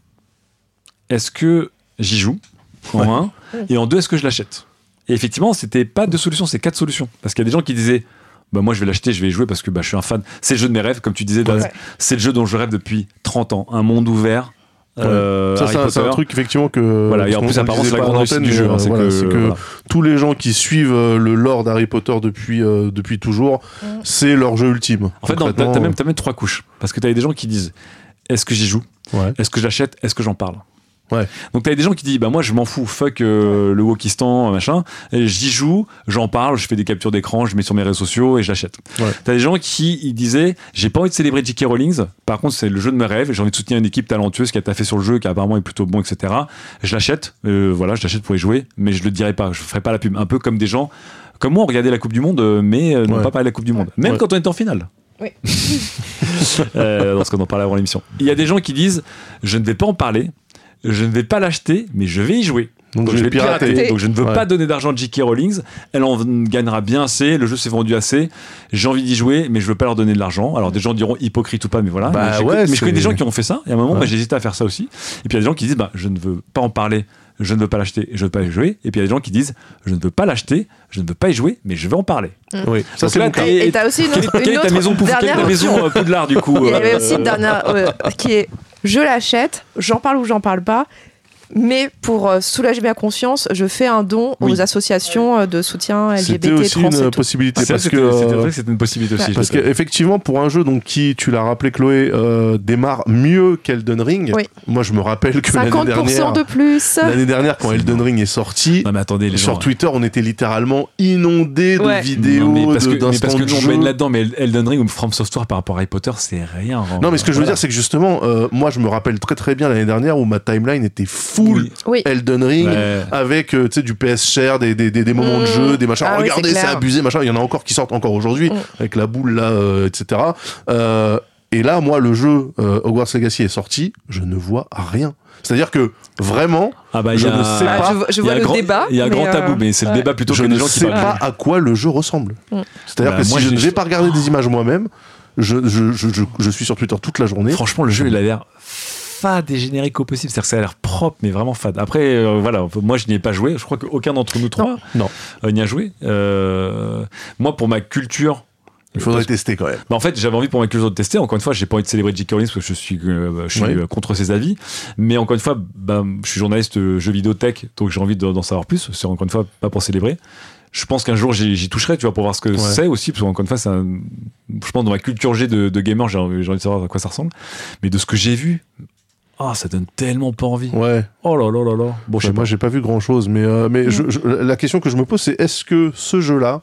est-ce que j'y joue en ouais. un et en deux, est-ce que je l'achète? Et effectivement, c'était pas deux solutions, c'est quatre solutions. Parce qu'il y a des gens qui disaient, bah moi je vais l'acheter, je vais y jouer parce que bah, je suis un fan. C'est le jeu de mes rêves, comme tu disais, Daz. Ouais. C'est le jeu dont je rêve depuis trente ans. Un monde ouvert. Ouais. Euh, ça, c'est un, c'est un truc effectivement que. Voilà, et en plus, apparemment, c'est la grande réussite du jeu. Hein, c'est voilà, que, c'est que voilà. tous les gens qui suivent le lore d'Harry Potter depuis, euh, depuis toujours, mmh. c'est leur jeu ultime. En fait, non, t'as, t'as, même, t'as même trois couches. Parce que t'as des gens qui disent, est-ce que j'y joue? Ouais. Est-ce que j'achète? Est-ce que j'en parle? Ouais. Donc t'as des gens qui disent bah moi je m'en fous, fuck euh, le Wokistan machin, et j'y joue, j'en parle, je fais des captures d'écran, je mets sur mes réseaux sociaux et je l'achète. Ouais. T'as des gens qui ils disaient j'ai pas envie de célébrer J K Rowling, par contre c'est le jeu de mes rêves, j'ai envie de soutenir une équipe talentueuse qui a taffé sur le jeu, qui apparemment est plutôt bon, et cetera. Je l'achète, euh, voilà, je l'achète pour y jouer, mais je le dirai pas, je ferai pas la pub. Un peu comme des gens comme moi on regardait la Coupe du Monde, mais euh, n'ont ouais. pas parlé de la Coupe du Monde, même ouais. quand on était en finale. Oui. euh, dans ce qu'on en parlait avant l'émission. Il y a des gens qui disent je ne vais pas en parler. Je ne vais pas l'acheter, mais je vais y jouer. Donc, donc je vais pirater. pirater. Donc je ne veux ouais. pas donner d'argent à J K Rowling. Elle en gagnera bien assez. Le jeu s'est vendu assez. J'ai envie d'y jouer, mais je ne veux pas leur donner de l'argent. Alors des gens diront hypocrite ou pas, mais voilà. Bah mais, ouais, mais je connais des gens qui ont fait ça. Et à un moment, ouais. bah, j'hésitais à faire ça aussi. Et puis il y a des gens qui disent bah, je ne veux pas en parler. Je ne veux pas l'acheter, je ne veux pas y jouer. Et puis il y a des gens qui disent je ne veux pas l'acheter, je ne veux pas y jouer, mais je vais en parler. Mmh. Oui, ça donc c'est là, et, et t'as aussi une autre, quelle, une autre ta maison pour dernière ta maison Poudlard du coup. Il y avait aussi une dernière euh, qui est je l'achète, j'en parle ou j'en parle pas. Mais pour euh, soulager ma conscience, je fais un don oui. aux associations euh, de soutien L G B T, c'était aussi trans une et tout. possibilité ah, parce c'était, que c'était vrai que c'était une possibilité aussi. Parce qu'effectivement, pour un jeu donc qui, tu l'as rappelé Chloé, euh, démarre mieux qu'Elden Ring. Oui. Moi, je me rappelle que l'année dernière, cinquante pour cent de plus. L'année dernière, quand Elden Ring est sorti, non, mais attendez, les sur gens, Twitter, on était littéralement inondés de ouais. vidéos, non, mais parce de, que, mais parce que nous on jeu. mène là-dedans, mais Elden Ring ou From Software par rapport à Harry Potter, c'est rien. Vraiment. Non, mais ce que je veux voilà. dire, c'est que justement, euh, moi, je me rappelle très très bien l'année dernière où ma timeline était full oui. Elden Ring. Ouais. Avec euh, du P S share, des, des, des, des moments mmh. de jeu, des machins. Ah, regardez, oui, c'est, c'est abusé, machin. Il y en a encore qui sortent encore aujourd'hui, mmh. avec la boule là, euh, et cetera. Euh, et là, moi, le jeu euh, Hogwarts Legacy est sorti, je ne vois rien. C'est-à-dire que vraiment, ah bah, a... je ne sais ah, pas. Je, je vois le grand, débat. Il y a un grand euh... tabou, mais c'est ouais. le débat plutôt je que les gens qui parlent. Je ne parlent. sais pas à quoi le jeu ressemble. Mmh. C'est-à-dire bah, que si je ne vais pas regarder des images moi-même, je, je, je, je, je suis sur Twitter toute la journée. Franchement, le jeu, il a l'air fade et générique au possible, c'est-à-dire que ça a l'air propre mais vraiment fade. Après euh, voilà, moi je n'y ai pas joué, je crois qu'aucun d'entre nous trois non. Euh, n'y a joué. Euh, moi pour ma culture il faudrait parce... tester quand même. Bah en fait, j'avais envie pour ma culture de tester. Encore une fois, j'ai pas envie de célébrer J K Rowling parce que je suis, euh, je suis oui. contre ses avis. Mais encore une fois, bah, je suis journaliste euh, jeux vidéo tech, donc j'ai envie d'en savoir plus. C'est encore une fois pas pour célébrer. Je pense qu'un jour j'y, j'y toucherai, tu vois, pour voir ce que ouais. c'est aussi, parce qu'encore une fois, c'est un... je pense dans ma culture G de, de gamer, j'ai envie, j'ai envie de savoir à quoi ça ressemble. Mais de ce que j'ai vu. Ah, oh, ça donne tellement pas envie. Ouais. Oh là là là là. Bon, je sais moi, pas. j'ai pas vu grand chose, mais, euh, mais mmh. je, je, la question que je me pose, c'est est-ce que ce jeu-là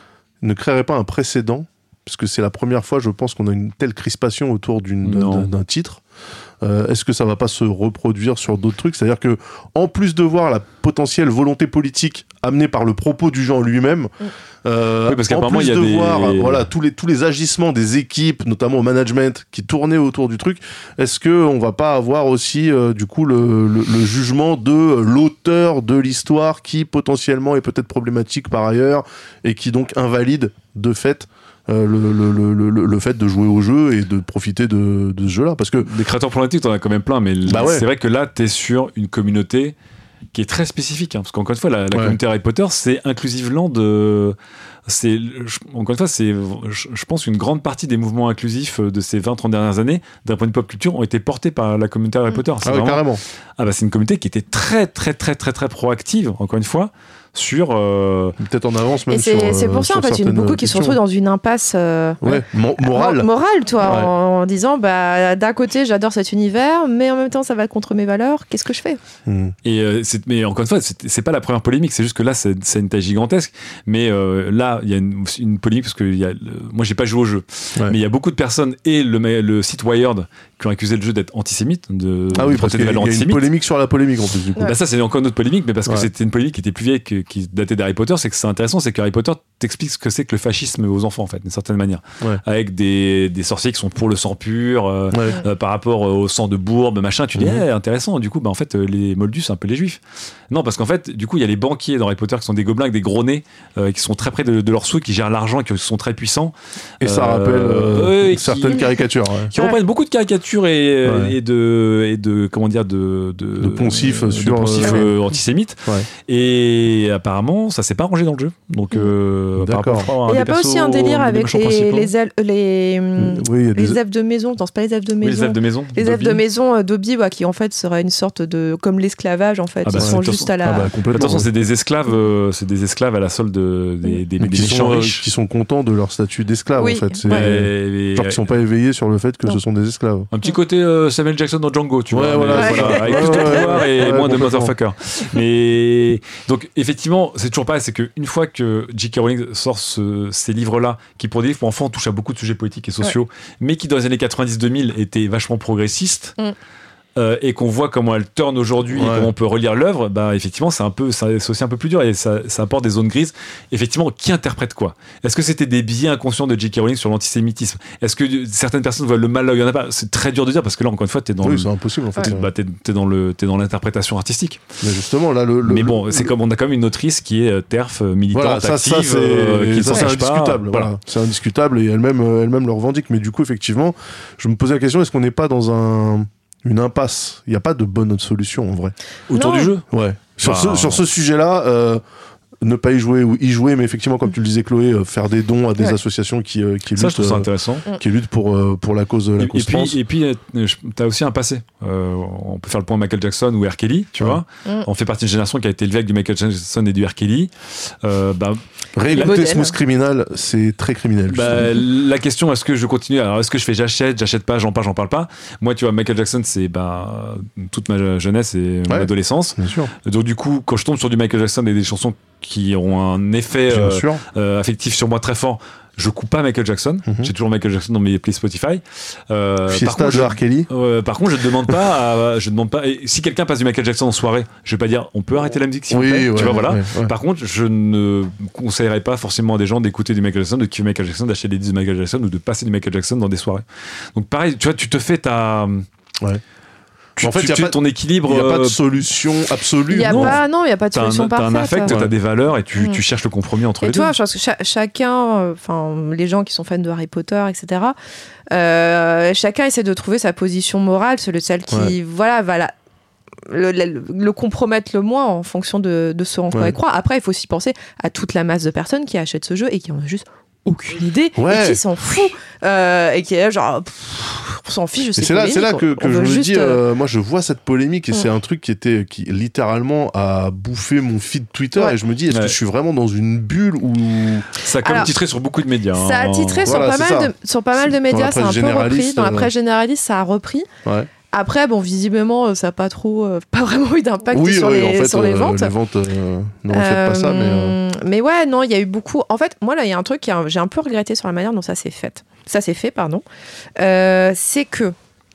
ne créerait pas un précédent? Parce que c'est la première fois, je pense, qu'on a une telle crispation autour d'une, d'un, d'un titre. Euh, est-ce que ça va pas se reproduire sur d'autres trucs? C'est-à-dire que, en plus de voir la potentielle volonté politique amenée par le propos du jeu en lui-même, euh, oui, parce en plus il y a de des... voir voilà, tous, les, tous les agissements des équipes, notamment au management, qui tournaient autour du truc, est-ce qu'on va pas avoir aussi, euh, du coup, le, le, le jugement de l'auteur de l'histoire qui, potentiellement, est peut-être problématique par ailleurs, et qui donc invalide, de fait, Euh, le, le, le, le, le fait de jouer au jeu et de profiter de, de ce jeu-là. Parce que des créateurs problématiques, t'en as quand même plein, mais bah ouais. c'est vrai que là, t'es sur une communauté qui est très spécifique. Hein, parce qu'encore une fois, la, la ouais. communauté Harry Potter, c'est inclusivement de, c'est, je, encore une fois, c'est, je, je pense qu'une grande partie des mouvements inclusifs de ces vingt trente dernières années, d'un point de pop culture, ont été portés par la communauté Harry Potter. C'est Ah oui, vraiment, carrément. ah bah, c'est une communauté qui était très, très, très, très, très proactive, encore une fois, sur. Euh... Peut-être en avance même Et c'est, sur. c'est pour ça, en fait, il y en a beaucoup qui se retrouvent dans une impasse. Euh, ouais, mo- morale. mo- morale, toi, Ouais. en, en disant, bah, d'un côté, j'adore cet univers, mais en même temps, ça va contre mes valeurs. Qu'est-ce que je fais? Mmh. Et euh, c'est, mais encore une fois, c'est, c'est pas la première polémique, c'est juste que là, c'est, c'est une taille gigantesque. Mais euh, là, il y a une, une polémique parce que il y a, le, moi, j'ai pas joué au jeu, Ouais. mais il y a beaucoup de personnes et le, le site Wired qui ont accusé le jeu d'être antisémite, de Ah oui, de parce porter qu'il y des a, valeurs il y a une antisémites. polémique sur la polémique en plus du coup. Ouais. Bah ça, c'est encore une autre polémique, mais parce que Ouais. c'était une polémique qui était plus vieille, que, qui datait d'Harry Potter. C'est que c'est intéressant, c'est que Harry Potter t'explique ce que c'est que le fascisme aux enfants, en fait, d'une certaine manière, Ouais. avec des, des sorciers qui sont pour le sang pur. Euh, Ouais. Euh, par rapport au sang de bourbe, machin, tu dis, Mhm. eh, intéressant, du coup, bah, en fait, euh, les moldus, c'est un peu les juifs. Non, parce qu'en fait, du coup, il y a les banquiers dans Harry Potter qui sont des gobelins avec des gros nez, euh, qui sont très près de, de leurs sous, qui gèrent l'argent, qui sont très puissants. Et ça Euh, rappelle euh, ouais, qui- certaines caricatures. Ouais. Qui reprennent beaucoup de caricatures et, Ouais. et, de, et de, comment dire, de, de, De poncifs de sur, poncifs, euh, euh, antisémites. Ouais. Et apparemment, ça s'est pas arrangé dans le jeu. Donc, euh, par D'accord. rapport à un Il n'y a des pas aussi persos, un délire des avec méchants les, principaux. les, el- les, hum, Oui, il y a des. les elfes de maison. Non, c'est pas les elfes de Oui, maison. les elfes de maison. Les elfes Dobby. de maison euh, Dobby, ouais, qui en fait seraient une sorte de. Comme l'esclavage, en fait. Ah bah, Ils c'est sont de toute juste façon- à la. Ah bah, complètement. Attention, ouais. c'est des esclaves, euh, c'est des esclaves à la solde de- des, des, Mais des qui méchants sont, euh, riches. qui sont contents de leur statut d'esclave Oui, en fait. C'est, ouais. Et- genre qui sont pas éveillés sur le fait que Non. ce sont des esclaves. Un petit côté euh, Samuel Jackson dans Django, tu Ouais, vois. voilà, mais c'est ça. avec Ouais, plus de ouais, pouvoir et ouais, moins de complètement. motherfucker. Mais donc effectivement, c'est toujours pareil, c'est qu'une fois que J K Rowling sort ce- ces livres-là, qui pour des livres pour enfants touchent à beaucoup de sujets politiques et sociaux, mais qui dans les années quatre-vingt-dix deux mille étaient vachement progressistes. Mm. euh, et qu'on voit comment elle tourne aujourd'hui Ouais. et comment on peut relire l'œuvre, bah effectivement c'est un peu, ça- c'est aussi un peu plus dur et ça, ça apporte des zones grises. Effectivement, qui interprète quoi? Est-ce que c'était des biais inconscients de J K Rowling sur l'antisémitisme? Est-ce que certaines personnes voient le mal là où il y en a pas? C'est très dur de dire parce que là encore une fois t'es dans Oui, le, c'est impossible en fait. t'es, bah, t'es, t'es dans le, t'es dans l'interprétation artistique. Mais justement là, le. le- Mais bon, le- c'est comme on a quand même une autrice qui est euh, TERF, euh, militante, Voilà, ça, active, ça c'est, euh, qui ne ça, s'en c'est cache pas. indiscutable. Voilà. Voilà. C'est indiscutable et elle-même, euh, elle-même le revendique. Mais du coup, effectivement, je me posais la question est-ce qu'on n'est pas dans un une impasse? Il n'y a pas de bonne solution en vrai. Autour Non. du jeu. Ouais. Sur Bah, ce, sur ce sujet-là. Euh, ne pas y jouer ou y jouer, mais effectivement, comme tu le disais, Chloé, euh, faire des dons à des Ouais. associations qui, euh, qui Ça, je luttent, trouve ça euh, intéressant. qui luttent pour, euh, pour la cause, la Et, cause et trans. puis, et puis, euh, je- t'as aussi un passé. Euh, on peut faire le point Michael Jackson ou R. Kelly, tu Ouais. vois. Mm. On fait partie d'une génération qui a été élevée avec du Michael Jackson et du R. Kelly. Euh, bah, Réécouter modèle. Smooth Criminal, c'est très criminel. bah, justement. la question, est-ce que je continue? Alors, est-ce que je fais j'achète, j'achète pas, j'en parle, j'en parle pas? Moi, tu vois, Michael Jackson, c'est bah, toute ma jeunesse et mon Ouais. adolescence. Bien sûr. Donc, du coup, quand je tombe sur du Michael Jackson et des chansons qui ont un effet Bien euh, sûr. euh, affectif sur moi très fort, je coupe pas Michael Jackson. Mhm. J'ai toujours Michael Jackson dans mes playlists Spotify. Euh, par Fiesta contre, de je, R. Kelly. euh, par contre, je ne demande pas. À, je demande pas. et si quelqu'un passe du Michael Jackson en soirée, je vais pas dire on peut arrêter la musique s'il vous plaît. ouais, tu vois, voilà. ouais, ouais. Par contre, je ne conseillerais pas forcément à des gens d'écouter du Michael Jackson, de kiffer Michael Jackson, d'acheter des disques de Michael Jackson ou de passer du Michael Jackson dans des soirées. Donc pareil, tu vois, tu te fais ta. Ouais. Tu, En fait, tu- y a tu- pas- ton équilibre. Il n'y a pas de euh, solution absolue. Il y a non. pas, non, il n'y a pas de T'as un, solution t'as un parfaite. affect, Ouais. t'as des valeurs et tu, Mm. tu cherches le compromis entre Et les toi, deux. je pense que cha- chacun, enfin, les gens qui sont fans de Harry Potter, et cetera, euh, chacun essaie de trouver sa position morale, celle celle qui, Ouais. voilà, va la- le, le- le compromettre le moins en fonction de, de ce en quoi Ouais. il croit. Après, il faut aussi penser à toute la masse de personnes qui achètent ce jeu et qui ont juste aucune idée Ouais. et qui s'en fout euh, et qui est là, genre pff, on s'en fiche de Et ces c'est là, c'est là polémiques, que, on- que on je veut me juste, dis, euh, euh, moi je vois cette polémique et Mm. c'est un truc qui était qui littéralement a bouffé mon feed Twitter Ouais. et je me dis est-ce Ouais. que je suis vraiment dans une bulle ou Ça a quand même Alors, titré sur beaucoup de médias. ça a hein. titré sur, Voilà, pas c'est mal ça. de, sur pas mal de Dans la médias, presse ça a un peu repris. généraliste, Dans la euh, presse généraliste, ça a repris. ouais. Après, bon, visiblement, euh, ça n'a pas trop, euh, pas vraiment eu d'impact oui sur, oui, les, en fait sur les euh, ventes. les ventes euh, ne reflètent pas ça mais euh, Euh, mais ouais, non, il y a eu beaucoup. En fait, moi, là, il y a un truc que j'ai un peu regretté sur la manière dont ça s'est fait. Ça s'est fait, pardon. Euh, c'est que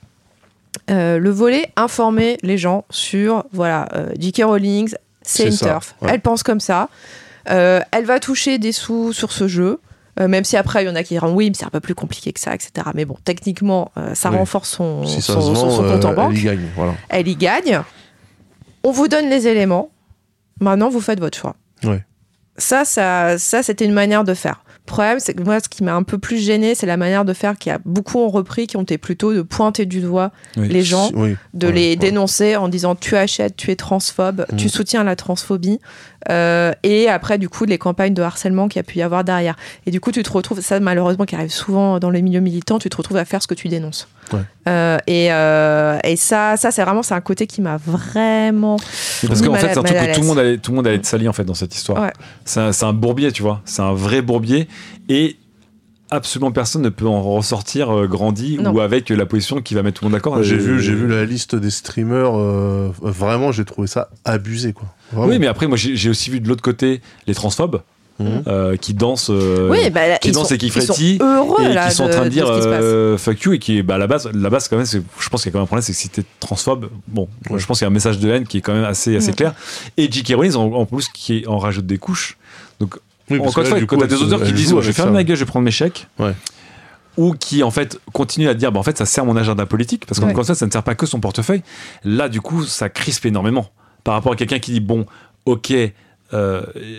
euh, le volet informer les gens sur, voilà, euh, J K Rowling, c'est C'est une ça, turf. ouais. Elle pense comme ça. Euh, elle va toucher des sous sur ce jeu. Euh, même si après, il y en a qui diront oui, mais c'est un peu plus compliqué que ça, et cetera. Mais bon, techniquement, euh, ça Oui. renforce son, si ça son, se son- vend son compte euh, en banque. elle y gagne voilà. Elle y gagne. On vous donne les éléments. Maintenant, vous faites votre choix. Ouais. Ça, ça, ça c'était une manière de faire. Le problème, c'est que moi, ce qui m'a un peu plus gêné, c'est la manière de faire qui a beaucoup ont repris, qui ont été plutôt de pointer du doigt Oui. les gens, oui de Ouais, les ouais. dénoncer en disant tu achètes, tu es transphobe, Mm. tu soutiens la transphobie. Euh, et après, du coup, les campagnes de harcèlement qu'il y a pu y avoir derrière. Et du coup, tu te retrouves, ça malheureusement qui arrive souvent dans les milieux militants, tu te retrouves à faire ce que tu dénonces. Ouais. Euh, et, euh, et ça, ça c'est vraiment c'est un côté qui m'a vraiment. Parce qu'en fait, c'est un truc mal à que tout le l'aise. monde allait, tout le monde allait être sali en fait dans cette histoire. Ouais. C'est un, c'est un bourbier, tu vois. C'est un vrai bourbier et absolument personne ne peut en ressortir euh, grandi Non. ou avec la position qui va mettre tout le monde d'accord. Ouais, j'ai Et- vu, j'ai vu la liste des streamers. euh, vraiment, j'ai trouvé ça abusé, quoi. Vraiment. Oui, mais après, moi, j'ai j'ai aussi vu de l'autre côté les transphobes Mhm. euh, qui dansent, euh, Oui, bah, là, qui ils dansent sont- et qui ils sont frétillent heureux, et là, qui sont en train de dire ce qui se passe. euh, fuck you et qui, bah, à la base, la base quand même, c'est- je pense qu'il y a quand même un problème, c'est que si t'es transphobe, bon, Ouais. je pense qu'il y a un message de haine qui est quand même assez, assez Mhm. clair. Et J K Rowling, en, en plus, qui en rajoute des couches. Donc, Oui, parce encore que une là, fois, du quand coup, t'as des elle se- auteurs qui elle disent joue oh, je vais avec fermer ça. ma gueule, je vais prendre mes chèques. Ouais. Ou qui en fait continuent à dire bah en fait ça sert mon agenda politique parce que Ouais. comme ça ça ne sert pas que son portefeuille. Là du coup ça crispe énormément par rapport à quelqu'un qui dit bon ok euh,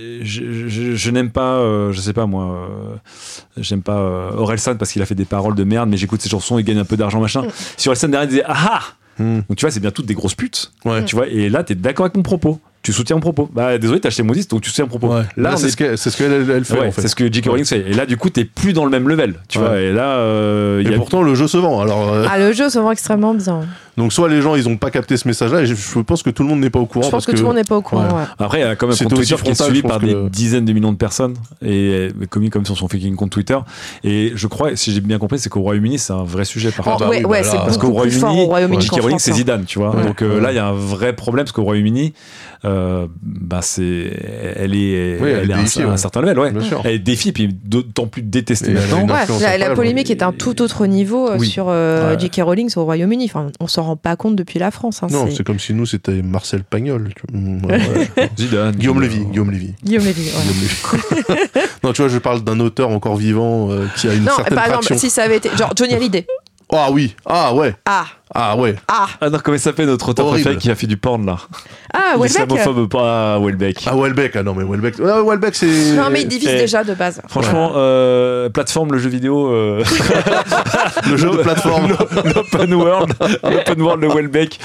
je, je, je n'aime pas euh, je sais pas moi euh, j'aime pas euh, Orelsan parce qu'il a fait des paroles de merde mais j'écoute ses chansons il gagne un peu d'argent machin. Mm. Si Orelsan derrière disait ah ah Mhm. donc tu vois c'est bien toutes des grosses putes Ouais. tu vois et là t'es d'accord avec mon propos tu soutiens mon propos bah désolé t'as acheté Modis donc tu soutiens mon propos. Ouais. Là, Là, on c'est est- ce qu'elle c'est ce qu'elle elle, elle fait, Ouais, en fait. c'est ce que J K Rowling fait et là du coup t'es plus dans le même level tu Ouais. vois et là euh, il Et y a pourtant, le jeu se vend. Alors, euh, Ah, le jeu se vend extrêmement bien. donc, soit les gens, ils ont pas capté ce message-là, et je, je pense que tout le monde n'est pas au courant. Je pense parce que, tout le monde n'est pas au courant. Ouais. ouais. Après, il y a quand même un C'était compte aussi Twitter qui est frontal, suivi je pense par que- des dizaines de millions de personnes et euh, commis comme sur son fucking compte Twitter. Et je crois, si j'ai bien compris, c'est qu'au Royaume-Uni, c'est un vrai sujet par Oh, contre. bah ouais, oui, ouais, bah là, c'est parce qu'au beaucoup plus fort Royaume-Uni, au Royaume-Uni J K qu'en Rowling, France, c'est hein. Zidane, tu vois. Ouais. Donc euh, Ouais. là, il y a un vrai problème parce qu'au Royaume-Uni, euh, bah, c'est, elle est, Oui, elle elle est est à un- déifiée, à un ouais. certain level, ouais. Bien sûr. Elle est défiée, puis d'autant plus détestée Et elle a maintenant. une Ouais, influence la, la incroyable. polémique est à un tout autre niveau euh, Oui. sur euh, Ouais. J K Rowling au Royaume-Uni. Enfin, on s'en rend pas compte depuis la France. hein, Non, c'est- c'est comme si nous, c'était Marcel Pagnol. tu vois. Mm, ouais, ouais. Zidane. Guillaume euh, Lévy. Guillaume Lévy. Guillaume Lévy. ouais. Guillaume Lévy. Non, tu vois, je parle d'un auteur encore vivant euh, qui a une Non, certaine par traction. exemple, si ça avait été genre Johnny Hallyday. Ah oui, ah ouais, Ah, ah ouais. ah, Ah non, comment il s'appelle notre auteur Horrible. préféré qui a fait du porn là ah, Welbeck. L'islamophobe, pas Welbeck. Ah Welbeck, ah non mais Welbeck, ah, Welbeck c'est. Non, mais il divise Et- déjà de base. Franchement, euh, plateforme, le jeu vidéo, euh, le jeu de plateforme. l'open world, l'open world de Welbeck.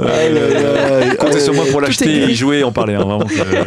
Euh, comptez sur moi pour l'acheter et y jouer et en parler. Hein, vraiment. Euh,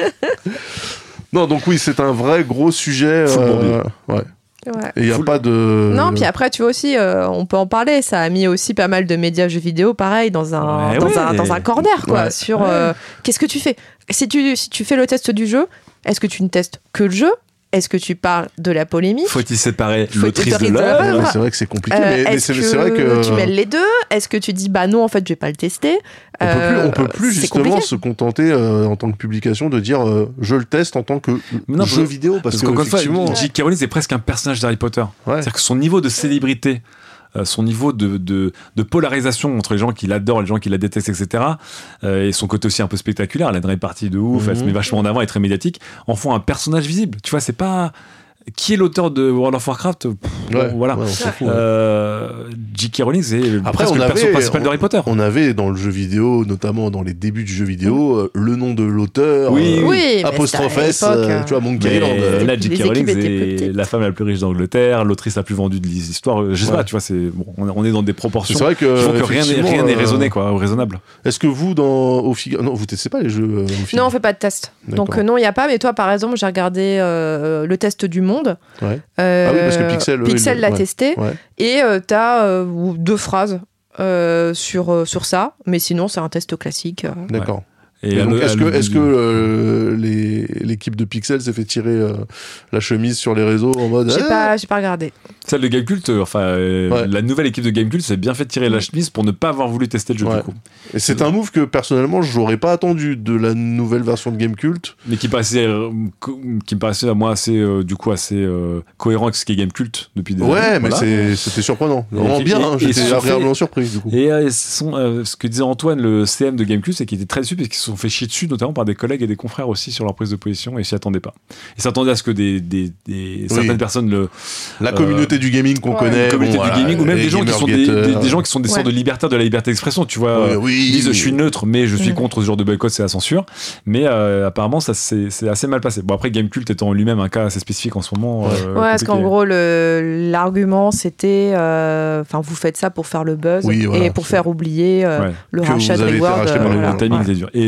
Non, donc oui, c'est un vrai gros sujet. Full euh, bourbier. ouais. Ouais. Et il y a Full- pas de. Non, puis après, tu vois aussi, euh, on peut en parler. Ça a mis aussi pas mal de médias jeux vidéo, pareil, dans un, Ouais, dans ouais. un, dans un corner, quoi. Ouais. Sur Ouais. euh, qu'est-ce que tu fais si tu, si tu fais le test du jeu, est-ce que tu ne testes que le jeu? Est-ce que tu parles de la polémique? Faut-il séparer Faut-il l'autrice de séparer de l'œuvre l'œuvre Ouais, c'est vrai que c'est compliqué, Euh, mais, mais Est-ce c'est que c'est vrai que. tu mêles les deux? Est-ce que tu dis bah non, en fait, je vais pas le tester? On peut plus, Euh, on peut plus c'est justement compliqué. se contenter euh, en tant que publication de dire euh, je le teste en tant que Non, jeu parce- vidéo parce, Parce que qu'encore une fois, effectivement, J K Rowling c'est presque un personnage d'Harry Potter. ouais. C'est-à-dire que son niveau de célébrité, euh, son niveau de, de, de polarisation entre les gens qui l'adorent et les gens qui la détestent, et cetera, euh, et son côté aussi un peu spectaculaire, elle a une répartie de ouf, elle se Mhm. met vachement en avant, elle est très médiatique, en font un personnage visible. Tu vois, c'est pas... Qui est l'auteur de World of Warcraft? Pff, bon, Ouais, voilà. ouais, on s'en fout, ouais. Euh, J K Rowling, c'est Après, presque on le perso avait- principal de Harry Potter. On avait dans le jeu vidéo, notamment dans les débuts du jeu vidéo, euh, le nom de l'auteur, Oui, euh, Oui, mais apostrophe c'était à S, l'époque, euh, hein. tu vois, Monkey Mais Island. euh, là, Les J K équipes Rowling, étaient plus c'est petites. la femme la plus riche d'Angleterre, l'autrice la plus vendue de l'histoire. Je sais Ouais. pas, tu vois, c'est bon, on on est dans des proportions C'est vrai que, qui font que rien n'est effectivement, rien n'est euh, raisonné, quoi, ou raisonnable. Est-ce que vous, dans au Fig... non, vous testez pas les jeux euh, au Fig... Non, on fait pas de test. D'accord. Donc euh, non, il y a pas. Mais toi, par exemple, j'ai regardé euh, le test du monde. Ouais. Euh, Ah oui, parce que Pixel, eux, Pixel ils- l'a ouais. testé. Ouais. Et euh, t'as euh, deux phrases euh, sur, euh, sur ça. Mais sinon, c'est un test classique. euh. D'accord. Et Et à donc, le- est-ce à que, le- est-ce que euh, les- l'équipe de Pixel s'est fait tirer euh, la chemise sur les réseaux en mode J'ai Ah pas, j'ai pas regardé. Celle de Gamecult, euh, enfin, euh, Ouais. la nouvelle équipe de Gamecult s'est bien fait tirer la chemise pour ne pas avoir voulu tester le jeu Ouais. du coup. Et c'est un move que personnellement j'aurais pas attendu de la nouvelle version de Gamecult. Mais qui paraissait, euh, co- qui me paraissait à moi assez, euh, du coup, assez euh, cohérent avec ce qu'est Gamecult depuis des Ouais, années. mais Voilà. c'est- c'était surprenant. Vraiment Et- bien, et- hein, et j'étais ils se sont agréablement fait- surpris du coup. Et euh, ils sont, euh, ce que disait Antoine, le C M de Gamecult, c'est qu'il était très déçu parce qu'ils se sont fait chier dessus, notamment par des collègues et des confrères aussi sur leur prise de position, et ils s'y attendaient pas. Ils s'attendaient à ce que des, des, des- certaines personnes le, La euh, communauté du gaming qu'on ouais, connaît. la communauté bon, du voilà, gaming, ou même les des gens qui sont des, gamergaters. des, des gens qui sont des sortes Ouais. de libertaires de la liberté d'expression, tu vois. Ouais, euh, oui. Ils disent je suis neutre, mais je suis Mm. contre ce genre de boycott, c'est la censure. Mais euh, apparemment, ça c'est c'est assez mal passé. Bon, après, Gamecult étant lui-même un cas assez spécifique en ce moment. Ouais. euh, Ouais, parce qu'en compliqué. gros, le- l'argument, c'était. euh, Enfin, vous faites ça pour faire le buzz Oui, voilà, et pour c'est- faire oublier euh, Ouais. le Que rachat vous de avez été Reward. racheté par euh, le voilà. Le timing Ouais. était dur. Et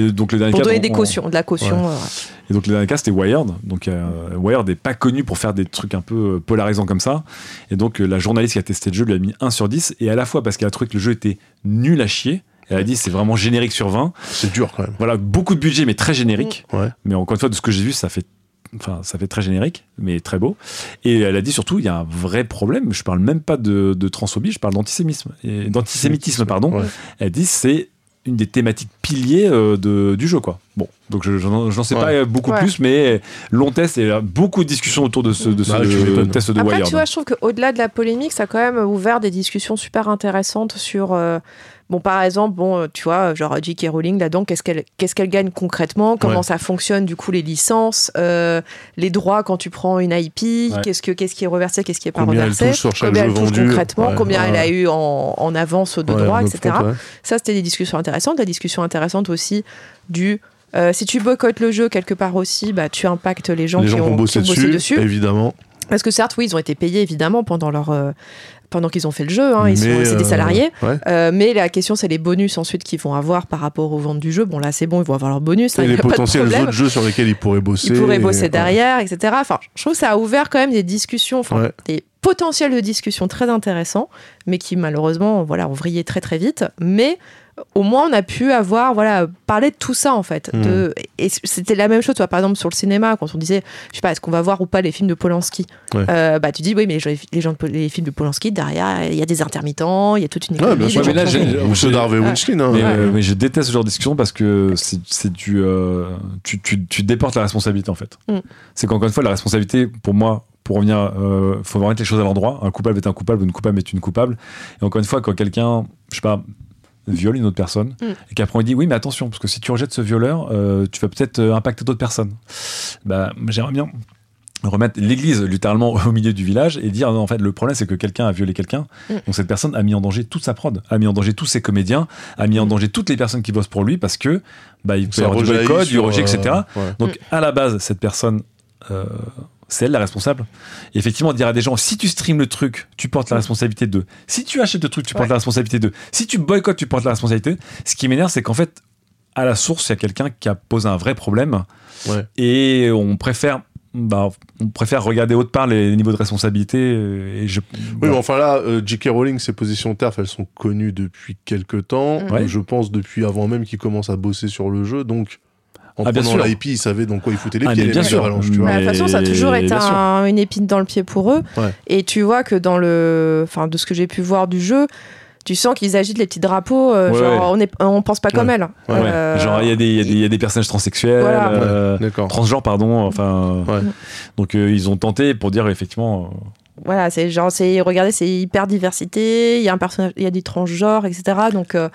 le, donc le dernier Pour cas, donner on- des cautions, de la caution. Ouais. euh, Et donc le dernier cas, c'était Wired. Donc euh, Wired n'est pas connu pour faire des trucs un peu euh, polarisants comme ça. Et donc euh, la journaliste qui a testé le jeu lui a mis un sur dix. Et à la fois parce qu'elle a trouvé que le jeu était nul à chier. Elle a dit c'est vraiment générique sur vingt. C'est dur quand même. Voilà, beaucoup de budget mais très générique. Ouais. Mais encore une fois, de ce que j'ai vu, ça fait, enfin, ça fait très générique, mais très beau. Et elle a dit surtout, il y a un vrai problème. Je parle même pas de, de transphobie, je parle d'antisémitisme. Et d'antisémitisme, pardon. Ouais. Elle dit c'est une des thématiques piliers euh, de, du jeu, quoi. Bon, donc je, je n'en je n'en sais Ouais. pas beaucoup Ouais. plus, mais long test et beaucoup de discussions autour de ce, de ce Bah, tu m'étonnes. test de Après, Wired. tu vois, je trouve qu'au-delà de la polémique, ça a quand même ouvert des discussions super intéressantes sur. euh, Bon, par exemple, bon, tu vois, genre J K Rowling là-dedans, qu'est-ce qu'elle, qu'est-ce qu'elle gagne concrètement, comment Ouais. ça fonctionne, du coup, les licences, euh, les droits quand tu prends une I P, Ouais. qu'est-ce, que, qu'est-ce qui est reversé, qu'est-ce qui est pas Combien elle reversé, touche sur chaque combien jeu elle touche vendu. concrètement, Ouais, combien ouais. elle a eu en, en avance de Ouais, droits, en et cetera. upfront, ouais. Ça, c'était des discussions intéressantes. La discussion intéressante aussi du. euh, si tu boycottes le jeu quelque part aussi, bah, tu impactes les gens, Les qui, gens qui ont, ont bossé qui ont bossé dessus, dessus. évidemment. Parce que certes, oui, ils ont été payés évidemment pendant leur. euh, pendant qu'ils ont fait le jeu, hein, ils Mais, sont, c'est des euh, salariés. ouais. Euh, mais la question, c'est les bonus ensuite qu'ils vont avoir par rapport aux ventes du jeu. Bon, là, c'est bon, ils vont avoir leur bonus. Hein, Et il y les a pas de potentiels problème. autres jeux sur lesquels ils pourraient bosser. Ils pourraient bosser et- derrière, et cetera. Enfin, je trouve que ça a ouvert quand même des discussions, enfin, Ouais. des potentiels de discussion très intéressants, mais qui malheureusement, voilà, ont vrillé très très vite. Mais au moins, on a pu avoir, voilà, parler de tout ça en fait. Mm. De, et c'était la même chose, toi, par exemple, sur le cinéma, quand on disait, je sais pas, est-ce qu'on va voir ou pas les films de Polanski Ouais. euh, Bah, tu dis, oui, mais les gens, les, gens de, les films de Polanski, derrière, il y a des intermittents, il y a toute une Ouais, économie. bien sûr. des mais là, gens j'ai- qui font- Ou ceux d'Harvey Weinstein. hein. Mais, Ouais. euh, mais je déteste ce genre de discussion parce que c'est, c'est du. euh, tu, tu, tu déportes la responsabilité en fait. Mm. C'est qu'encore une fois, la responsabilité, pour moi, pour revenir, euh, faut remettre les choses à l'endroit. Un coupable est un coupable, une coupable est une coupable. Et encore une fois, quand quelqu'un, je sais pas, viole une autre personne, Mm. et qu'après on dit oui, mais attention, parce que si tu rejettes ce violeur, euh, tu vas peut-être euh, impacter d'autres personnes. Bah, j'aimerais bien remettre l'église littéralement au milieu du village et dire non, en fait le problème c'est que quelqu'un a violé quelqu'un, Mm. donc cette personne a mis en danger toute sa prod, a mis en danger tous ses comédiens, a mis en danger toutes les personnes qui bossent pour lui parce que bah, il peut y Ça avoir du rejaillit boycott, du sur, rejet, euh, et cetera. ouais. Donc à la base cette personne euh, c'est elle la responsable. Et effectivement, dire à des gens, si tu streams le truc, tu portes la responsabilité de. Si tu achètes le truc, tu portes Ouais. la responsabilité de. Si tu boycottes, tu portes la responsabilité. Ce qui m'énerve, c'est qu'en fait, à la source, il y a quelqu'un qui a posé un vrai problème. Ouais. Et on préfère, bah, on préfère regarder autre part les niveaux de responsabilité. Et je, Oui, voilà. mais enfin là, euh, J K Rowling, ses positions de terf, elles sont connues depuis quelques temps. Mm. Ouais. Je pense depuis avant même qu'il commence à bosser sur le jeu. Donc, en Ah, bien prenant sûr. l'I P, il savait dans quoi il foutait les Ah, pieds. mais les bien mecs, sûr. à Valence, tu vois. Bah, de toute façon, ça a toujours été bien sûr. un- une épine dans le pied pour eux. Ouais. Et tu vois que dans le, enfin, de ce que j'ai pu voir du jeu, tu sens qu'ils agitent les petits drapeaux. euh, Ouais, genre, ouais. on est, on pense pas comme Ouais. elle. Ouais. Euh, Genre, il y, a des- il y a des- il y a des personnages transsexuels, Voilà. euh, D'accord. transgenres, pardon. Enfin, Ouais. donc euh, ils ont tenté pour dire effectivement. euh, Voilà, c'est genre, c'est, regardez, c'est hyper diversité. Il y a un personnage, il y a des transgenres, et cetera. Donc, euh,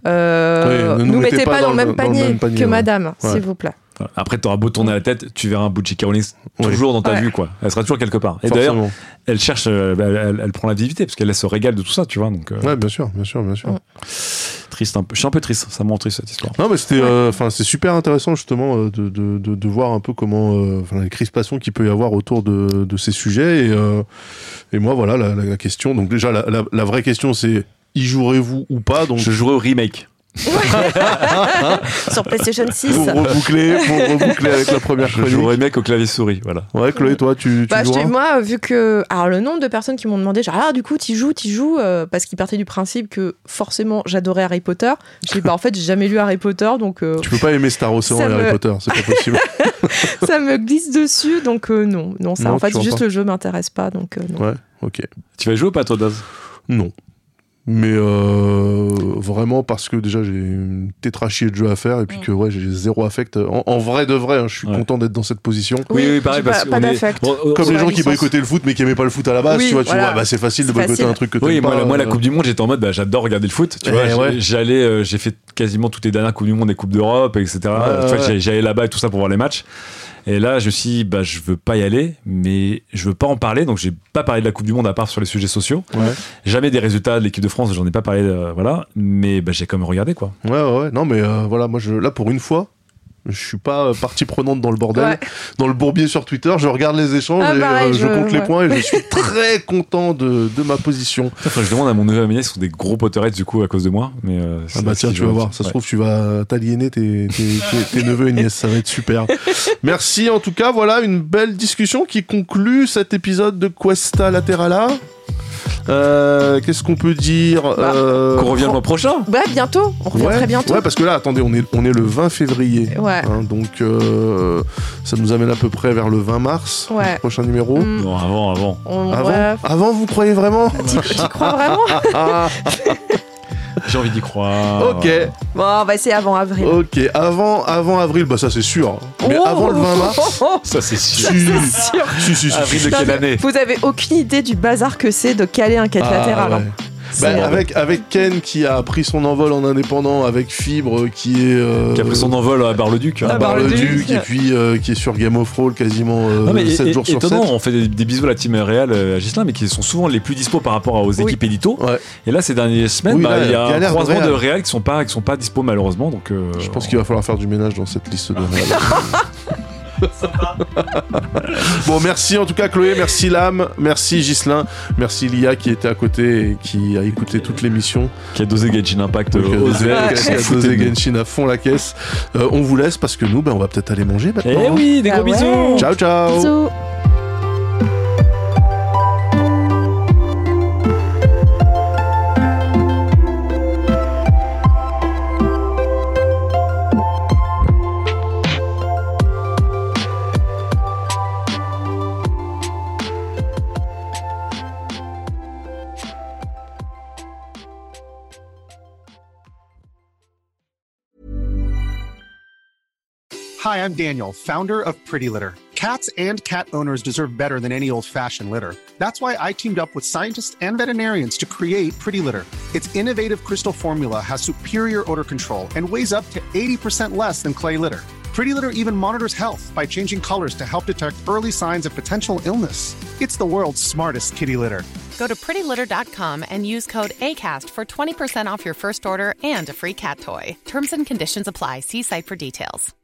euh, Oui, ne nous nous mettez mettez pas, dans, le même panier même panier, que ouais. Madame, Ouais. s'il vous plaît. Voilà. Après, t'auras beau tourner la tête, tu verras un bout de J K Rowling Oui. toujours dans ta Ouais. vue, quoi. Elle sera toujours quelque part. Et d'ailleurs, Forcément. elle cherche, euh, elle, elle- elle prend la visibilité parce qu'elle se régale de tout ça, tu vois. Donc, euh, Ouais, bien sûr, bien sûr, bien sûr. Mm. triste, un peu. Je suis un peu triste. Ça me rend triste cette histoire. Non, mais c'était, euh, enfin, c'est super intéressant justement euh, de, de, de, de voir un peu comment, euh, enfin, les crispations qu'il peut y avoir autour de, de ces sujets. Et, euh, et moi, voilà, la, la, la question. Donc déjà, la, la, la vraie question, c'est y jouerez-vous ou pas. Donc Je jouerai au remake. Sur PlayStation six. pour reboucler, pour reboucler avec la première Je jouerai au chronique. remake au clavier souris. Voilà. Ouais, Chloé, toi, tu, tu Bah, je joueras t'ai- moi, vu que. Alors, le nombre de personnes qui m'ont demandé, genre, ah, du coup, t'y joues, t'y joues, euh, parce qu'ils partaient du principe que forcément j'adorais Harry Potter. Je dis, bah, en fait, j'ai jamais lu Harry Potter, donc euh, Tu peux pas aimer Star Ocean Ça et Harry me- Potter, c'est pas possible. ça me glisse dessus, donc euh, non. Non, ça, Non, en fait, toujours juste pas. le jeu m'intéresse pas, donc euh, non. Ouais, ok. Tu vas y jouer ou pas, toi, Daz? Non. Mais euh, vraiment parce que déjà j'ai une tétrachie de jeux à faire et puis Mm. que ouais j'ai zéro affect. En, en vrai de vrai, hein, je suis Ouais. content d'être dans cette position. Oui, j'ai pas- pas qu'on est- d'affect. Bon, euh, Comme Sur les la gens qui licence. boycottaient le foot mais qui aimaient pas le foot à la base, Oui, tu vois, tu voilà. vois, bah c'est facile de C'est boycotter facile. un truc que tu Oui, aimes moi, pas. la, moi, la euh, Coupe du Monde, j'étais en mode, bah, j'adore regarder le foot. Tu Eh vois, ouais. J'ai- j'allais, euh, j'ai fait quasiment toutes les dernières Coupes du Monde et Coupes d'Europe, et cetera. Ouais, Tu vois, ouais. j'ai- J'allais là-bas et tout ça pour voir les matchs. Et là, je me suis dit, bah, je veux pas y aller, mais je veux pas en parler, donc j'ai pas parlé de la Coupe du Monde à part sur les sujets sociaux. Ouais. Jamais des résultats de l'équipe de France, j'en ai pas parlé, euh, voilà. Mais bah, j'ai quand même regardé, quoi. Ouais, ouais, ouais. Non, mais euh, voilà, moi, je, là, pour une fois, Je suis pas euh, partie prenante dans le bordel. Ouais. Dans le bourbier sur Twitter, je regarde les échanges Ah, et pareil, euh, je, je- compte les ouais. points et je suis très content de, de ma position. Enfin, je demande à mon neveu et à ma nièce, ils sont des gros Potterheads du coup à cause de moi. Mais euh, Ah c'est bah ce tiens, qu'ils tu vas veulent. voir, ça se Ouais. trouve tu vas t'aliéner tes, tes, tes, tes neveux et nièces, ça va être super. Merci en tout cas, voilà une belle discussion qui conclut cet épisode de Questa Laterala. Euh, Qu'est-ce qu'on peut dire Bah, euh, Qu'on revient le mois prochain. Ouais, bientôt. On revient ouais, très bientôt. ouais, parce que là, attendez, on est, on est le vingt février. Ouais. Hein, donc euh, ça nous amène à peu près vers le vingt mars, Ouais. le prochain numéro. Mm. Non, avant, avant. On- Avant, ouais. avant, vous croyez vraiment? Tu crois vraiment? Ah, J'ai envie d'y croire. ok, Bon, on va essayer avant avril. ok. Avant, avant avril, bah ça c'est sûr. Mais Oh avant le vingt mars. Ça, c'est sûr. Si, C'est sûr. si, si, si, Avril si, de si. quelle année? Vous avez aucune idée du bazar que c'est de caler un quête Ah, latéral. ouais. hein. Bah, C'est- avec, avec Ken qui a pris son envol en indépendant, avec Fibre qui est. euh, Qui a pris son envol à Bar-le-Duc. à Ah, Bar-le-Duc, Bar-le-Duc. et puis euh, qui est sur Game of Thrones quasiment euh, Non mais sept é- jours sur étonnant, sept. on fait des, des bisous à la team réelle euh, à Gislain, mais qui sont souvent les plus dispo par rapport aux Oui. équipes édito. Ouais. Et là, ces dernières semaines, Oui, bah, là, il y a galère un de croisement Real. de réel qui sont pas qui sont pas dispo malheureusement. Donc, euh, Je pense qu'il va falloir faire du ménage dans cette liste de réels. Bon, merci en tout cas Chloé, merci Lame, merci Ghislain, merci Lia qui était à côté et qui a écouté toute l'émission. qui a dosé Genshin Impact Donc, euh, euh, aux qui ailes, a- qui qui s'en a foutait dosé de nous. Genshin à fond la caisse. Euh, on vous laisse parce que nous, ben, on va peut-être aller manger maintenant. Eh oui, des Ah gros ouais. bisous. Ciao, ciao. Bisous. Hi, I'm Daniel, founder of Pretty Litter. Cats and cat owners deserve better than any old-fashioned litter. That's why I teamed up with scientists and veterinarians to create Pretty Litter. Its innovative crystal formula has superior odor control and weighs up to eighty percent less than clay litter. Pretty Litter even monitors health by changing colors to help detect early signs of potential illness. It's the world's smartest kitty litter. Go to pretty litter dot com and use code ACAST for twenty percent off your first order and a free cat toy. Terms and conditions apply. See site for details.